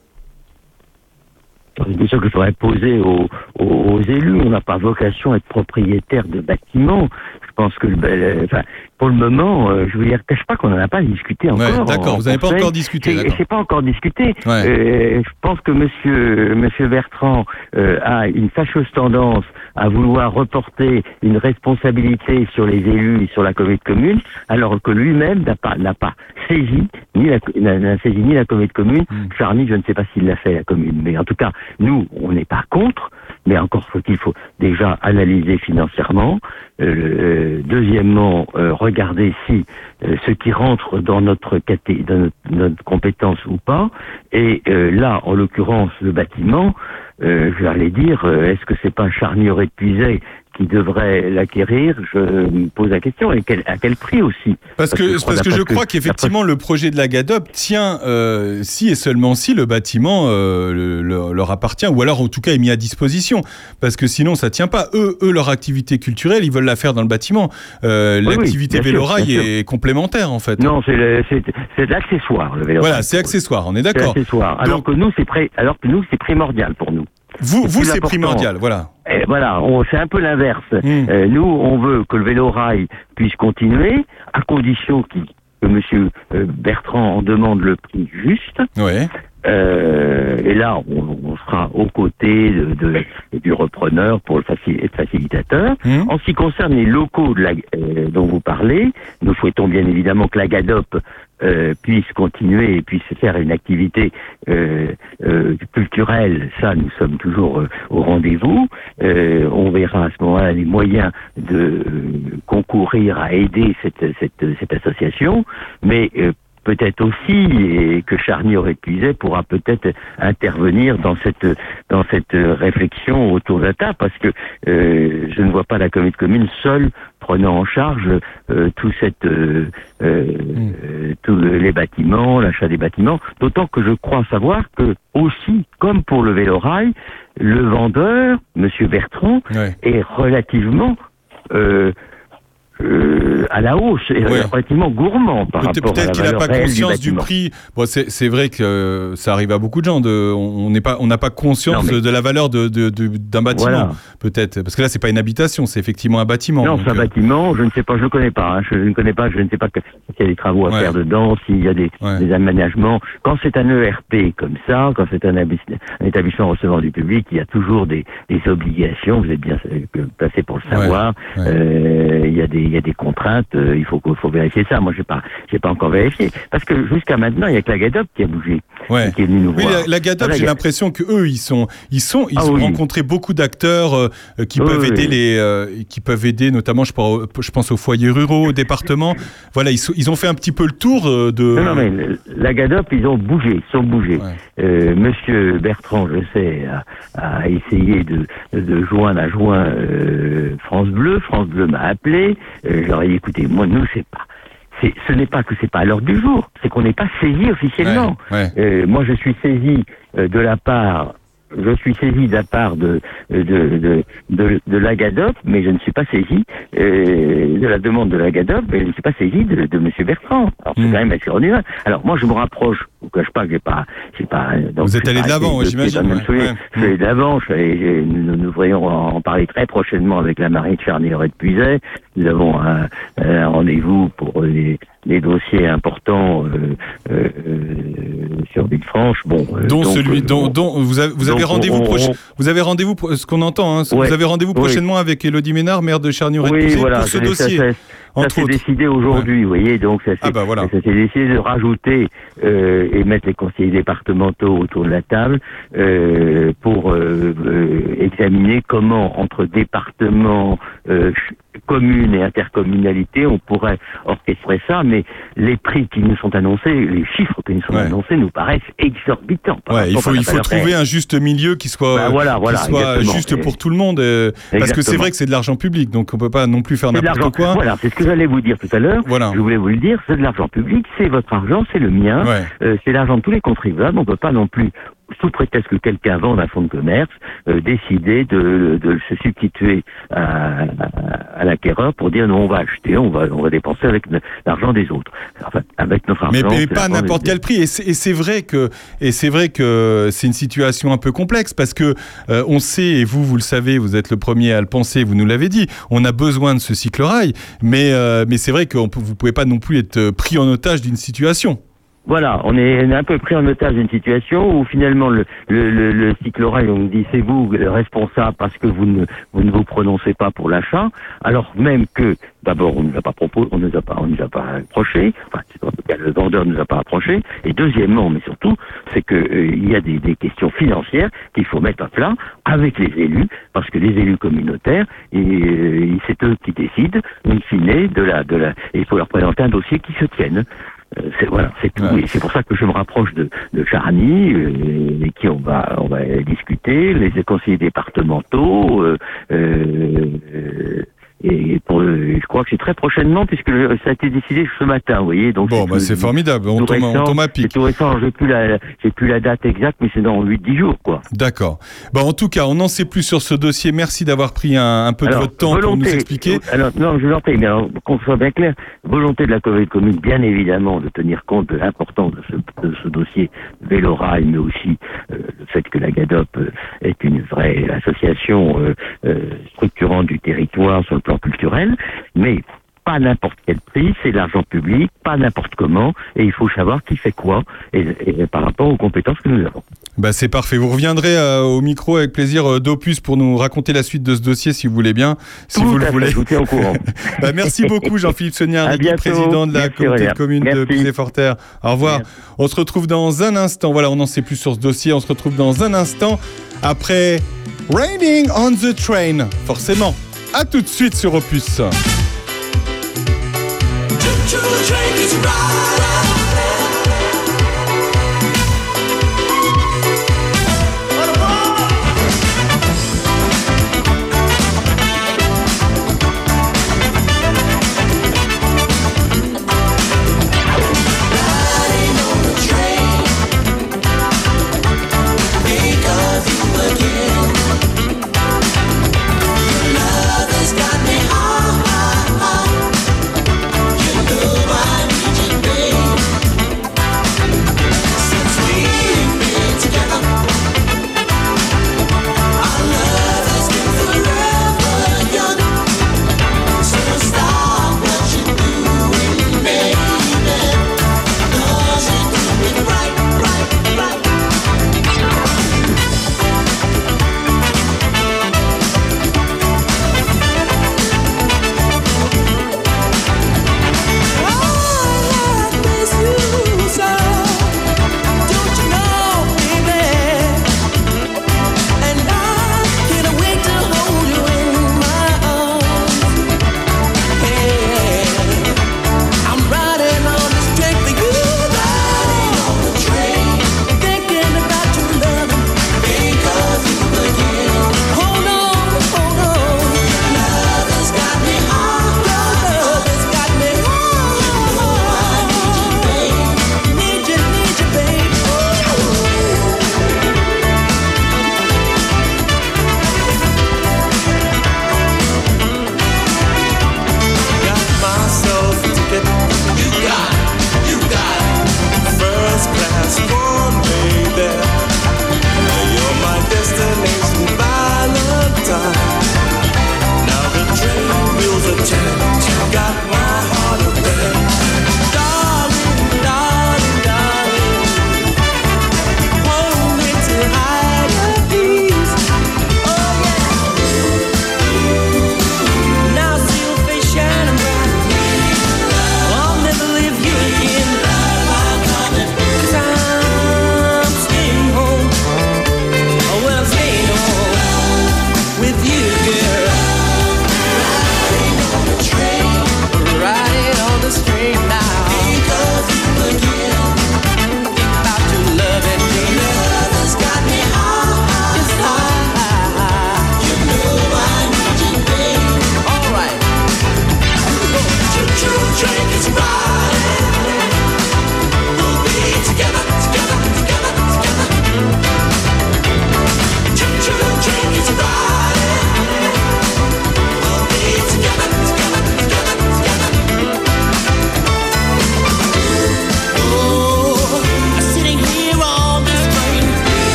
C'est une question qu'il faudrait poser aux, aux, aux élus. On n'a pas vocation à être propriétaire de bâtiments. Je pense que, le, enfin, pour le moment, euh, je vous dire, cache pas qu'on n'en a pas discuté encore. Ouais, d'accord, en vous n'avez pas conseil. encore discuté. C'est, D'accord. c'est pas encore discuté. Ouais. Euh, je pense que Monsieur Monsieur Bertrand euh, a une fâcheuse tendance à vouloir reporter une responsabilité sur les élus et sur la communauté de commune, alors que lui-même n'a pas n'a pas saisi ni la n'a, n'a saisi ni la communauté de commune. Mm. Charny, je ne sais pas s'il l'a fait la commune, mais en tout cas, nous, on n'est pas contre. Mais encore faut-il faut déjà analyser financièrement. Euh, euh, deuxièmement, euh, regarder si euh, ce qui rentre dans notre caté- dans notre, notre compétence ou pas. Et euh, là, en l'occurrence, le bâtiment, euh, je vais aller dire, euh, est-ce que c'est pas Charny-Auray-de-Puisaye qui devrait l'acquérir? Je me pose la question. Et quel, à quel prix aussi? Parce que, parce que, parce que je crois qu'effectivement, le projet de la GADOP tient, euh, si et seulement si le bâtiment euh, le, le, leur appartient, ou alors en tout cas est mis à disposition. Parce que sinon, ça tient pas. Eux, eux leur activité culturelle, ils veulent la faire dans le bâtiment. Euh, Oui, l'activité oui, bien sûr, Vélorail bien est complémentaire, en fait. Non, c'est, le, c'est, c'est de l'accessoire, le Vélorail. Voilà, c'est accessoire, on est d'accord. C'est accessoire. Alors Donc, que nous, c'est pré... alors que nous, c'est primordial pour nous. Vous, c'est vous c'est important. primordial, voilà. Et voilà, on, c'est un peu l'inverse. Mmh. Euh, nous, on veut que le Vélorail puisse continuer, à condition qu'il, que Monsieur euh, Bertrand en demande le prix juste. Ouais. Euh, et là, on, on sera aux côtés de, de, du repreneur pour le faci- être facilitateur. Mmh. En ce qui concerne les locaux de la, euh, dont vous parlez, nous souhaitons bien évidemment que la GADOP euh, puisse continuer et puisse faire une activité euh, euh, culturelle. Ça, nous sommes toujours euh, au rendez-vous. Euh, on verra à ce moment-là les moyens de euh, concourir à aider cette, cette, cette association. Mais euh, peut-être aussi, et que Charny-Auray-de-Puisaye pourra peut-être intervenir dans cette dans cette réflexion autour de la table, parce que euh, je ne vois pas la communauté de communes seule prenant en charge euh, tout cette euh, euh, mmh. euh, tous les bâtiments, l'achat des bâtiments. D'autant que je crois savoir que aussi, comme pour le Vélorail, le vendeur, Monsieur Bertrand, ouais. est relativement euh, Euh, à la hausse et ouais. relativement gourmand par Peut-être, rapport peut-être à la qu'il n'a valeur pas réelle conscience du du, bâtiment. prix. Bon, c'est, c'est vrai que euh, ça arrive à beaucoup de gens. De, on n'est pas, on n'a pas conscience Non, mais... de, de la valeur de, de, de, d'un bâtiment. Voilà. Peut-être, parce que là, c'est pas une habitation, c'est effectivement un bâtiment. Non, donc, c'est un euh... bâtiment. Je ne sais pas, je ne le connais pas. Hein, je ne connais pas. Je ne sais pas s'il y a des travaux à ouais. faire dedans, s'il y a des, ouais. des aménagements. Quand c'est un E R P comme ça, quand c'est un, un établissement recevant du public, il y a toujours des, des obligations. Vous êtes bien placé pour le savoir. Ouais. Ouais. Euh, il y a des, il y a des contraintes. Euh, il faut, faut vérifier ça. Moi, j'ai pas, j'ai pas encore vérifié. Parce que jusqu'à maintenant, il y a que la GADOP qui a bougé. Ouais. Qui est venu nous oui, voir. la, la GADOP, Voilà, j'ai a... l'impression que eux, ils sont, ils sont, ils ah, ont oui. rencontré beaucoup d'acteurs euh, qui oui, peuvent oui. aider les, euh, qui peuvent aider, notamment, je pense, je pense aux foyers ruraux, aux départements. Voilà, ils, sont, ils ont fait un petit peu le tour euh, de. Non, non, mais la GADOP, ils ont bougé, ils sont bougés. Ouais. Euh, Monsieur Bertrand, je sais, a, a essayé de, de joindre à joint euh, France Bleu. France Bleu m'a appelé. Euh, je leur ai dit, écoutez, moi, nous, c'est pas. C'est, ce n'est pas que c'est pas à l'ordre du jour, c'est qu'on n'est pas saisi officiellement. Ouais, ouais. Euh, moi, je suis saisi euh, de la part, je suis saisi de la part de de de de, de la GADOP, mais je ne suis pas saisi euh, de la demande de la GADOP, mais je ne suis pas saisi de, de Monsieur Bertrand. Alors c'est mmh. quand même assez ordinaire. Alors moi, je me rapproche. Je vous cache pas que j'ai pas, j'ai pas. Donc, vous êtes allé de l'avant, ouais, j'imagine. Ouais, ouais. Je suis allé de l'avant. Je, je, nous, nous devrions en parler très prochainement avec la marine de Charny-Auray-de-Puisaye. Nous avons un, un rendez-vous pour les, les dossiers importants euh, euh, sur Villefranche. Bon, euh, dont donc, celui, euh, dont, dont vous avez, vous avez rendez-vous proche, vous avez rendez-vous, ce qu'on entend, hein, ouais, vous avez rendez-vous oui. prochainement avec Élodie Ménard, maire de Charny-Auray-de-Puisaye, oui, voilà, pour ce ça, dossier. Ça, ça, ça s'est décidé aujourd'hui, ouais. vous voyez, donc ça s'est, ah bah voilà. ça s'est décidé de rajouter euh, et mettre les conseillers départementaux autour de la table euh, pour euh, euh, examiner comment entre départements, euh, communes et intercommunalités, on pourrait orchestrer ça, mais les prix qui nous sont annoncés, les chiffres qui nous sont ouais. annoncés nous paraissent exorbitants. Ouais, il faut, il faut trouver un juste milieu qui soit, bah voilà, voilà, qui soit juste et... pour tout le monde, euh, parce que c'est vrai que c'est de l'argent public, donc on peut pas non plus faire c'est n'importe quoi. Voilà, c'est ce que j'allais vous dire tout à l'heure. Voilà. Je voulais vous le dire, c'est de l'argent public, c'est votre argent, c'est le mien, ouais. euh, c'est l'argent de tous les contribuables, on peut pas non plus sous prétexte que quelqu'un vende un fonds de commerce, euh, décider de, de se substituer à, à, à l'acquéreur pour dire non, on va acheter, on va, on va dépenser avec ne, l'argent des autres. Enfin, avec notre argent. Mais, mais pas à n'importe quel prix. Et c'est, et c'est vrai que, et c'est vrai que c'est une situation un peu complexe parce que euh, on sait, et vous, vous le savez, vous êtes le premier à le penser, vous nous l'avez dit, on a besoin de ce cycle-rail, mais, euh, mais c'est vrai que on peut, vous pouvez pas non plus être pris en otage d'une situation. Voilà, on est, on est un peu pris en otage d'une situation où finalement le, le, le, le cycle-rail, on nous dit c'est vous le responsable parce que vous ne, vous ne vous prononcez pas pour l'achat, alors même que d'abord on ne nous a pas proposé, on nous a pas, on nous a pas approché, enfin en tout cas le vendeur ne nous a pas approché, et deuxièmement, mais surtout, c'est que euh, il y a des, des questions financières qu'il faut mettre à plat avec les élus, parce que les élus communautaires, et, euh, c'est eux qui décident, in fine, de la, de la, et il faut leur présenter un dossier qui se tienne. Euh, c'est voilà, c'est tout. Ouais. Et c'est pour ça que je me rapproche de, de Charny, euh, et qui on va on va discuter, les conseillers départementaux, euh, euh, et pour, je crois que c'est très prochainement puisque ça a été décidé ce matin, vous voyez. Donc bon, c'est, bah, c'est formidable. On tombe, on tombe à pic. C'est tout récent. J'ai plus la, j'ai plus la date exacte, mais c'est dans huit dix jours, quoi. D'accord. Bah, en tout cas, on n'en sait plus sur ce dossier. Merci d'avoir pris un, un peu alors, de votre temps volonté, pour nous expliquer. Alors, non, je vous en prie, mais alors, qu'on soit bien clair, volonté de la communauté commune, bien évidemment, de tenir compte de l'importance de ce, de ce dossier Vélorail, mais aussi euh, le fait que la GADOP euh, est une vraie association euh, euh, structurante du territoire sur le plan culturel, mais pas à n'importe quel prix, c'est de l'argent public, pas n'importe comment, et il faut savoir qui fait quoi, et, et par rapport aux compétences que nous avons. Bah c'est parfait. Vous reviendrez euh, au micro avec plaisir euh, d'Opus pour nous raconter la suite de ce dossier, si vous voulez bien, si Tout vous le fait, voulez. Je vous tiens au courant. bah, merci beaucoup Jean-Philippe Sognard, président de la merci, communauté Aurélien. de communes merci. de Puisay-Forterre. Au revoir. Merci. On se retrouve dans un instant. Voilà, on n'en sait plus sur ce dossier. On se retrouve dans un instant après Raining on the Train. Forcément. À tout de suite sur Opus.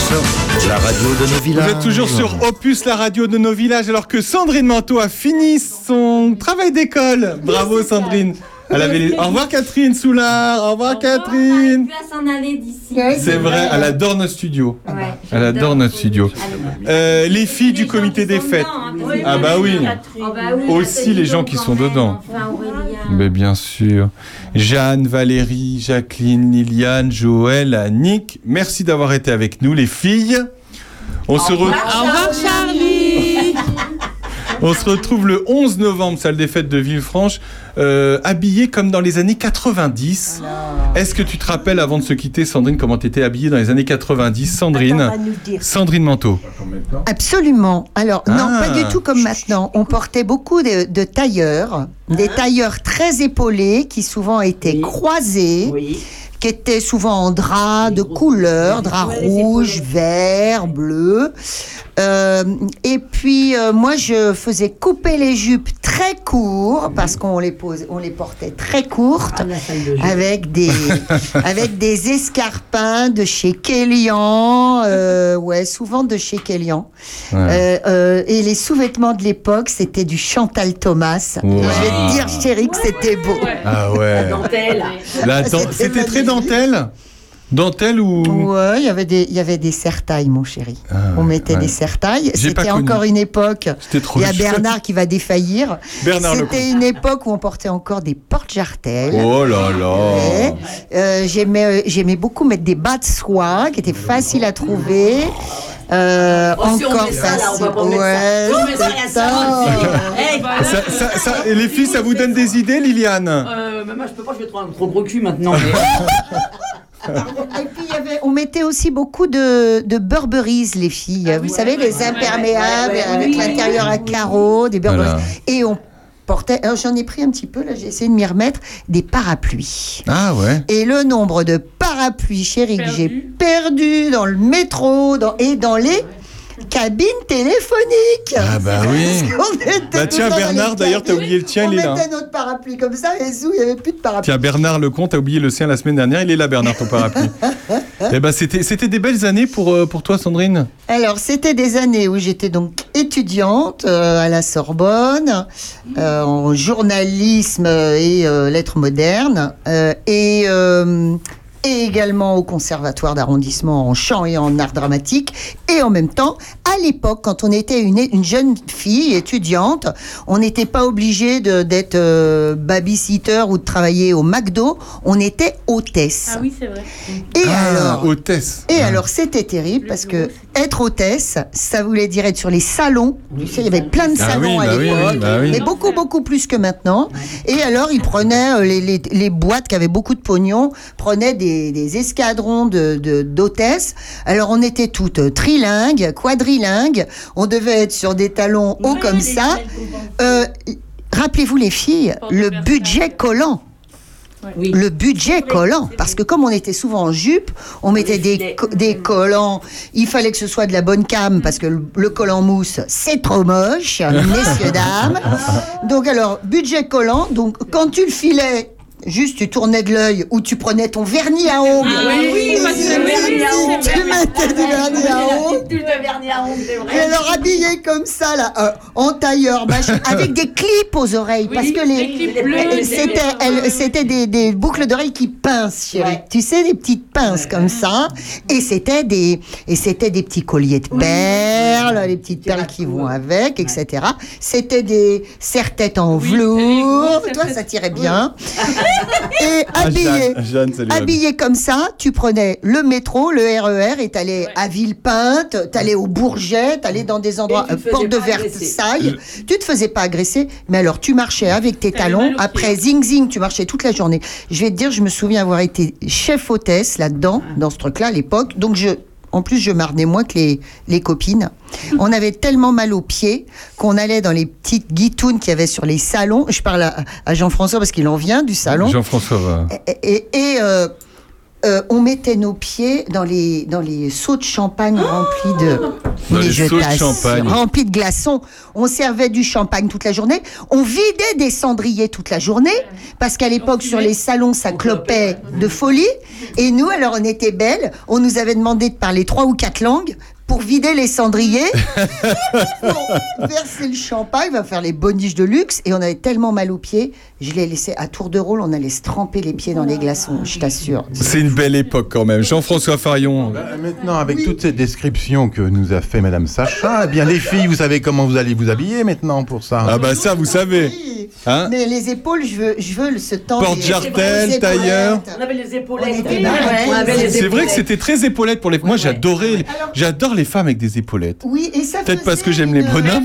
la radio de nos villages. Vous êtes toujours sur Opus, la radio de nos villages, alors que Sandrine Manteau a fini son travail d'école. Bravo Sandrine. Elle avait les... Au revoir Catherine Soulard. Au revoir Catherine. Tu vas s'en aller d'ici. C'est vrai, elle adore notre studio. Ouais, Elle adore notre studio. Euh, les filles du comité des fêtes. Ah bah oui. Aussi les gens qui sont dedans. Mais bien sûr. Jeanne, Valérie, Jacqueline, Liliane, Joël, Annick. Merci d'avoir été avec nous les filles. On se retrouve. Au revoir Charlie. On se retrouve le onze novembre, salle des fêtes de Villefranche, euh, habillés comme dans les années quatre-vingt-dix. Est-ce que tu te rappelles, avant de se quitter, Sandrine, comment tu étais habillée dans les années quatre-vingt-dix? Sandrine, Attends, on va nous dire. Sandrine Manteau. Absolument. Alors, non, Ah. pas du tout comme maintenant. On portait beaucoup de, de tailleurs, des tailleurs très épaulés qui souvent étaient croisés. Qui étaient souvent en drap de couleur, drap rouge, vert, bleu. Euh, et puis, euh, moi, je faisais couper les jupes très courts, parce qu'on les, pose, on les portait très courtes, avec des, avec des escarpins de chez Kélian, euh, ouais, souvent de chez Kélian. Ouais. Euh, euh, et les sous-vêtements de l'époque, c'était du Chantal Thomas. Wow. Je vais te dire, chérie, que c'était beau. Ah ouais. dentelle. La dan- C'était C'était très dentelle. Dentelle ou. Ouais, il y avait des, il y avait des serre-tailles, mon chéri. On mettait ouais. des serre-tailles. J'ai pas C'était connu. encore une époque. C'était trop Il y a chouette. Bernard qui va défaillir. Bernard Lecomte. C'était une époque où on portait encore des porte-jartelles. Oh là là. Ouais. Euh, j'aimais, euh, j'aimais beaucoup mettre des bas de soie qui étaient faciles à trouver. Euh, Oh, si on encore met ça, là, on facile. va pas mettre ça. Ouais, Si on met ça, il y a c'est ça ça. aussi. Ça- ça- ça- et les filles, ça vous donne des idées, Liliane? Euh, mais moi, je peux pas, je vais trop un trop gros cul maintenant. mais- Et puis, il y avait, on mettait aussi beaucoup de, de Burberrys, les filles. Vous savez, les imperméables ouais, ouais, avec oui, l'intérieur oui, à carreaux, des Burberrys. Voilà. Et on portait, alors j'en ai pris un petit peu, là, j'ai essayé de m'y remettre, des parapluies. Ah ouais. Et le nombre de parapluies, chérie, que j'ai perdu dans le métro dans, et dans les cabines téléphoniques. Ah bah oui. Parce qu'on était Bah tiens, tout le temps dans Bernard, les d'ailleurs, t'as cabines, oublié le tien, on il est là. mettait notre parapluie comme ça, et zou, il n'y avait plus de parapluie. Tiens, Bernard Lecomte a oublié le sien la semaine dernière. Il est là, Bernard, ton parapluie. Eh ben, c'était, c'était des belles années pour, euh, pour toi, Sandrine. Alors, c'était des années où j'étais donc étudiante euh, à la Sorbonne, euh, en journalisme et euh, lettres modernes, euh, et, euh, et également au conservatoire d'arrondissement en chant et en art dramatique. Et en même temps, à l'époque, quand on était une, une jeune fille étudiante, on n'était pas obligé de, d'être euh, babysitter ou de travailler au McDo, on était hôtesse. Ah oui, c'est vrai. Et Ah, alors, hôtesse. et alors, c'était terrible parce que être hôtesse, ça voulait dire être sur les salons. Tu sais, il y avait plein de Ah salons oui, à bah oui, l'époque, oui, bah oui. mais beaucoup, beaucoup plus que maintenant. Et alors, ils prenaient euh, les, les, les boîtes qui avaient beaucoup de pognon, prenaient des, des escadrons de, de, d'hôtesses. Alors, on était toutes trilingues, quadrilingues. On devait être sur des talons hauts comme ça. Euh, rappelez-vous, les filles, le budget collant. Le budget collant, parce que comme on était souvent en jupe, on mettait des, co- des collants, il fallait que ce soit de la bonne cam, parce que le, le collant mousse, c'est trop moche, messieurs, dames. Donc alors, budget collant, donc quand tu le filais, juste tu tournais de l'œil, ou tu prenais ton vernis à ongles, Ah oui, oui, tu parce que le vernis à ongles, tu mettais du vernis à ongles, Du vernis à ongles, c'est vrai. et alors habillé comme ça, là, euh, en tailleur, machin, avec des clips aux oreilles, Oui, parce que des les, clips bleus, des- c'était, elles- c'était des, des boucles d'oreilles qui pincent, chérie. Tu sais, des petites pinces comme ça, et c'était des, et c'était des petits colliers de perles, les petites perles qui vont avec, et cetera. C'était des serre-têtes en velours, toi, ça tirait bien. Et Ah, habillé, Jeanne, Jeanne, salut, habillé comme ça, tu prenais le métro, le R E R, et t'allais à Villepinte, t'allais au Bourget, t'allais dans des endroits, Et tu te euh, porte faisais de pas Versailles. Tu te faisais pas agresser, mais alors tu marchais avec tes T'avais talons. mal aux pieds. Après, zing zing, tu marchais toute la journée. Je vais te dire, je me souviens avoir été chef hôtesse là-dedans, dans ce truc-là à l'époque. Donc je, en plus, je marnais moins que les, les copines. On avait tellement mal aux pieds qu'on allait dans les petites guitounes qu'il y avait sur les salons. Je parle à, à Jean-François parce qu'il en vient du salon. Jean-François va. Et, et- et, euh, euh, on mettait nos pieds dans les, dans les seaux de champagne remplis de... Dans Mais les je seaux de t'assure, champagne. remplis de glaçons. On servait du champagne toute la journée. On vidait des cendriers toute la journée. Parce qu'à l'époque, sur les salons, ça clopait de folie. Et nous, alors, on était belles. On nous avait demandé de parler trois ou quatre langues pour vider les cendriers, pour verser le champagne, va faire les boniches de luxe. Et on avait tellement mal aux pieds, je les laissais à tour de rôle, on allait se tremper les pieds dans les glaçons, je t'assure. C'est une belle époque quand même. Jean-François Farion. Bah, maintenant, avec toutes ces descriptions que nous a fait Madame Sacha, eh bien les filles, vous savez comment vous allez vous habiller maintenant pour ça. Ah bah ça, vous savez. Hein? Mais les épaules, je veux, je veux ce temps. Porte-jartel, tailleur. On avait les épaulettes. On était dingues. On avait les C'est vrai que épaulettes. c'était très épaulette pour les. Moi, j'adorais. J'adore les femmes avec des épaulettes. Oui, et ça Peut-être parce que faisait j'aime les une- bonhommes.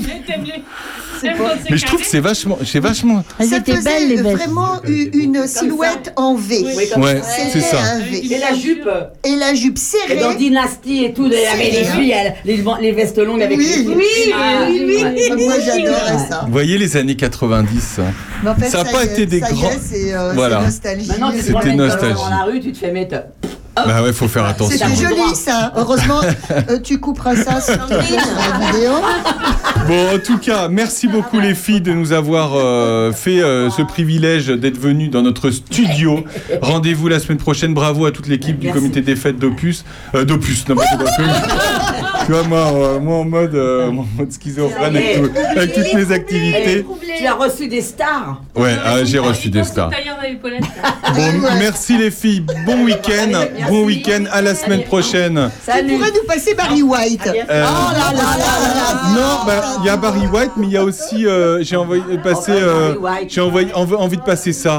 Mais je trouve que c'est vachement. C'est vachement. Ça faisait vraiment u- une silhouette en V. Ouais, c'est C'était ça. un V. Et la jupe. Et la jupe Et dans serrée. Dynastie et tout, il y avait les filles, elles- les, les vestes longues avec Oui, les oui, Ah, oui, oui. ouais. Moi, j'adorais ça. Vous voyez les années quatre-vingt-dix. hein. Mais en fait, ça n'a pas y est, été des ça y grands. est, c'est, euh, Voilà. c'est nostalgie. Maintenant, tu te C'était prends le nostalgie. dans la rue, tu te fais mettre. Bah ouais, faut faire attention. C'était joli ça. Heureusement, euh, tu couperas ça sur la vidéo. Bon, en tout cas, merci beaucoup les filles de nous avoir euh, fait euh, ce privilège d'être venues dans notre studio. Rendez-vous la semaine prochaine. Bravo à toute l'équipe du comité des fêtes d'Opus. Euh, D'Opus, non, pas d'Opus. Tu vois, moi, euh, moi en mode, euh, moi, en mode schizophrène avec, tout- avec toutes mes activités. Tu as reçu des stars. Ouais, ah, j'ai reçu des stars. Tailleur à épaulettes. Bon, merci les filles. Bon week-end. Bon week-end. À la semaine prochaine. Tu pourrais nous passer Barry White. Euh, Oh là là là là. Non, bah, il y a Barry White, mais il y a aussi, euh, j'ai envoyé passer, euh, j'ai envoyé env- envie de passer ça.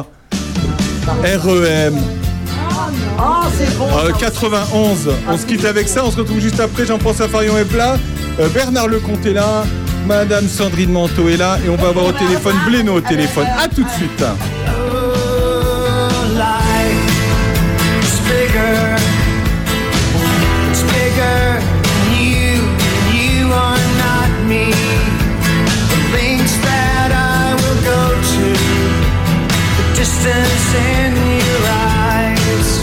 R E M. Oh, c'est bon. Euh, quatre-vingt-onze. On se quitte avec ça. On se retrouve juste après. Jean-François Farion est plat. Euh, Bernard Lecomte est là. Madame Sandrine Manteau est là. Et on va avoir au téléphone Bléno au téléphone. À tout de suite. It's bigger, it's bigger than you, and you are not me. The lengths that I will go to, the distance in your eyes.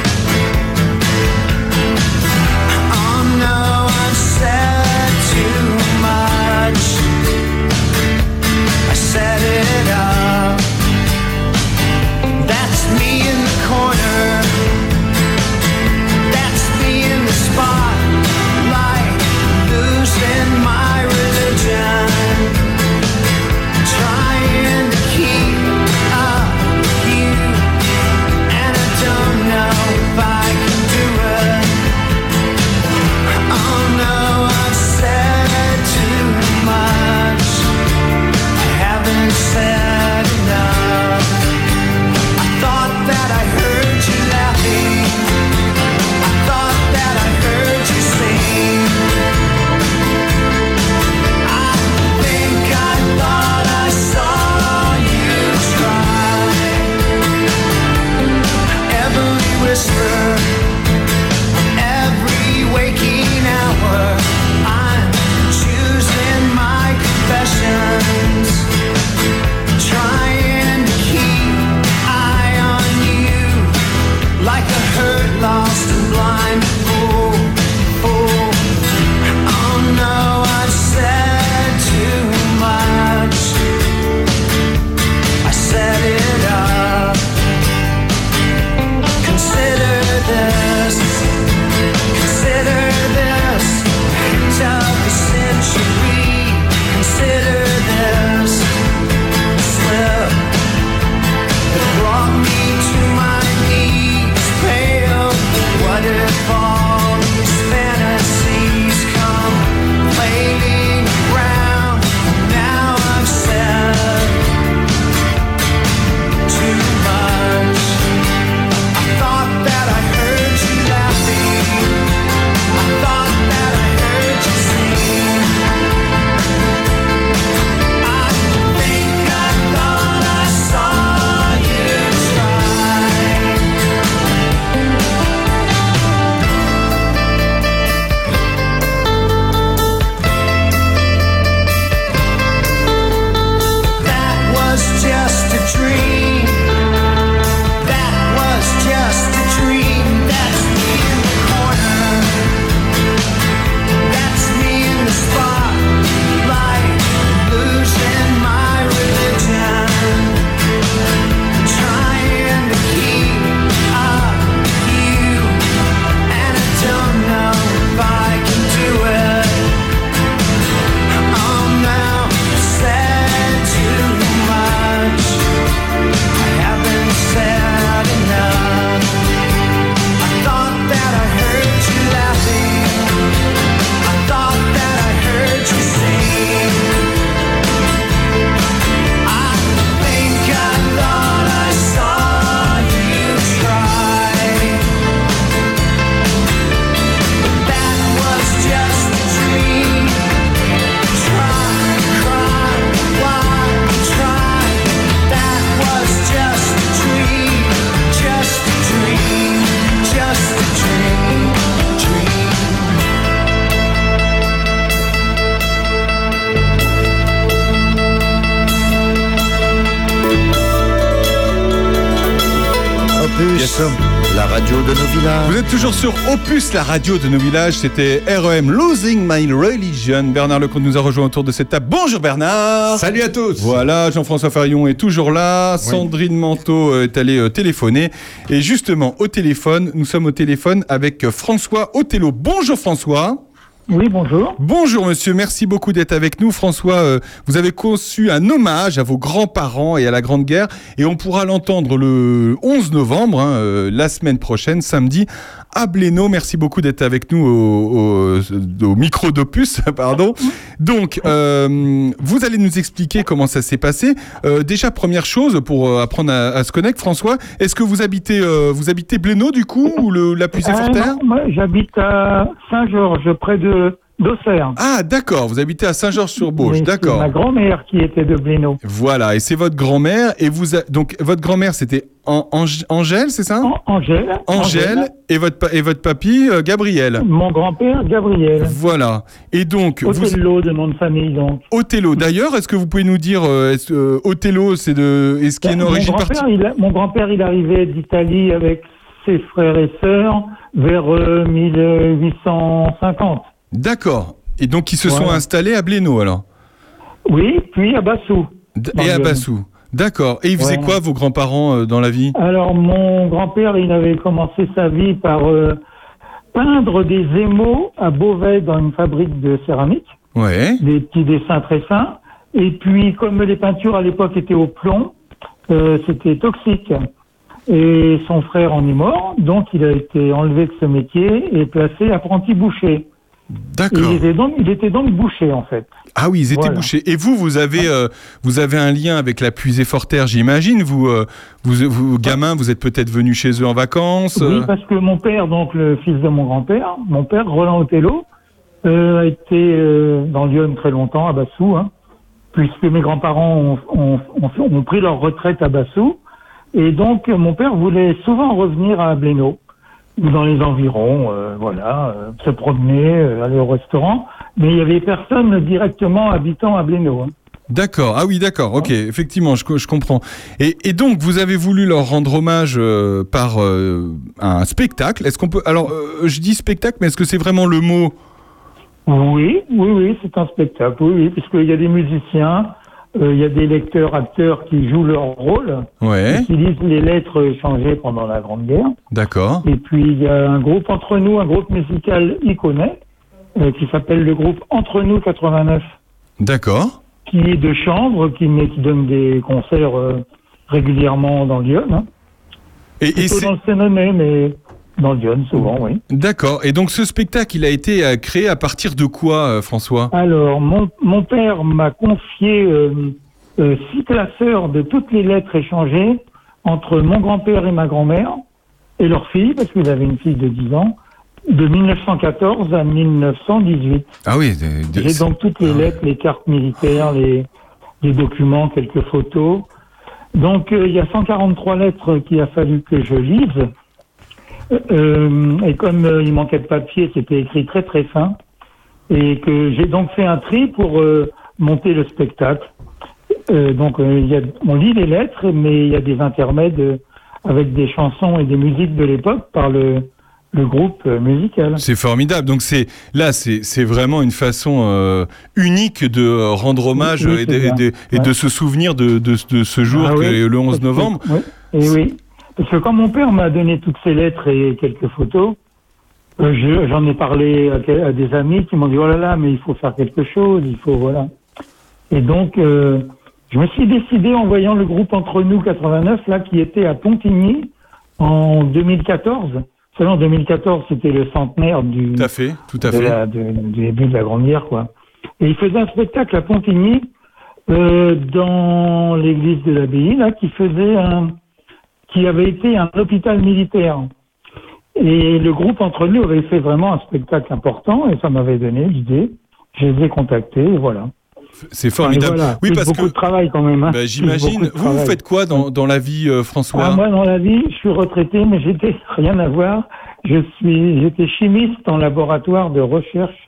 Oh no, I've said too much. I set it up. That's me in the corner. That's me in the spotlight, losing my religion, trying to keep up with you, and I don't know if I can do it. Oh no, I've said too much. I haven't said enough. I thought that I heard you laughing. I thought that I heard you sing. I think I thought I saw you try. Every whisper, every waking hour, I'm choosing my confessions, trying to keep eye on you, like a hurt, lost and blind fool. fool. Oh no, I've said too much. I set it up. Consider this, consider this, hint of the century. Consider this slip that brought me to my knees, pale waterfall. Opus, Yes. la radio de nos villages. Vous êtes toujours sur Opus, la radio de nos villages. C'était R E M, Losing My Religion. Bernard Lecomte nous a rejoint autour de cette table. Bonjour Bernard. Salut à tous. Voilà, Jean-François Farion est toujours là. Oui. Sandrine Manteau est allée euh, téléphoner. Et justement, au téléphone, nous sommes au téléphone avec François Othello. Bonjour François. Oui, bonjour. Bonjour monsieur, merci beaucoup d'être avec nous. François, euh, vous avez conçu un hommage à vos grands-parents et à la Grande Guerre, et on pourra l'entendre le onze novembre, hein, euh, la semaine prochaine, samedi, à Blénaud. Merci beaucoup d'être avec nous au, au, au micro d'Opus, pardon. Donc, euh, vous allez nous expliquer comment ça s'est passé. Euh, déjà, première chose, pour euh, apprendre à, à se connaître, François, est-ce que vous habitez, euh, vous habitez Blénaud, du coup, ou le, la Puisée-Forterre ? euh, Moi, j'habite à Saint-Georges, près de d'Auxerre. Ah, d'accord, vous habitez à Saint-Georges-sur-Beauce, oui, d'accord. C'est ma grand-mère qui était de Blénaud. Voilà, et c'est votre grand-mère, et vous a... donc votre grand-mère c'était An- Ang- Angèle, c'est ça ? An- Angèle. Angèle, Angèle. et votre pa- et votre papy euh, Gabriel. Mon grand-père Gabriel. Voilà. Et donc Othello vous... de nom de famille donc. Othello. D'ailleurs, est-ce que vous pouvez nous dire euh, est-ce, euh, Othello, c'est de est-ce qu'il y a une mon origine grand-père, particulière ? il a... Mon grand-père, il arrivait d'Italie avec ses frères et sœurs vers euh, mille huit cent cinquante. D'accord. Et donc ils se Voilà. sont installés à Blénaud alors ? Oui, puis à Bassou. D- et à Bassou. D'accord. Et ils faisaient Ouais. quoi vos grands-parents euh, dans la vie ? Alors, mon grand-père, il avait commencé sa vie par euh, peindre des émaux à Beauvais dans une fabrique de céramique. Ouais. Des petits dessins très fins. Et puis, comme les peintures à l'époque étaient au plomb, euh, c'était toxique. Et son frère en est mort, donc il a été enlevé de ce métier et placé apprenti boucher. D'accord. Il était donc, il était donc boucher, en fait. Ah oui, ils étaient Voilà. bouchés. Et vous, vous avez, euh, vous avez un lien avec la Puisée-Forterre, j'imagine. Vous, euh, vous, vous, gamin, vous êtes peut-être venu chez eux en vacances. Oui, euh. parce que mon père, donc le fils de mon grand-père, mon père, Roland Othello, euh, a été euh, dans Lyon très longtemps, à Bassou, hein, puisque mes grands-parents ont, ont, ont, ont pris leur retraite à Bassou. Et donc, mon père voulait souvent revenir à Blénaud, ou dans les environs, euh, voilà, euh, se promener, euh, aller au restaurant. Mais il y avait personne directement habitant à Blénaud. Hein. D'accord. Ah oui, d'accord. Ok, effectivement, je, co- je comprends. Et, et donc, vous avez voulu leur rendre hommage euh, par euh, un spectacle. Est-ce qu'on peut... Alors, euh, je dis spectacle, mais est-ce que c'est vraiment le mot ? Oui, oui, oui, c'est un spectacle, oui, oui, puisqu'il y a des musiciens, euh, il y a des lecteurs, acteurs qui jouent leur rôle, Ouais. qui lisent les lettres échangées pendant la Grande Guerre. D'accord. Et puis, il y a un groupe entre nous, un groupe musical iconais, euh, qui s'appelle le groupe Entre nous quatre-vingt-neuf, D'accord. qui est de chambre, qui, mais qui donne des concerts euh, régulièrement dans Lyon. Hein. Et, et Plutôt c'est... dans le Sénonais, mais dans Lyon, souvent, oui. D'accord. Et donc, ce spectacle, il a été euh, créé à partir de quoi, euh, François ? Alors, mon, mon père m'a confié euh, euh, six classeurs de toutes les lettres échangées entre mon grand-père et ma grand-mère, et leur fille, parce qu'il avait une fille de dix ans, de mille neuf cent quatorze à mille neuf cent dix-huit. Ah oui. De, de... J'ai donc toutes les lettres, les cartes militaires, les, les documents, quelques photos. Donc, euh, il y a cent quarante-trois lettres qu'il a fallu que je lise. Euh, et comme euh, il manquait de papier, c'était écrit très très fin. Et que j'ai donc fait un tri pour euh, monter le spectacle. Euh, donc, euh, il y a, on lit les lettres, mais il y a des intermèdes euh, avec des chansons et des musiques de l'époque par le, le groupe euh, musical. C'est formidable. Donc c'est là, c'est c'est vraiment une façon euh, unique de euh, rendre hommage Oui, euh, et, de, c'est bien. et de- et de Ouais. se souvenir de, de, de ce jour Ah que oui, est le onze parce que- novembre. Oui, et oui. Parce que quand mon père m'a donné toutes ces lettres et quelques photos, euh, je- j'en ai parlé à, quel- à des amis qui m'ont dit « Oh là là, mais il faut faire quelque chose, il faut... » voilà. Et donc, euh, je me suis décidé en voyant le groupe Entre nous quatre-vingt-neuf, là, qui était à Pontigny en deux mille quatorze. Vous savez, en deux mille quatorze, c'était le centenaire du, Tout à fait, tout à de fait. la- de- du début de la Grande Guerre, quoi. Et il faisait un spectacle à Pontigny, euh, dans l'église de l'abbaye, là, qui faisait un, qui avait été un hôpital militaire. Et le groupe Entre nous avait fait vraiment un spectacle important, et ça m'avait donné l'idée. Je les ai contactés, et voilà. C'est formidable. Et voilà. Oui, Plus parce beaucoup que de travail quand même. Hein. bah, Plus j'imagine. beaucoup de Vous, vous travail. faites quoi dans, dans la vie, euh, François? Ah, moi, dans la vie, je suis retraité, mais j'étais rien à voir. Je suis, j'étais chimiste en laboratoire de recherche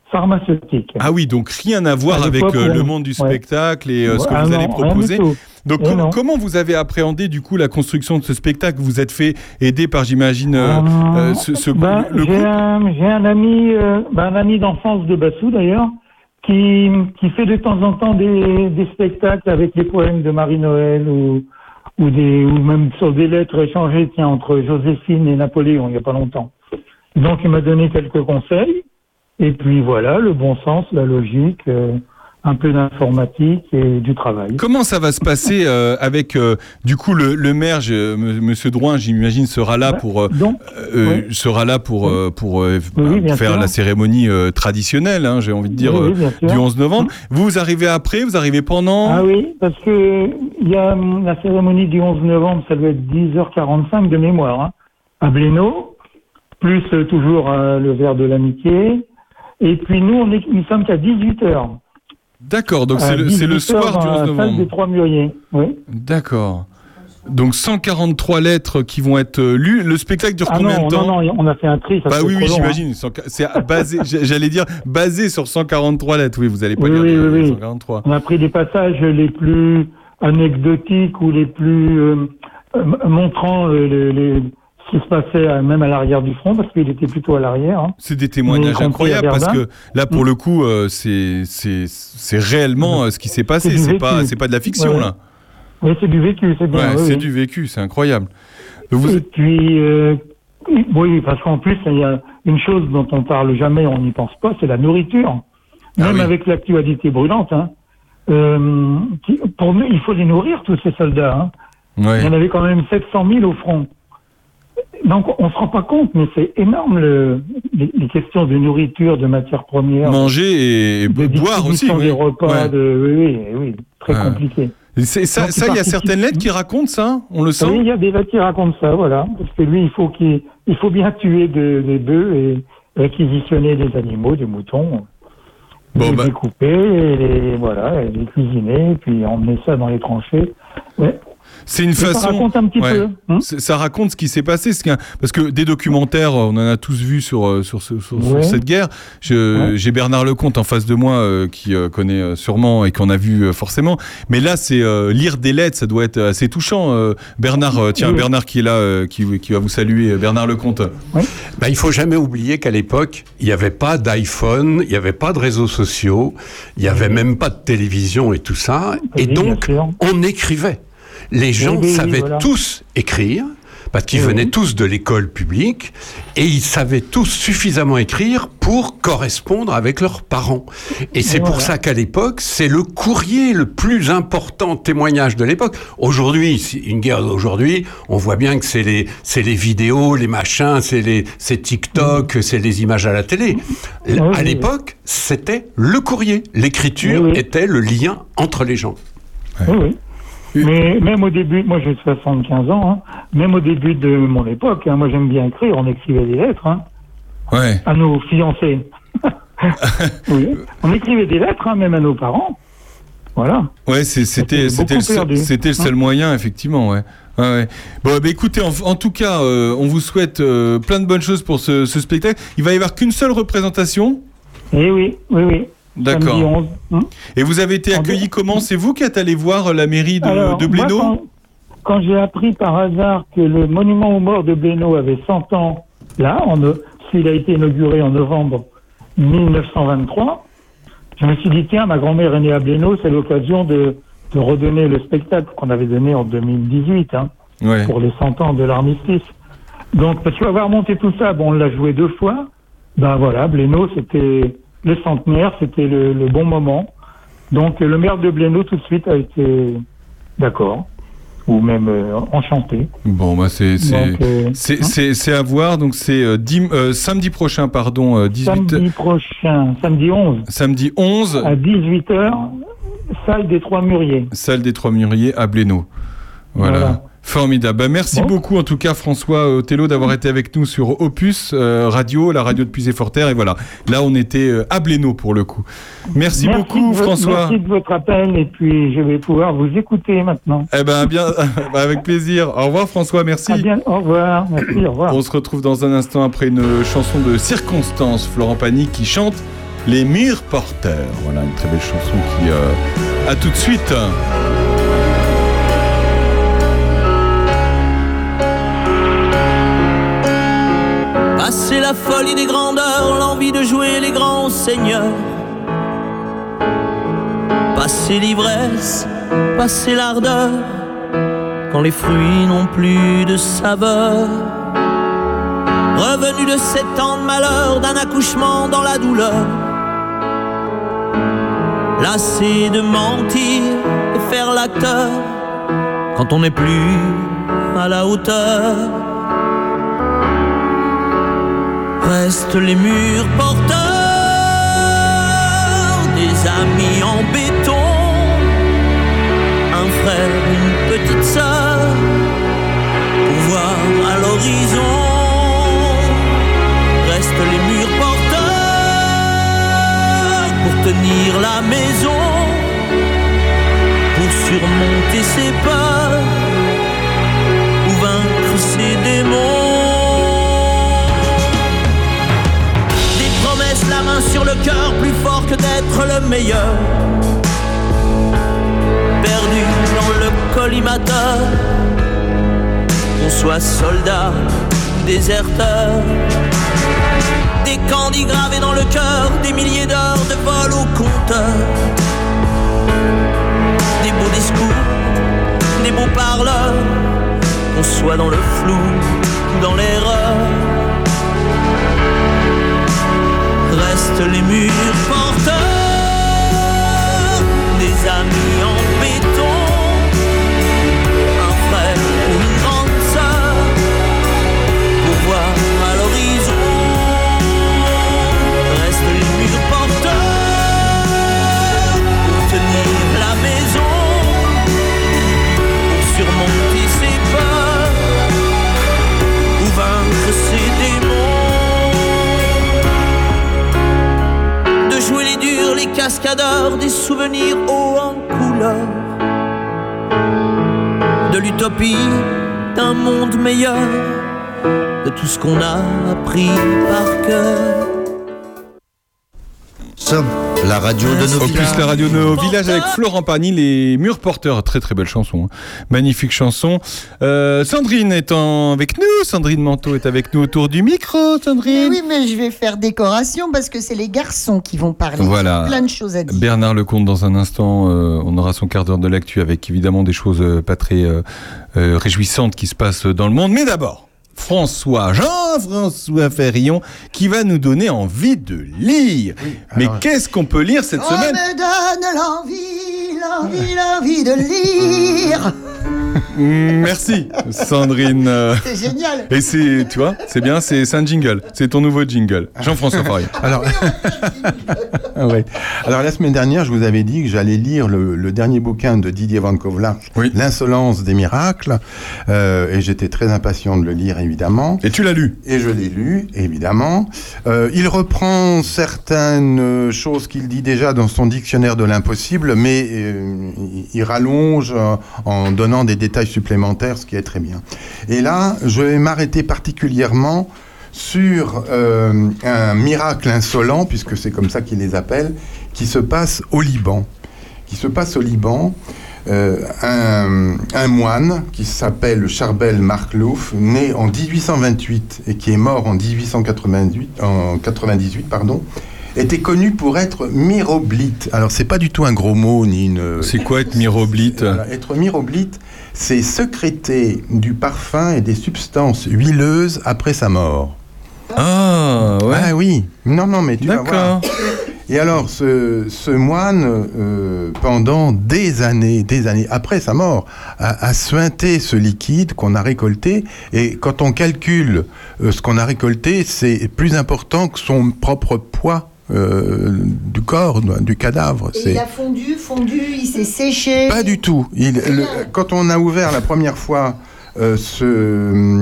pharmaceutique. Ah oui, donc rien à voir À avec l'époque, euh, on- le monde du ouais. spectacle et euh, ce que Ah vous non, allez rien proposer. du tout. Donc Et com- non. comment vous avez appréhendé du coup la construction de ce spectacle? Vous vous êtes fait aider par, j'imagine, euh, euh, ce, ce Ben, le j'ai, groupe. un, j'ai un ami, euh, ben, un ami d'enfance de Bassou d'ailleurs, qui, qui fait de temps en temps des, des spectacles avec les poèmes de Marie-Noël ou, ou, des, ou même sur des lettres échangées tiens, entre Joséphine et Napoléon il n'y a pas longtemps. Donc il m'a donné quelques conseils et puis voilà, le bon sens, la logique, euh, un peu d'informatique et du travail. Comment ça va se passer euh, avec euh, du coup le, le maire, je, M. Monsieur Drouin, j'imagine sera là pour euh, Donc, euh, sera là pour euh, pour euh, Oui, bien faire sûr. la cérémonie euh, traditionnelle, hein, j'ai envie de dire Oui, oui, euh, bien sûr. du onze novembre. Vous, vous arrivez après, vous arrivez pendant. Ah oui, parce que il y a hum, la cérémonie du onze novembre, ça doit être dix heures quarante-cinq de mémoire, hein, à Blénaud, plus euh, toujours euh, le verre de l'amitié. Et puis nous, on est, nous sommes qu'à dix-huit heures. D'accord, donc À c'est le, c'est le dix-huit heures soir du dans onze la salle novembre. des Trois Mûriers. Oui. D'accord. Donc cent quarante-trois lettres qui vont être euh, lues. Le spectacle dure Ah combien non, de temps? non, non, on a fait un tri. Ça Bah fait oui, trop oui, long, j'imagine. cent- C'est basé, j'allais dire, basé sur cent quarante-trois lettres. Oui, vous allez pas Oui, dire oui, euh, oui, oui. cent quarante-trois. On a pris des passages les plus anecdotiques ou les plus euh, euh, montrant euh, les, les- ce qui se passait à- même à l'arrière du front, parce qu'il était plutôt à l'arrière. Hein. C'est des témoignages Y compris à incroyables parce Verdun. que là, pour le coup, euh, c'est c'est c'est réellement euh, ce qui s'est passé. C'est du C'est pas vécu. c'est pas de la fiction Ouais, ouais. là. Oui, c'est du vécu, c'est bien. Ouais, oui, c'est oui. du vécu, c'est incroyable. Vous- Et puis, euh, oui, parce qu'en plus, il y a une chose dont on parle jamais, on n'y pense pas, c'est la nourriture. Même oui. avec l'actualité brûlante, hein, euh, qui- pour nous, il faut les nourrir, tous ces soldats. Hein. Ouais. Il y en avait quand même sept cent mille au front. Donc, on se rend pas compte, mais c'est énorme, le, les, les questions de nourriture, de matières premières. Manger et, et de boire aussi. distribution Oui. des repas, Ouais. de, oui, oui, oui, très Ouais. compliqué. Et c'est- ça, Donc, ça, il il y a participe- certaines lettres qui racontent ça. On le sent. Oui, il y a des lettres qui racontent ça, voilà. Parce que lui, il faut qu'il il faut bien tuer de- des bœufs et réquisitionner des animaux, des moutons, Bon, les bah. découper, et les, voilà, et les cuisiner, et puis emmener ça dans les tranchées. Ouais. C'est une Et ça façon. raconte un petit peu, hein. C'est- ça raconte ce qui s'est passé. ce qu'un- Parce que des documentaires, on en a tous vu sur, euh, sur, ce- sur- sur Ouais. cette guerre. Je- Ouais. J'ai Bernard Lecomte en face de moi euh, qui euh, connaît euh, sûrement et qu'on a vu euh, forcément. Mais là, c'est euh, lire des lettres, ça doit être assez touchant. euh. Bernard, euh, tiens, Oui. Bernard qui est là, euh, qui, qui va vous saluer. Bernard Lecomte. Ben, il faut jamais oublier qu'à l'époque, il n'y avait pas d'iPhone, il n'y avait pas de réseaux sociaux, il n'y avait même pas de télévision et tout ça. Et Oui, donc, bien sûr. on écrivait. Les gens Oui, oui, oui, savaient voilà. tous écrire, parce qu'ils Oui, venaient oui. tous de l'école publique, et ils savaient tous suffisamment écrire pour correspondre avec leurs parents. Et c'est Et pour voilà. ça qu'à l'époque, c'est le courrier le plus important témoignage de l'époque. Aujourd'hui, c'est une guerre d'aujourd'hui, on voit bien que c'est les, c'est les vidéos, les machins, c'est les, c'est TikTok, c'est les images à la télé. Oui, à oui, l'époque, c'était le courrier. L'écriture Oui, oui. était le lien entre les gens. Oui, oui. Mais même au début, moi j'ai soixante-quinze ans, hein, même au début de mon époque, hein, moi j'aime bien écrire, on écrivait des lettres hein, Ouais. à nos fiancés. Oui. On écrivait des lettres, hein, même à nos parents. Voilà. Ouais, c'est- c'était C'était c'était le, beaucoup seul- perdu. c'était le seul Hein. moyen, effectivement. Ouais. Ouais, ouais. Bon, bah, écoutez, en, en tout cas, euh, on vous souhaite euh, plein de bonnes choses pour ce, ce spectacle. Il va y avoir qu'une seule représentation. Eh oui, oui, oui. D'accord. Samedi onze, hein. Et vous avez été accueilli comment? C'est vous qui êtes allé voir la mairie de, Alors, de moi, Blénaud? quand, quand j'ai appris par hasard que le monument aux morts de Blénaud avait cent ans, là, en, s'il a été inauguré en novembre mille neuf cent vingt-trois, je me suis dit, tiens, ma grand-mère est née à Blénaud, c'est l'occasion de, de redonner le spectacle qu'on avait donné en deux mille dix-huit, hein, Ouais. pour les cent ans de l'armistice. Donc, parce qu'avoir monté tout ça, bon, on l'a joué deux fois, ben voilà, Blénaud, c'était le centenaire, c'était le, le bon moment. Donc, le maire de Blénaud, tout de suite, a été d'accord, ou même euh, enchanté. Bon, bah c'est c'est Donc, euh, c'est hein. c'est- c'est à voir. Donc c'est euh, dim- euh, samedi prochain, pardon, euh, dix-huit Samedi prochain, samedi onze, samedi onze, à dix-huit heures, salle des Trois Mûriers. salle des Trois Mûriers à Blénaud. Voilà. Voilà. Formidable. Bah, merci Bon. beaucoup en tout cas François Othello d'avoir été avec nous sur Opus euh, Radio, la radio de Puisé-Forterre. Et voilà, là on était euh, à Blénaud pour le coup. Merci, beaucoup de vo- François. Merci de votre appel et puis je vais pouvoir vous écouter maintenant. Eh ben bien, bah, avec plaisir. Au revoir François, merci. À bien, au revoir, merci, au revoir. On se retrouve dans un instant après une chanson de circonstance. Florent Pagny qui chante Les Murs Porteurs. Voilà, une très belle chanson qui... Euh, à tout de suite. Passer la folie des grandeurs, l'envie de jouer les grands seigneurs. Passer l'ivresse, passer l'ardeur, quand les fruits n'ont plus de saveur. Revenu de sept ans de malheur, d'un accouchement dans la douleur. Lassé de mentir et faire l'acteur, quand on n'est plus à la hauteur. Restent les murs porteurs, des amis en béton, un frère, une petite sœur, pour voir à l'horizon. Restent les murs porteurs, pour tenir la maison, pour surmonter ses peurs, ou vaincre ses démons. La main sur le cœur, plus fort que d'être le meilleur. Perdu dans le collimateur, qu'on soit soldat ou déserteur. Des candis gravés dans le cœur, des milliers d'heures de vol au compteur. Des beaux discours, des beaux parleurs, qu'on soit dans le flou ou dans l'erreur. Restent les murs porteurs, des amis en béton, un frère ou une grande sœur, pour voir à l'horizon. Restent les murs porteurs, pour tenir la maison, pour surmonter ses peurs, ou vaincre ses démons. Jouer les durs, les cascadeurs, des souvenirs hauts en couleur, de l'utopie d'un monde meilleur, de tout ce qu'on a appris par cœur. Somme, la radio de nos Opus, villages. la radio de nos villages avec Florent Pagny, les Murs Porteurs. Très très belle chanson, hein. Magnifique chanson. Euh, Sandrine est en... avec nous. Sandrine Manteau est avec nous autour du micro. Sandrine. Mais oui, mais je vais faire décoration parce que c'est les garçons qui vont parler. Voilà. Plein de choses à dire. Bernard Lecomte dans un instant. Euh, on aura son quart d'heure de l'actu avec évidemment des choses euh, pas très euh, euh, réjouissantes qui se passent dans le monde. Mais d'abord, François, Jean-François Ferrion, qui va nous donner envie de lire. Oui, mais qu'est-ce qu'on peut lire cette On semaine? me donne l'envie, l'envie, l'envie de lire. Merci, Sandrine. C'est génial. Et c'est, tu vois, c'est bien, c'est, c'est un jingle. C'est ton nouveau jingle. Jean-François Ferrion. Alors, ouais. Alors, la semaine dernière, je vous avais dit que j'allais lire le, le dernier bouquin de Didier Van Kovlar, oui. L'insolence des miracles. Euh, et j'étais très impatient de le lire, évidemment. Et tu l'as lu? Et je l'ai lu, évidemment. Euh, il reprend certaines choses qu'il dit déjà dans son dictionnaire de l'impossible, mais euh, il rallonge en donnant des détails supplémentaires, ce qui est très bien. Et là, je vais m'arrêter particulièrement sur euh, un miracle insolent, puisque c'est comme ça qu'il les appelle, qui se passe au Liban. Qui se passe au Liban. Euh, un, un moine qui s'appelle Charbel Marklouf, né en dix-huit cent vingt-huit et qui est mort en dix-huit cent quatre-vingt-dix-huit, en quatre-vingt-dix-huit, pardon, était connu pour être miroblite. Alors, c'est pas du tout un gros mot, ni une... C'est quoi être miroblite? Voilà, être miroblite, c'est sécréter du parfum et des substances huileuses après sa mort. Ah, ouais. Ah oui. Non, non, mais tu vas voir. D'accord. Et alors, ce, ce moine, euh, pendant des années, des années après sa mort, a, a suinté ce liquide qu'on a récolté. Et quand on calcule euh, ce qu'on a récolté, c'est plus important que son propre poids euh, du corps, du cadavre. Et c'est... il a fondu, fondu, il s'est séché. Pas du tout. Il, le, quand on a ouvert la première fois euh, ce,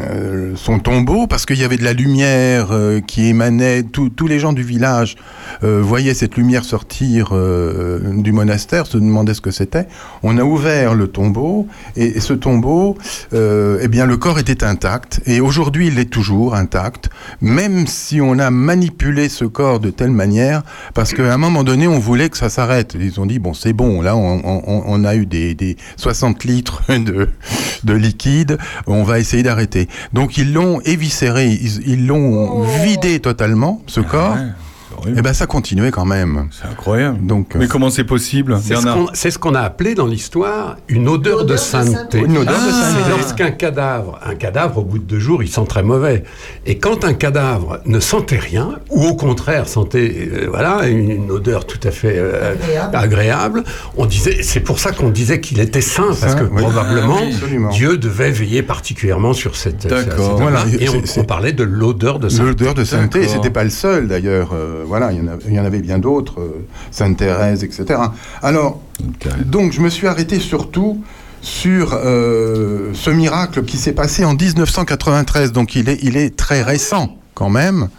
euh, son tombeau parce qu'il y avait de la lumière euh, qui émanait. Tous tous les gens du village euh, voyaient cette lumière sortir euh, du monastère, se demandaient ce que c'était. On a ouvert le tombeau et, et ce tombeau, euh, eh bien, le corps était intact et aujourd'hui il est toujours intact, même si on a manipulé ce corps de telle manière parce qu'à un moment donné on voulait que ça s'arrête. Ils ont dit bon c'est bon, là on, on, on a eu des, des soixante litres de, de liquide, on va essayer d'arrêter. Donc ils l'ont éviscéré, ils, ils l'ont vidé totalement, ce corps. Ouais. Et ben ça continuait quand même. C'est incroyable. Donc, mais comment c'est possible, C'est ce Bernard? qu'on c'est ce qu'on a appelé dans l'histoire une odeur, de sainteté. Une odeur de sainteté. C'est lorsqu'un cadavre, un cadavre au bout de deux jours, il sent très mauvais. Et quand un cadavre ne sentait rien, ou au contraire sentait euh, voilà une, une odeur tout à fait euh, Agréable. agréable, on disait c'est pour ça qu'on disait qu'il était saint parce Saint, que oui. probablement Ah oui, absolument. Dieu devait veiller particulièrement sur cette. D'accord. cette- Voilà. et on, C'est- on parlait de l'odeur de sainteté. L'odeur de sainteté, et D'accord. c'était pas le seul d'ailleurs. Euh, voilà, il y en a- il y en avait bien d'autres, euh, Sainte Thérèse, et cetera. Alors, donc je me suis arrêté surtout sur euh, ce miracle qui s'est passé en dix-neuf cent quatre-vingt-treize, donc il est, il est très récent quand même.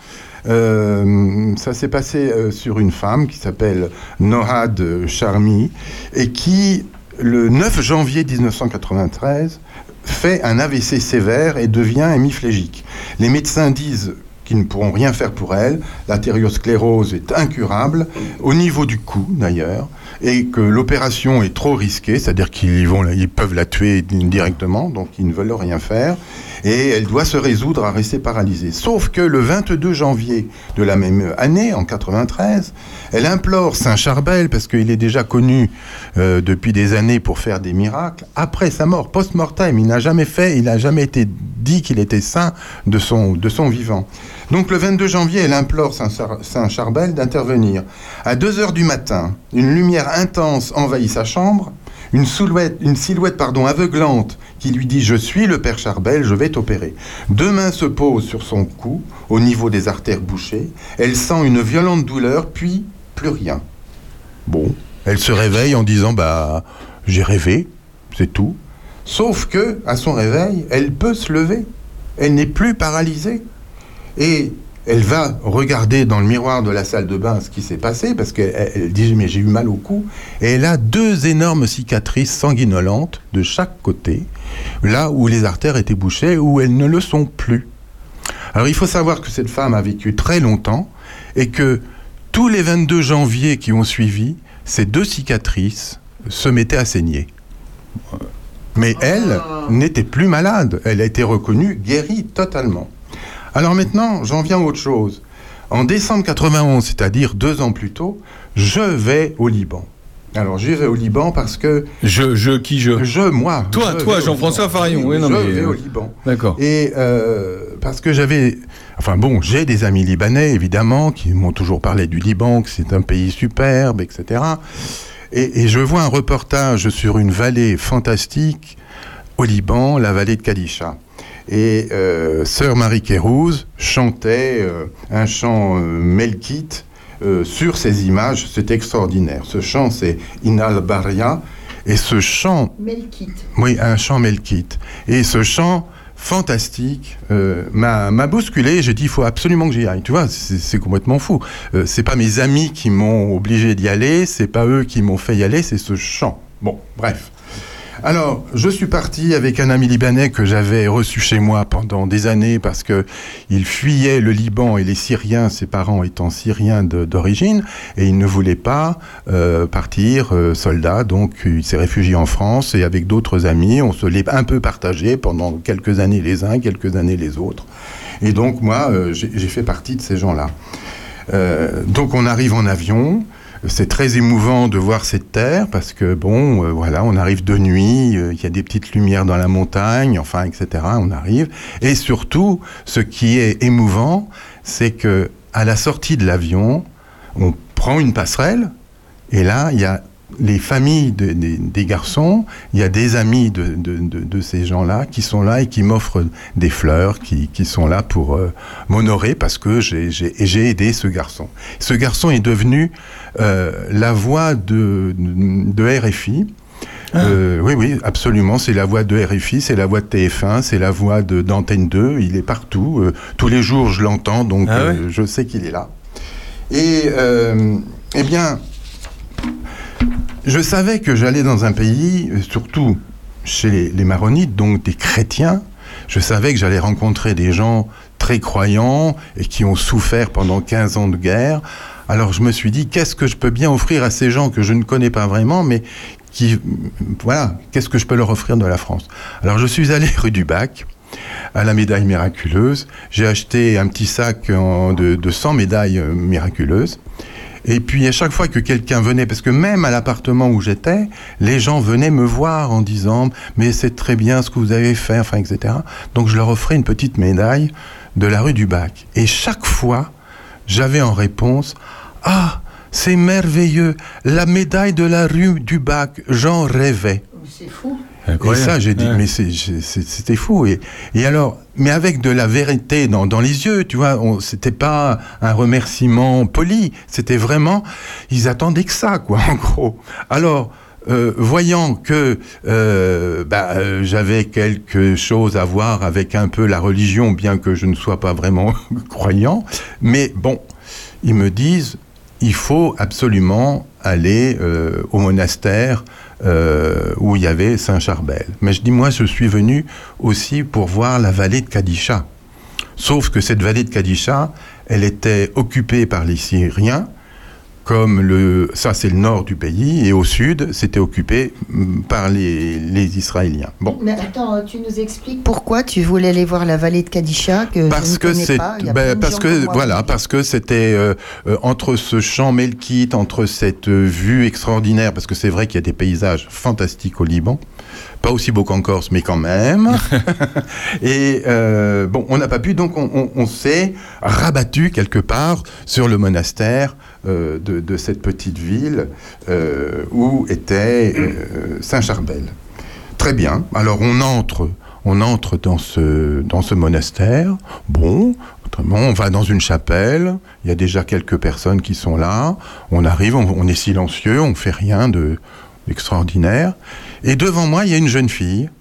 Euh, ça s'est passé euh, sur une femme qui s'appelle Nohad Charmi et qui, le neuf janvier mille neuf cent quatre-vingt-treize, fait un A V C sévère et devient hémiplégique. Les médecins disent qu'ils ne pourront rien faire pour elle, l'artériosclérose est incurable, au niveau du cou d'ailleurs, et que l'opération est trop risquée, c'est-à-dire qu'ils vont, ils peuvent la tuer directement, donc ils ne veulent rien faire, et elle doit se résoudre à rester paralysée. Sauf que le vingt-deux janvier de la même année, en quatre-vingt-treize, elle implore Saint Charbel, parce qu'il est déjà connu euh, depuis des années pour faire des miracles, après sa mort, post-mortem, il n'a jamais fait, il n'a jamais été dit qu'il était saint de son, de son vivant. Donc le vingt-deux janvier, elle implore Saint, Char- Saint Charbel d'intervenir. À deux heures du matin, une lumière intense envahit sa chambre, une silhouette, une silhouette pardon, aveuglante qui lui dit « Je suis le Père Charbel, je vais t'opérer ». Deux mains se posent sur son cou, au niveau des artères bouchées. Elle sent une violente douleur, puis plus rien. Bon, elle se réveille en disant « Bah, j'ai rêvé, c'est tout ». Sauf que, à son réveil, elle peut se lever. Elle n'est plus paralysée. Et elle va regarder dans le miroir de la salle de bain ce qui s'est passé, parce qu'elle elle, elle dit « mais j'ai eu mal au cou ». Et elle a deux énormes cicatrices sanguinolentes de chaque côté, là où les artères étaient bouchées, où elles ne le sont plus. Alors il faut savoir que cette femme a vécu très longtemps, et que tous les vingt-deux janvier qui ont suivi, ces deux cicatrices se mettaient à saigner. Mais elle n'était plus malade, elle a été reconnue guérie totalement. Alors maintenant, j'en viens à autre chose. En décembre quatre-vingt-onze, c'est-à-dire deux ans plus tôt, je vais au Liban. Alors, j'y vais au Liban parce que... Je, je, qui je Je, moi. Toi, je toi, vais au Jean-François Liban. Farion. Oui, Oui, non, je mais... vais au Liban. D'accord. Et euh, parce que j'avais... Enfin bon, j'ai des amis libanais, évidemment, qui m'ont toujours parlé du Liban, que c'est un pays superbe, et cetera. Et, et je vois un reportage sur une vallée fantastique au Liban, la vallée de Kadisha. Et euh, Sœur Marie Kérouz chantait euh, un chant euh, melkite euh, sur ces images. C'est extraordinaire. Ce chant, c'est Inal Baria. Et ce chant... Melkite. Oui, un chant melkite. Et ce chant fantastique euh, m'a, m'a bousculé. J'ai dit, il faut absolument que j'y aille. Tu vois, c'est, c'est complètement fou. Euh, c'est pas mes amis qui m'ont obligé d'y aller. C'est pas eux qui m'ont fait y aller. C'est ce chant. Bon, bref. Alors, je suis parti avec un ami libanais que j'avais reçu chez moi pendant des années parce que il fuyait le Liban et les Syriens, ses parents étant Syriens de, d'origine, et il ne voulait pas euh, partir euh, soldat, donc il s'est réfugié en France et avec d'autres amis, on se l'est un peu partagé pendant quelques années les uns, quelques années les autres. Et donc moi, euh, j'ai, j'ai fait partie de ces gens-là. Euh, donc on arrive en avion. C'est très émouvant de voir cette terre parce que, bon, euh, voilà, on arrive de nuit, euh, il y a des petites lumières dans la montagne, enfin, et cetera. On arrive. Et surtout, ce qui est émouvant, c'est que à la sortie de l'avion, on prend une passerelle et là, il y a les familles de, de, des garçons, il y a des amis de, de, de, de ces gens-là qui sont là et qui m'offrent des fleurs, qui, qui sont là pour euh, m'honorer parce que j'ai, j'ai, j'ai aidé ce garçon. Ce garçon est devenu euh, la voix de, de R F I. Euh, oui, oui, absolument. C'est la voix de R F I, c'est la voix de T F un, c'est la voix de, d'Antenne deux. Il est partout. Euh, tous les jours, je l'entends, donc Ah ouais euh, je sais qu'il est là. Et, euh, eh bien, je savais que j'allais dans un pays, surtout chez les, les maronites, donc des chrétiens. Je savais que j'allais rencontrer des gens très croyants et qui ont souffert pendant quinze ans de guerre. Alors je me suis dit, qu'est-ce que je peux bien offrir à ces gens que je ne connais pas vraiment, mais qui, voilà, qu'est-ce que je peux leur offrir de la France? Alors je suis allé rue du Bac, à la médaille miraculeuse. J'ai acheté un petit sac en, de, de cent médailles miraculeuses. Et puis à chaque fois que quelqu'un venait, parce que même à l'appartement où j'étais, les gens venaient me voir en disant « mais c'est très bien ce que vous avez fait », enfin, et cetera. Donc je leur offrais une petite médaille de la rue du Bac. Et chaque fois, j'avais en réponse « ah, c'est merveilleux, la médaille de la rue du Bac, j'en rêvais ». C'est fou. Et ça, j'ai dit, Ouais. mais c'est, c'est, c'était fou. Et, et alors, mais avec de la vérité dans, dans les yeux, tu vois, on, c'était pas un remerciement poli, c'était vraiment, ils attendaient que ça, quoi, en gros. Alors, euh, voyant que euh, bah, euh, j'avais quelque chose à voir avec un peu la religion, bien que je ne sois pas vraiment croyant, mais bon, ils me disent, il faut absolument aller euh, au monastère euh, où il y avait Saint-Charbel. Mais je dis, moi, je suis venu aussi pour voir la vallée de Kadisha. Sauf que cette vallée de Kadisha, elle était occupée par les Syriens, comme le, ça c'est le nord du pays, et au sud, c'était occupé mm, par les, les Israéliens. Bon. Mais attends, tu nous expliques pourquoi tu voulais aller voir la vallée de Kadisha que Parce je ne que connais c'est pas. Il y a ben, plein de parce gens que comme moi voilà qui- parce que c'était euh, euh, entre ce champ melkite, entre cette euh, vue extraordinaire, parce que c'est vrai qu'il y a des paysages fantastiques au Liban, pas aussi beaux qu'en Corse, mais quand même. Et euh, bon, on n'a pas pu, donc on, on- on s'est rabattu quelque part sur le monastère euh, de, de cette petite ville euh, où était euh, Saint-Charbel. Très bien. Alors on entre, on entre dans ce dans ce monastère. Bon, autrement, on va dans une chapelle. Il y a déjà quelques personnes qui sont là. On arrive, on, on est silencieux, on fait rien de d'extraordinaire. Et devant moi, il y a une jeune fille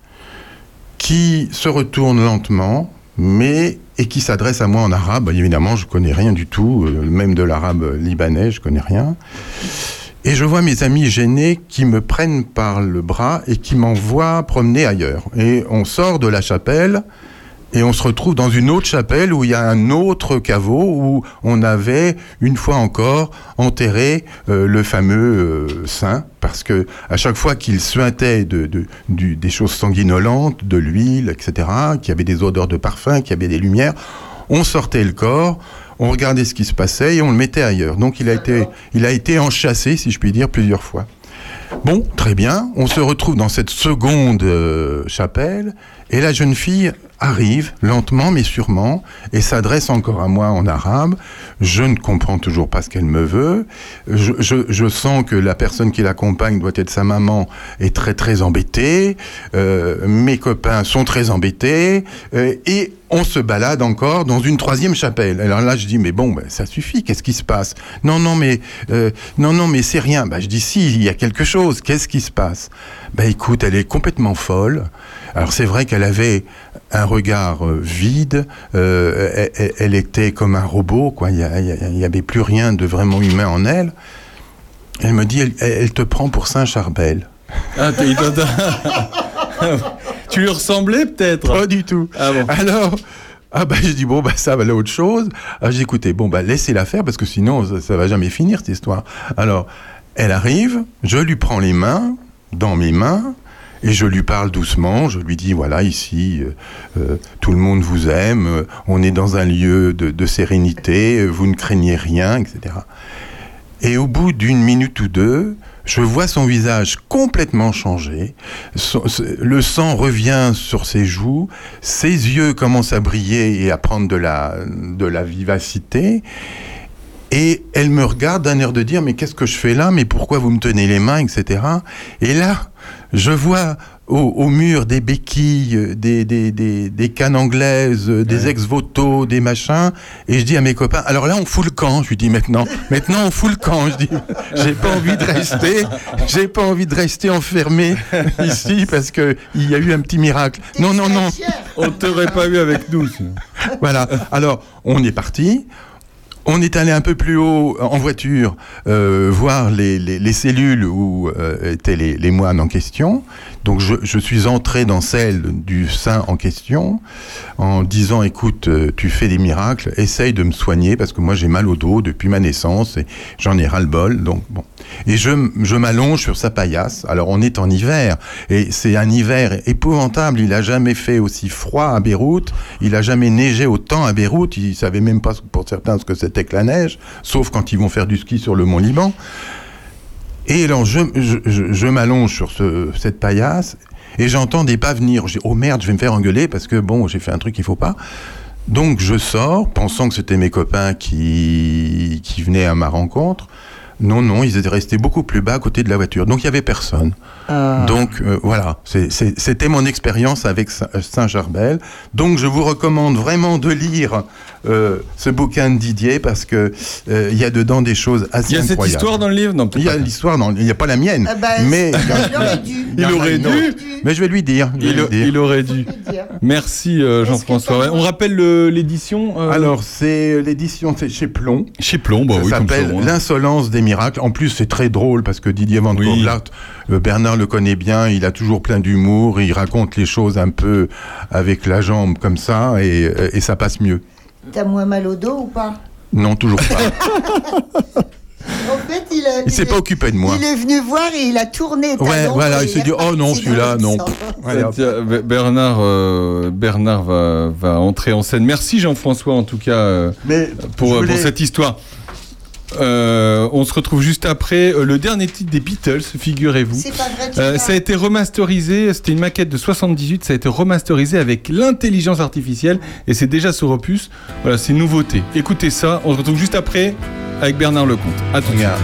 qui se retourne lentement, mais et qui s'adresse à moi en arabe. Évidemment, je connais rien du tout, euh, même de l'arabe libanais, je connais rien. Et je vois mes amis gênés qui me prennent par le bras et qui m'envoient promener ailleurs. Et on sort de la chapelle et on se retrouve dans une autre chapelle où il y a un autre caveau où on avait une fois encore enterré euh, le fameux euh, saint, parce que à chaque fois qu'il suintait de, de, du, des choses sanguinolentes, de l'huile, et cetera, qu'il y avait des odeurs de parfum, qu'il y avait des lumières, on sortait le corps, on regardait ce qui se passait et on le mettait ailleurs. Donc il a été, il a été enchâssé, si je puis dire, plusieurs fois. Bon, très bien, on se retrouve dans cette seconde euh, chapelle et la jeune fille arrive lentement mais sûrement et s'adresse encore à moi en arabe. Je ne comprends toujours pas ce qu'elle me veut. Je, je, je sens que la personne qui l'accompagne doit être sa maman, est très très embêtée. Euh, mes copains sont très embêtés euh, et on se balade encore dans une troisième chapelle. Alors là, je dis, mais bon, ben, ça suffit, qu'est-ce qui se passe? Non, non, mais euh, non, non, mais c'est rien. Ben, je dis, si, il y a quelque chose, qu'est-ce qui se passe? Ben, écoute, elle est complètement folle. Alors, c'est vrai qu'elle avait un regard euh, vide, euh, elle, elle, elle était comme un robot, quoi. Il n'y avait plus rien de vraiment humain en elle. Elle me dit, elle, elle te prend pour Saint-Charbel. Ah, t'es- tu lui ressemblais peut-être? Pas du tout. Ah bon. Alors, ah bah, je dis, bon, bah, ça va aller autre chose. Alors, j'ai écouté, bon, bah, laissez-la faire parce que sinon, ça, ça va jamais finir, cette histoire. Alors, elle arrive, je lui prends les mains, dans mes mains, et je lui parle doucement, je lui dis, voilà, ici, euh, euh, tout le monde vous aime, euh, on est dans un lieu de, de sérénité, euh, vous ne craignez rien, et cetera. Et au bout d'une minute ou deux, je vois son visage complètement changé, son- le sang revient sur ses joues, ses yeux commencent à briller et à prendre de la, de la vivacité, et elle me regarde d'un air de dire, mais qu'est-ce que je fais là, mais pourquoi vous me tenez les mains, et cetera. Et là, je vois au, au mur des béquilles, des, des, des, des cannes anglaises, ouais. des ex-voto, des machins. Et je dis à mes copains, alors là, on fout le camp. Je lui dis maintenant, maintenant on fout le camp. Je dis, j'ai pas envie de rester, j'ai pas envie de rester enfermé ici parce que il y a eu un petit miracle. Non, non, non. On t'aurait pas eu avec nous. Sinon. Voilà. Alors, on est parti. On est allé un peu plus haut en voiture euh, voir les, les, les cellules où euh, étaient les, les moines en question. Donc je, je suis entré dans celle du saint en question en disant écoute, euh, tu fais des miracles, essaye de me soigner parce que moi j'ai mal au dos depuis ma naissance et j'en ai ras-le-bol. Donc bon. Et je, je m'allonge sur sa paillasse. Alors on est en hiver et c'est un hiver épouvantable. Il a jamais fait aussi froid à Beyrouth. Il a jamais neigé autant à Beyrouth. Il savait même pas pour certains ce que c'était que la neige, sauf quand ils vont faire du ski sur le mont Liban. Et alors je, je, je, je m'allonge sur ce, cette paillasse et j'entends des pas venir. Je dis oh merde, je vais me faire engueuler parce que bon, j'ai fait un truc qu'il faut pas. Donc je sors, pensant que c'était mes copains qui, qui venaient à ma rencontre. Non, non, ils étaient restés beaucoup plus bas à côté de la voiture. Donc il n'y avait personne. Ah. Donc euh, voilà, c'est, c'est, c'était mon expérience avec Saint-Charbel. Donc je vous recommande vraiment de lire euh, ce bouquin de Didier parce que euh, il y a dedans des choses assez incroyables. Il y a cette histoire dans le livre? Non, il y a l'histoire, dans, il n'y a pas la mienne. Ah bah, mais il aurait dû. Il aurait dû. Mais je vais lui dire. Il, lui dire. il aurait dû. Merci euh, Jean-François. Ouais, on rappelle le, l'édition euh... Alors c'est l'édition c'est chez Plomb. Chez Plomb, bah ça oui, s'appelle comme ça, ouais. L'insolence des miracles. En plus, c'est très drôle parce que Didier Van Courlaert, oui. euh, Bernard le connaît bien, il a toujours plein d'humour, il raconte les choses un peu avec la jambe comme ça et, et ça passe mieux. T'as moins mal au dos ou pas? Non, toujours pas. En fait, il, a, il, il s'est est, pas occupé de moi. Il est venu voir et il a tourné. Ouais, voilà, il s'est dit oh non, celui-là, non. Voilà. Bernard, euh, Bernard va, va entrer en scène. Merci Jean-François en tout cas euh, Mais pour, voulais... pour cette histoire. Euh, on se retrouve juste après euh, le dernier titre des Beatles, figurez-vous. C'est pas vrai, euh, ça a été remasterisé, c'était une maquette de soixante-dix-huit, ça a été remasterisé avec l'intelligence artificielle et c'est déjà sur Opus. Voilà, c'est une nouveauté. Écoutez ça, on se retrouve juste après avec Bernard Lecomte. À tout de suite.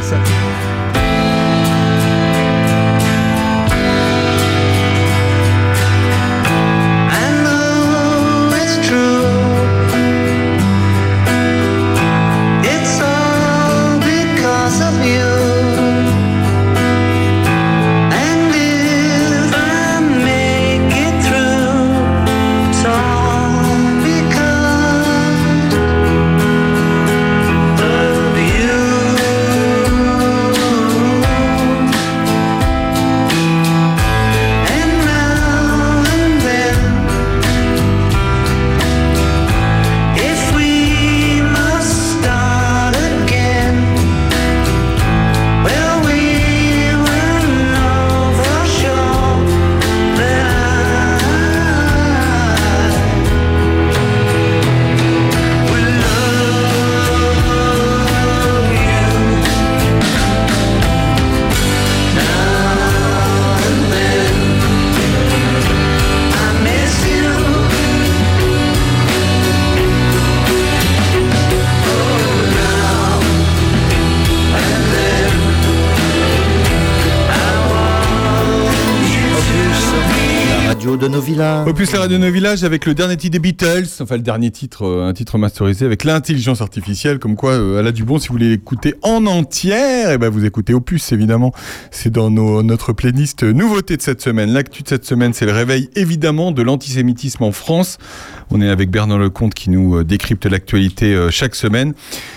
De nos villages. Opus la radio de nos villages avec le dernier titre des Beatles, enfin le dernier titre, euh, un titre masterisé avec l'intelligence artificielle, comme quoi euh, elle a du bon. Si vous voulez l'écouter en entière, et ben vous écoutez Opus évidemment. C'est dans nos, notre playlist nouveauté de cette semaine. L'actu de cette semaine, c'est le réveil évidemment de l'antisémitisme en France. On est avec Bernard Lecomte qui nous euh, décrypte l'actualité euh, chaque semaine.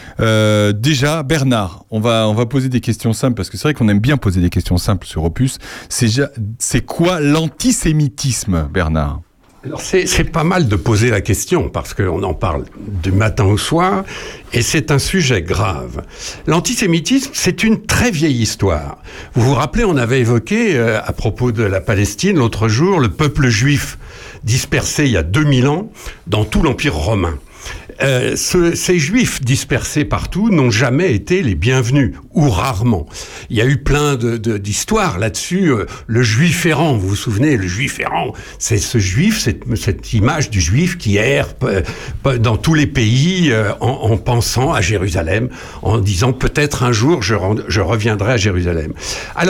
Euh, déjà, Bernard, on va, on va poser des questions simples parce que c'est vrai qu'on aime bien poser des questions simples sur Opus. C'est, c'est quoi l'antisémitisme, Bernard ? Alors c'est, c'est pas mal de poser la question parce qu'on en parle du matin au soir et c'est un sujet grave. L'antisémitisme, c'est une très vieille histoire. Vous vous rappelez, on avait évoqué euh, à propos de la Palestine l'autre jour le peuple juif dispersé il y a deux mille ans dans tout l'Empire romain. Euh, ce, ces juifs dispersés partout n'ont jamais été les bienvenus, ou rarement. Il y a eu plein de, de, d'histoires là-dessus. Euh, le juif errant, vous vous souvenez, le juif errant, c'est ce juif, cette, cette image du juif qui erre euh, dans tous les pays euh, en, en pensant à Jérusalem, en disant peut-être un jour je, rend, je reviendrai à Jérusalem. Alors,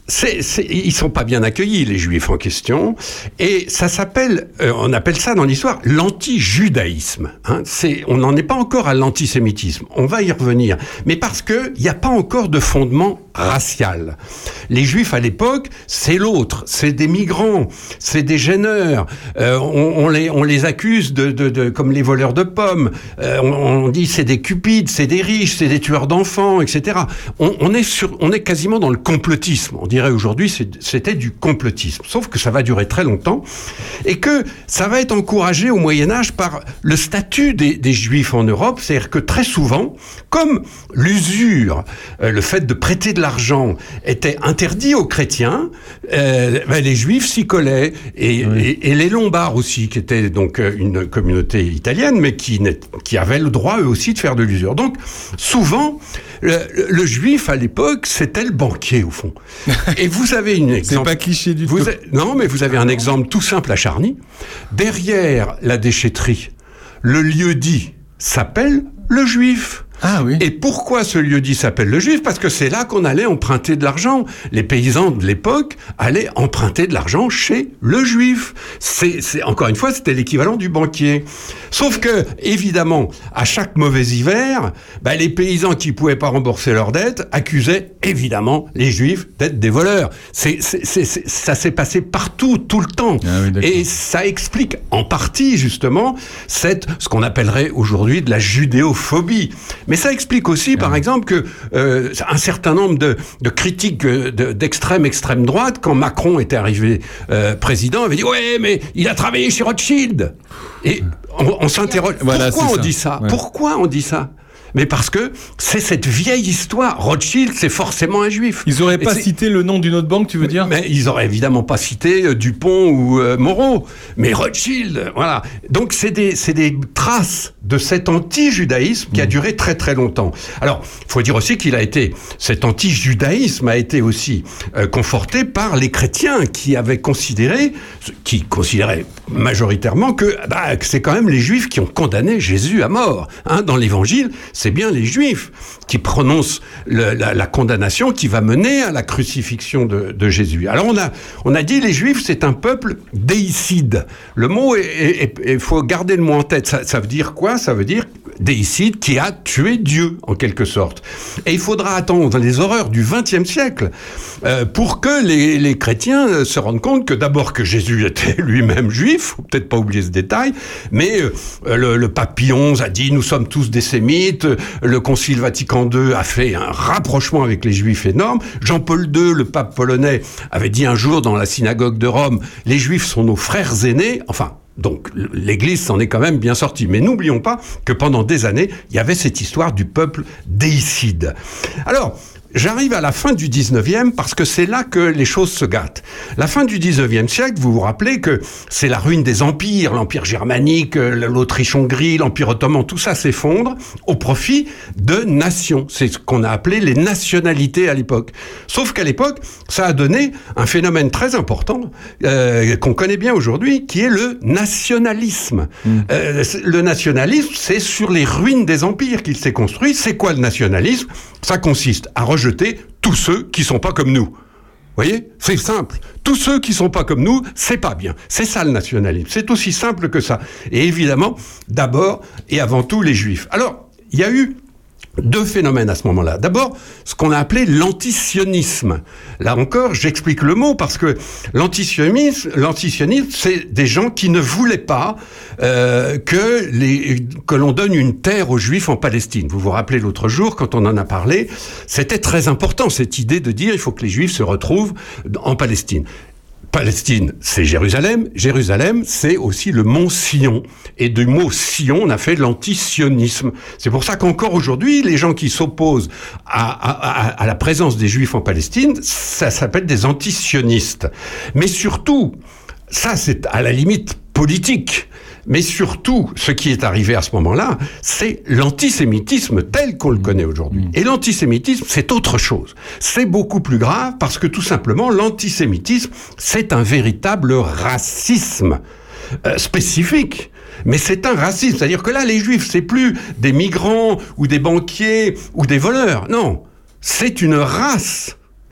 C'est, c'est, ils sont pas bien accueillis, les Juifs en question, et ça s'appelle, euh, on appelle ça dans l'histoire l'anti-judaïsme. Hein. C'est, on n'en est pas encore à l'antisémitisme. On va y revenir, mais parce que il n'y a pas encore de fondement racial. Les Juifs à l'époque, c'est l'autre, c'est des migrants, c'est des gêneurs. Euh, on, on les, on les accuse de, de, de comme les voleurs de pommes. Euh, on, on dit c'est des cupides, c'est des riches, c'est des tueurs d'enfants, et cetera. On, on est sur, on est quasiment dans le complotisme. On dirait aujourd'hui c'est, c'était du complotisme. Sauf que ça va durer très longtemps et que ça va être encouragé au Moyen-Âge par le statut des, des Juifs en Europe. C'est-à-dire que très souvent, comme l'usure, euh, le fait de prêter de l'argent était interdit aux chrétiens, euh, ben les Juifs s'y collaient. Et, oui. et, et les Lombards aussi, qui étaient donc une communauté italienne, mais qui, qui avaient le droit eux aussi de faire de l'usure. Donc souvent, le, le Juif à l'époque, c'était le banquier au fond. Et vous avez une exemple. C'est pas cliché du vous tout. A, non, mais vous avez un exemple tout simple à Charny. Derrière la déchetterie, le lieu-dit s'appelle le Juif. Ah oui. Et pourquoi ce lieu-dit s'appelle le Juif ? Parce que c'est là qu'on allait emprunter de l'argent. Les paysans de l'époque allaient emprunter de l'argent chez le Juif. C'est, c'est encore une fois, c'était l'équivalent du banquier. Sauf que, évidemment, à chaque mauvais hiver, bah, les paysans qui pouvaient pas rembourser leurs dettes accusaient évidemment les Juifs d'être des voleurs. C'est, c'est, c'est, c'est, ça s'est passé partout, tout le temps. Ah oui, et ça explique en partie justement cette, ce qu'on appellerait aujourd'hui de la judéophobie. Mais ça explique aussi, par exemple, que euh, un certain nombre de, de critiques de, d'extrême extrême droite, quand Macron était arrivé euh, président, avait dit ouais, mais il a travaillé chez Rothschild. Et on, on s'interroge. Voilà, pourquoi on ça. dit ça ? Ouais. Pourquoi on dit ça ? Mais parce que c'est cette vieille histoire. Rothschild, c'est forcément un juif. Ils auraient Et pas c'est... cité le nom d'une autre banque, tu veux dire ? Mais ils auraient évidemment pas cité euh, Dupont ou euh, Moreau. Mais Rothschild, euh, voilà. Donc c'est des, c'est des traces de cet anti-judaïsme qui a duré très très longtemps. Alors, il faut dire aussi qu'il a été, cet anti-judaïsme a été aussi euh, conforté par les chrétiens qui avaient considéré, qui considéraient majoritairement que, bah, que c'est quand même les juifs qui ont condamné Jésus à mort. Hein, dans l'évangile, c'est bien les Juifs qui prononcent le, la, la condamnation qui va mener à la crucifixion de, de Jésus. Alors on a, on a dit les Juifs, c'est un peuple déicide. Le mot, il faut garder le mot en tête. Ça, ça veut dire quoi ? Ça veut dire déicide qui a tué Dieu, en quelque sorte. Et il faudra attendre les horreurs du vingtième siècle euh, pour que les, les chrétiens se rendent compte que d'abord que Jésus était lui-même juif, faut peut-être pas oublier ce détail, mais euh, le, le pape Pie onze a dit nous sommes tous des sémites. Le Concile Vatican deux a fait un rapprochement avec les Juifs énorme. Jean-Paul deux, le pape polonais, avait dit un jour dans la synagogue de Rome, les Juifs sont nos frères aînés. Enfin, donc l'Église s'en est quand même bien sortie. Mais n'oublions pas que pendant des années, il y avait cette histoire du peuple déicide. Alors, j'arrive à la fin du dix-neuvième parce que c'est là que les choses se gâtent. La fin du dix-neuvième siècle, vous vous rappelez que c'est la ruine des empires, l'empire germanique, l'Autriche-Hongrie, l'empire ottoman, tout ça s'effondre au profit de nations. C'est ce qu'on a appelé les nationalités à l'époque. Sauf qu'à l'époque, ça a donné un phénomène très important euh, qu'on connaît bien aujourd'hui, qui est le nationalisme. Mmh. Euh, le nationalisme, c'est sur les ruines des empires qu'il s'est construit. C'est quoi le nationalisme ? Ça consiste à rejeter tous ceux qui sont pas comme nous. Vous voyez ? C'est simple. Tous ceux qui sont pas comme nous, c'est pas bien. C'est ça le nationalisme. C'est aussi simple que ça. Et évidemment, d'abord et avant tout, les Juifs. Alors, il y a eu deux phénomènes à ce moment-là. D'abord, ce qu'on a appelé l'antisionisme. Là encore, j'explique le mot parce que l'antisionisme, l'antisionisme, c'est des gens qui ne voulaient pas euh, que, les, que l'on donne une terre aux Juifs en Palestine. Vous vous rappelez l'autre jour, quand on en a parlé, c'était très important cette idée de dire il faut que les Juifs se retrouvent en Palestine. Palestine, c'est Jérusalem. Jérusalem, c'est aussi le mont Sion. Et du mot Sion, on a fait l'antisionisme. C'est pour ça qu'encore aujourd'hui, les gens qui s'opposent à, à, à la présence des Juifs en Palestine, ça s'appelle des antisionistes. Mais surtout, ça c'est à la limite politique. Mais surtout, ce qui est arrivé à ce moment-là, c'est l'antisémitisme tel qu'on le connaît aujourd'hui. Et l'antisémitisme, c'est autre chose. C'est beaucoup plus grave parce que tout simplement, l'antisémitisme, c'est un véritable racisme euh, spécifique. Mais c'est un racisme. C'est-à-dire que là, les Juifs, c'est plus des migrants ou des banquiers ou des voleurs. Non, c'est une race.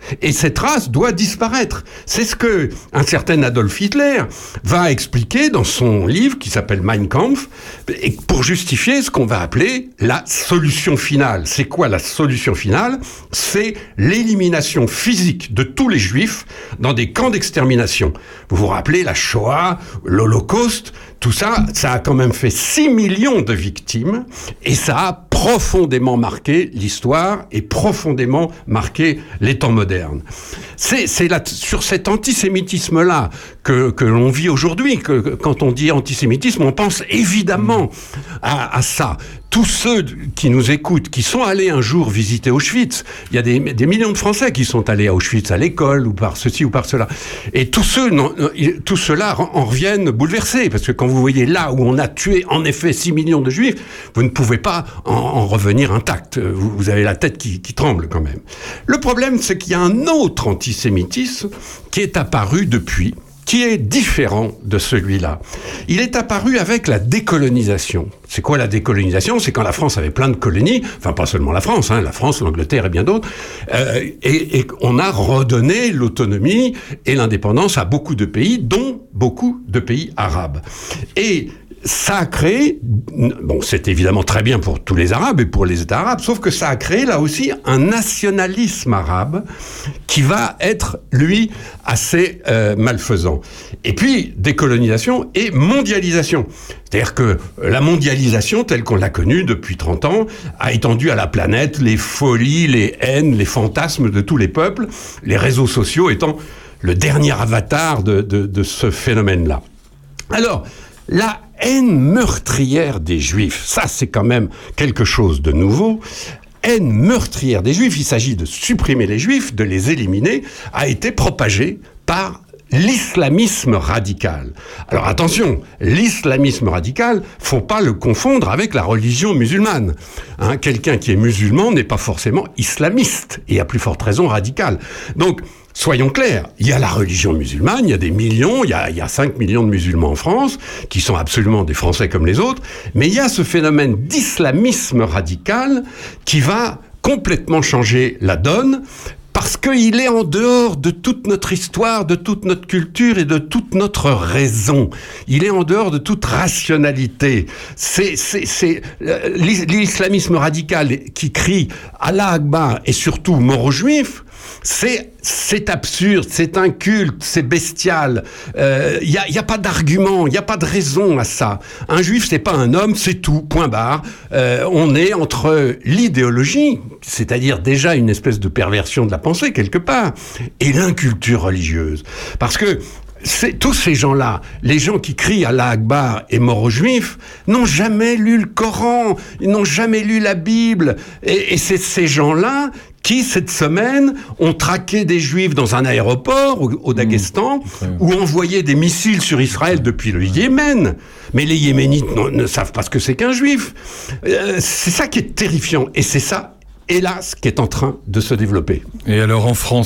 Et cette race doit disparaître. C'est ce que un certain Adolf Hitler va expliquer dans son livre qui s'appelle Mein Kampf, et pour justifier ce qu'on va appeler la solution finale. C'est quoi la solution finale? C'est l'élimination physique de tous les juifs dans des camps d'extermination. Vous vous rappelez la Shoah, l'Holocauste, tout ça, ça a quand même fait six millions de victimes et ça a profondément marqué l'histoire et profondément marqué les temps modernes. C'est, c'est là, sur cet antisémitisme-là que, que l'on vit aujourd'hui, que, que quand on dit antisémitisme, on pense évidemment à, à ça. Tous ceux qui nous écoutent, qui sont allés un jour visiter Auschwitz, il y a des, des millions de Français qui sont allés à Auschwitz à l'école ou par ceci ou par cela. Et tous ceux, non, tous ceux-là en reviennent bouleversés, parce que quand vous voyez là où on a tué en effet six millions de Juifs, vous ne pouvez pas en, en revenir intact. Vous, vous avez la tête qui, qui tremble quand même. Le problème, c'est qu'il y a un autre antisémitisme qui est apparu depuis, qui est différent de celui-là. Il est apparu avec la décolonisation. C'est quoi la décolonisation? C'est quand la France avait plein de colonies, enfin pas seulement la France, hein, la France, l'Angleterre et bien d'autres, euh, et, et on a redonné l'autonomie et l'indépendance à beaucoup de pays, dont beaucoup de pays arabes. Et ça a créé, bon, c'est évidemment très bien pour tous les Arabes et pour les États arabes, sauf que ça a créé là aussi un nationalisme arabe qui va être, lui, assez euh, malfaisant. Et puis, décolonisation et mondialisation. C'est-à-dire que la mondialisation, telle qu'on l'a connue depuis trente ans, a étendu à la planète les folies, les haines, les fantasmes de tous les peuples, les réseaux sociaux étant le dernier avatar de, de, de ce phénomène-là. Alors, la haine meurtrière des Juifs, ça c'est quand même quelque chose de nouveau. Haine meurtrière des Juifs, il s'agit de supprimer les Juifs, de les éliminer, a été propagée par l'islamisme radical. Alors attention, l'islamisme radical, faut pas le confondre avec la religion musulmane. Hein, quelqu'un qui est musulman n'est pas forcément islamiste, et à plus forte raison radical. Donc, soyons clairs, il y a la religion musulmane, il y a des millions, il y a, il y a cinq millions de musulmans en France, qui sont absolument des Français comme les autres, mais il y a ce phénomène d'islamisme radical qui va complètement changer la donne, parce qu'il est en dehors de toute notre histoire, de toute notre culture et de toute notre raison. Il est en dehors de toute rationalité. C'est, c'est, c'est l'islamisme radical qui crie Allah Akbar et surtout mort aux Juifs. C'est, c'est absurde, c'est inculte, c'est bestial. Il euh, y a, y a pas d'argument, il y a pas de raison à ça. Un juif, c'est pas un homme, c'est tout, point barre. Euh, on est entre l'idéologie, c'est-à-dire déjà une espèce de perversion de la pensée quelque part, et l'inculture religieuse. Parce que c'est, tous ces gens-là, les gens qui crient Allah Akbar et mort aux Juifs, n'ont jamais lu le Coran, ils n'ont jamais lu la Bible. Et, et c'est ces gens-là qui, cette semaine, ont traqué des Juifs dans un aéroport au, au Daghestan, mmh, ou envoyé des missiles sur Israël depuis le Yémen. Mais les Yéménites ne, ne savent pas ce que c'est qu'un Juif. Euh, c'est ça qui est terrifiant. Et c'est ça, hélas, qui est en train de se développer. Et alors en France ?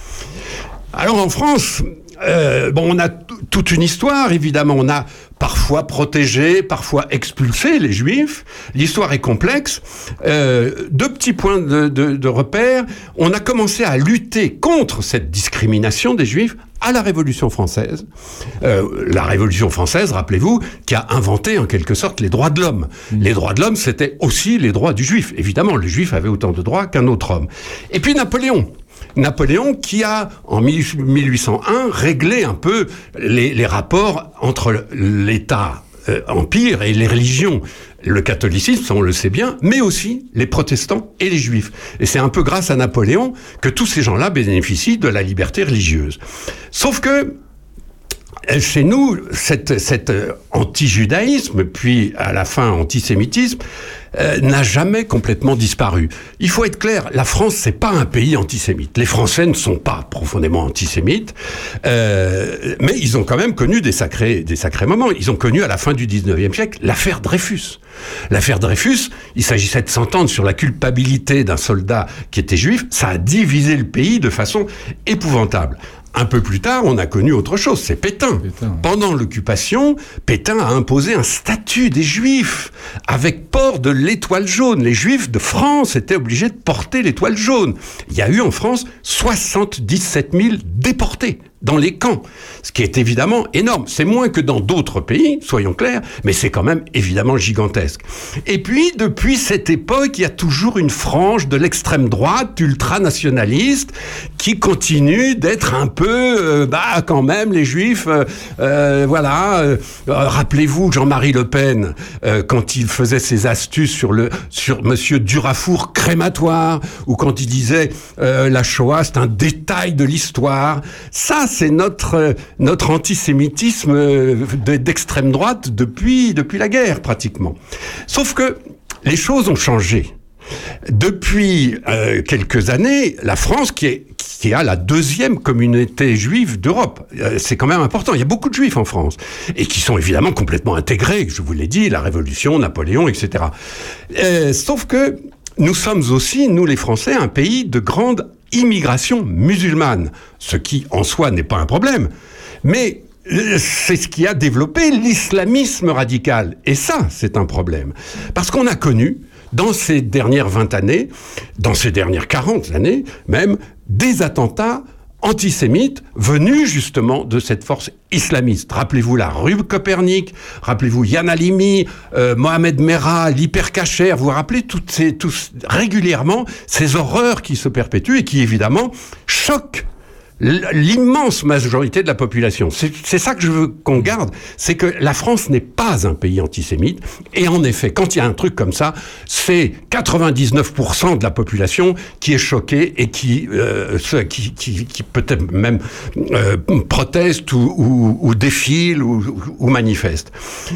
Alors en France... Euh, bon, on a t- toute une histoire, évidemment. On a parfois protégé, parfois expulsé les Juifs. L'histoire est complexe. Euh, deux petits points de, de, de repère. On a commencé à lutter contre cette discrimination des Juifs à la Révolution française. Euh, la Révolution française, rappelez-vous, qui a inventé en quelque sorte les droits de l'homme. Mmh. Les droits de l'homme, c'était aussi les droits du Juif. Évidemment, le Juif avait autant de droits qu'un autre homme. Et puis Napoléon. Napoléon qui a, en mille huit cent un, réglé un peu les, les rapports entre l'État euh, empire et les religions. Le catholicisme, ça on le sait bien, mais aussi les protestants et les juifs. Et c'est un peu grâce à Napoléon que tous ces gens-là bénéficient de la liberté religieuse. Sauf que, chez nous, cet, cet anti-judaïsme, puis à la fin antisémitisme, euh, n'a jamais complètement disparu. Il faut être clair, la France, c'est pas un pays antisémite. Les Français ne sont pas profondément antisémites, euh, mais ils ont quand même connu des sacrés, des sacrés moments. Ils ont connu à la fin du dix-neuvième siècle l'affaire Dreyfus. L'affaire Dreyfus, il s'agissait de s'entendre sur la culpabilité d'un soldat qui était juif, ça a divisé le pays de façon épouvantable. Un peu plus tard, on a connu autre chose, c'est Pétain. Pétain. Pendant l'occupation, Pétain a imposé un statut des Juifs avec port de l'étoile jaune. Les Juifs de France étaient obligés de porter l'étoile jaune. Il y a eu en France soixante-dix-sept mille déportés dans les camps, ce qui est évidemment énorme. C'est moins que dans d'autres pays, soyons clairs, mais c'est quand même évidemment gigantesque. Et puis, depuis cette époque, il y a toujours une frange de l'extrême droite ultranationaliste qui continue d'être un peu, euh, bah quand même, les Juifs, euh, euh, voilà. Euh, rappelez-vous Jean-Marie Le Pen, euh, quand il faisait ses astuces sur le sur Monsieur Durafour crématoire, ou quand il disait euh, la Shoah, c'est un détail de l'histoire. Ça, c'est notre euh, notre antisémitisme euh, d'extrême droite depuis depuis la guerre pratiquement. Sauf que les choses ont changé. Depuis euh, quelques années, la France, qui, est, qui a la deuxième communauté juive d'Europe, euh, c'est quand même important. Il y a beaucoup de juifs en France, et qui sont évidemment complètement intégrés, je vous l'ai dit, la Révolution, Napoléon, et cetera. Euh, sauf que nous sommes aussi, nous les Français, un pays de grande immigration musulmane, ce qui en soi n'est pas un problème. Mais c'est ce qui a développé l'islamisme radical. Et ça, c'est un problème. Parce qu'on a connu, dans ces dernières vingt années, dans ces dernières quarante années même, des attentats antisémites venus justement de cette force islamiste. Rappelez-vous la rue Copernic, rappelez-vous Yann Halimi, euh, Mohamed Merah, l'hypercacher, vous vous rappelez toutes ces, tous, régulièrement ces horreurs qui se perpétuent et qui évidemment choquent l'immense majorité de la population. C'est, c'est ça que je veux qu'on garde, c'est que la France n'est pas un pays antisémite, et en effet, quand il y a un truc comme ça, c'est quatre-vingt-dix-neuf pour cent de la population qui est choquée et qui, euh, qui, qui, qui peut-être même euh, proteste ou, ou, ou défile ou, ou manifeste.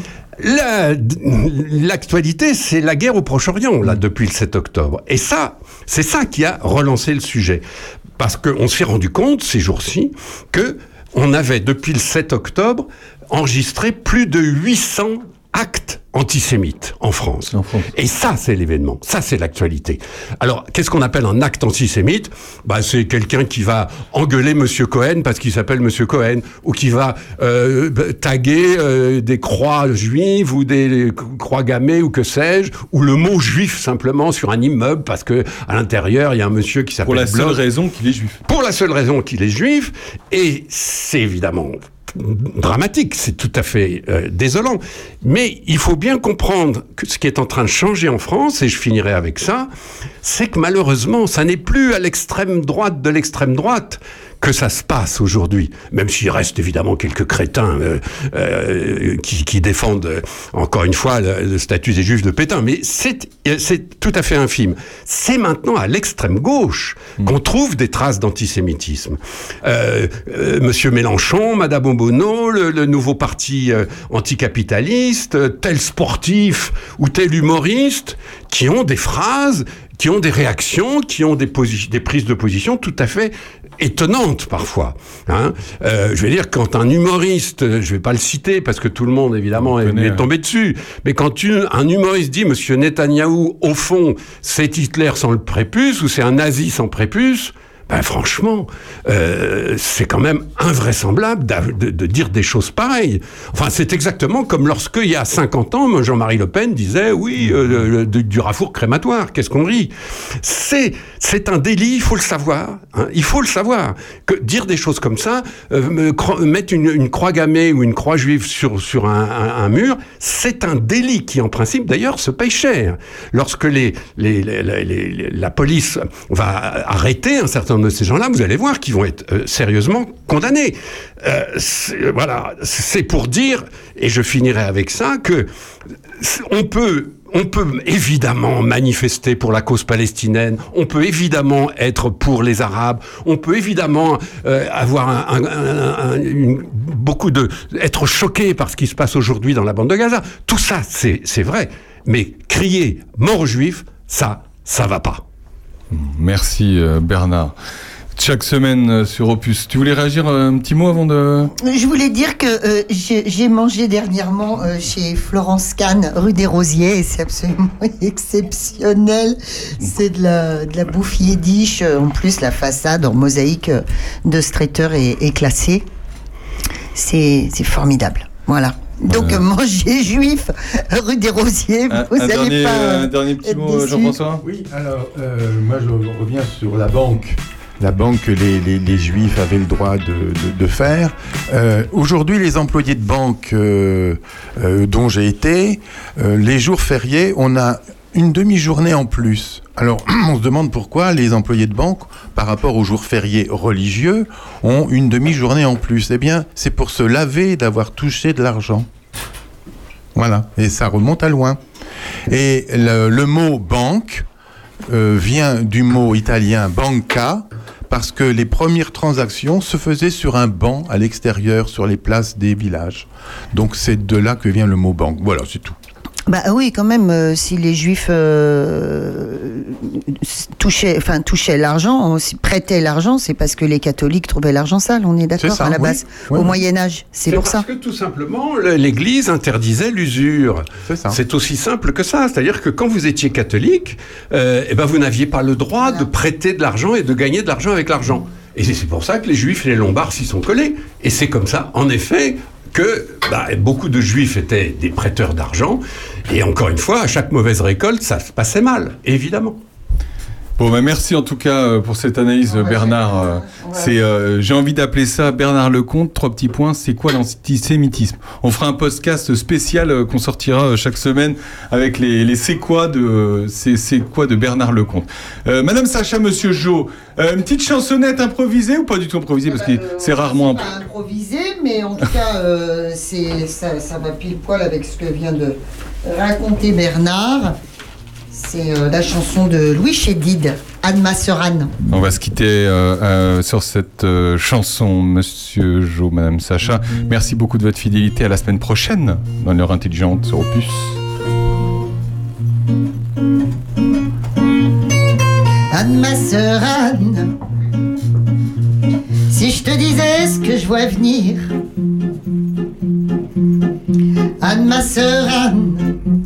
La, l'actualité, c'est la guerre au Proche-Orient, là, depuis le sept octobre. Et ça, c'est ça qui a relancé le sujet. Parce qu'on s'est rendu compte, ces jours-ci, que on avait, depuis le sept octobre, enregistré plus de huit cents actes antisémites en France. en France. Et ça, c'est l'événement. Ça, c'est l'actualité. Alors, qu'est-ce qu'on appelle un acte antisémite ? Bah, c'est quelqu'un qui va engueuler Monsieur Cohen parce qu'il s'appelle Monsieur Cohen, ou qui va euh, taguer euh, des croix juives ou des croix gammées ou que sais-je, ou le mot juif simplement sur un immeuble parce que à l'intérieur il y a un monsieur qui s'appelle Pour la seule Bloch. raison qu'il est juif. Pour la seule raison qu'il est juif, et c'est évidemment dramatique, c'est tout à fait euh, désolant. Mais il faut bien comprendre que ce qui est en train de changer en France, et je finirai avec ça, c'est que malheureusement, ça n'est plus à l'extrême droite de l'extrême droite que ça se passe aujourd'hui, même s'il reste évidemment quelques crétins euh, euh, qui, qui défendent euh, encore une fois le, le statut des juifs de Pétain, mais c'est, c'est tout à fait infime. C'est maintenant à l'extrême gauche mmh. qu'on trouve des traces d'antisémitisme. Euh, euh, Monsieur Mélenchon, Madame Obono, le, le nouveau parti euh, anticapitaliste, tel sportif ou tel humoriste, qui ont des phrases, qui ont des réactions, qui ont des, posi- des prises de position tout à fait étonnantes parfois. Hein. Euh, je vais dire, quand un humoriste, je vais pas le citer parce que tout le monde évidemment est, est tombé dessus, mais quand tu, un humoriste dit Monsieur Netanyahou, au fond, c'est Hitler sans le prépuce ou c'est un nazi sans prépuce, ben franchement, euh, c'est quand même invraisemblable de, de dire des choses pareilles. Enfin, c'est exactement comme lorsque, il y a cinquante ans, Jean-Marie Le Pen disait, oui, euh, du, du rafour crématoire, qu'est-ce qu'on rit ? C'est, c'est un délit, il faut le savoir. Hein, il faut le savoir. Que dire des choses comme ça, euh, cro- mettre une, une croix gammée ou une croix juive sur, sur un, un, un mur, c'est un délit qui, en principe, d'ailleurs, se paye cher. Lorsque les, les, les, les, les, la police va arrêter un certain de ces gens-là, vous allez voir qu'ils vont être euh, sérieusement condamnés. Euh, c'est, voilà, c'est pour dire, et je finirai avec ça, que on peut, on peut évidemment manifester pour la cause palestinienne, on peut évidemment être pour les Arabes, on peut évidemment euh, avoir un, un, un, un, une, beaucoup de, être choqué par ce qui se passe aujourd'hui dans la bande de Gaza. Tout ça, c'est, c'est vrai, mais crier mort aux Juifs, ça, ça va pas. Merci Bernard. chaque semaine euh, sur Opus. Tu voulais réagir euh, un petit mot avant de... Je voulais dire que euh, j'ai, j'ai mangé dernièrement euh, chez Florence Kahn, rue des Rosiers, et c'est absolument exceptionnel. C'est de la, de la bouffe yiddish. En plus, la façade en mosaïque de Streeter est, est classée. C'est, c'est formidable. Voilà. Donc, Voilà. manger juif, rue des Rosiers, Un, vous un n'allez dernier, pas. euh, un dernier petit être mot, déçus. Jean-François. Oui, alors, euh, moi je reviens sur la banque. La banque que les, les, les Juifs avaient le droit de, de, de faire. Euh, aujourd'hui, les employés de banque euh, euh, dont j'ai été, euh, les jours fériés, on a une demi-journée en plus. Alors, on se demande pourquoi les employés de banque, par rapport aux jours fériés religieux, ont une demi-journée en plus. Eh bien, c'est pour se laver d'avoir touché de l'argent. Voilà, et ça remonte à loin. Et le, le mot banque euh, vient du mot italien banca, parce que les premières transactions se faisaient sur un banc à l'extérieur, sur les places des villages. Donc c'est de là que vient le mot banque. Voilà, c'est tout. Bah oui, quand même, euh, si les Juifs euh, touchaient, enfin touchaient l'argent, si prêtaient l'argent, c'est parce que les catholiques trouvaient l'argent sale. On est d'accord, C'est ça, à la oui. base, Oui, au oui. Moyen Âge, c'est, pour parce ça. que tout simplement, le- l'Église interdisait l'usure. C'est ça. C'est aussi simple que ça. C'est-à-dire que quand vous étiez catholique, euh, eh ben vous n'aviez pas le droit de prêter de l'argent et de gagner de l'argent avec l'argent. Et c'est pour ça que les Juifs et les Lombards s'y sont collés. Et c'est comme ça, en effet, que bah, beaucoup de Juifs étaient des prêteurs d'argent. Et encore une fois, à chaque mauvaise récolte, ça se passait mal, évidemment. Bon, bah merci en tout cas euh, pour cette analyse, Bernard. Euh, c'est, euh, j'ai envie d'appeler ça Bernard Lecomte. Trois petits points. C'est quoi l'antisémitisme ? On fera un podcast spécial euh, qu'on sortira euh, chaque semaine avec les, les c'est quoi de euh, c'est, c'est quoi de Bernard Lecomte. Euh, Madame Sacha, Monsieur Jo, euh, une petite chansonnette improvisée ou pas du tout improvisée parce que c'est rarement Pas improvisé, mais en tout cas, euh, c'est, ça, ça va pile poil avec ce que vient de raconter Bernard. C'est euh, la chanson de Louis Chédid, Anne ma sœur Anne. On va se quitter euh, euh, sur cette euh, chanson, Monsieur Jo, Madame Sacha. Merci beaucoup de votre fidélité. À la semaine prochaine dans l'heure intelligente sur Opus. Anne ma sœur Anne, si je te disais ce que je vois venir. Anne ma sœur Anne,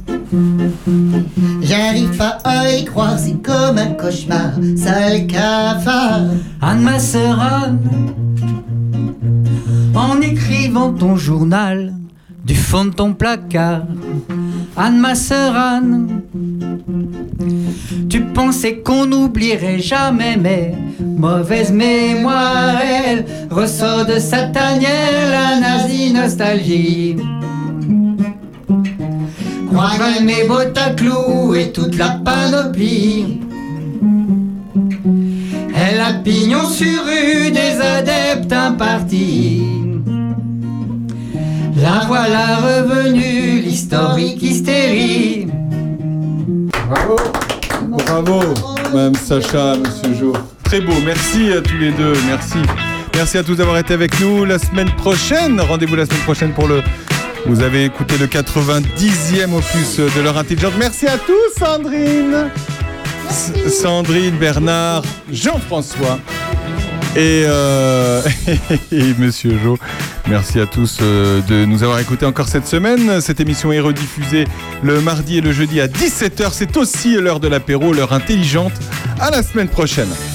j'arrive pas à y croire, c'est comme un cauchemar, sale cafard. Anne, ma sœur Anne, en écrivant ton journal du fond de ton placard, Anne, ma sœur Anne, tu pensais qu'on n'oublierait jamais, mais mauvaise mémoire, elle ressort de sa tanière la nazie nostalgie. Croirais mes bottes à clous et toute la panoplie. Elle a pignon sur rue des adeptes impartis. La voilà revenue, l'historique hystérie. Bravo. Bravo, Madame Sacha, Monsieur Jo. Très beau, merci à tous les deux, merci. Merci à tous d'avoir été avec nous. La semaine prochaine, rendez-vous la semaine prochaine pour le... Vous avez écouté le quatre-vingt-dixième opus de l'heure intelligente. Merci à tous, Sandrine. S- Sandrine, Bernard, Jean-François et, euh, et Monsieur Jo. Merci à tous euh, de nous avoir écoutés encore cette semaine. Cette émission est rediffusée le mardi et le jeudi à dix-sept heures. C'est aussi l'heure de l'apéro, l'heure intelligente. À la semaine prochaine.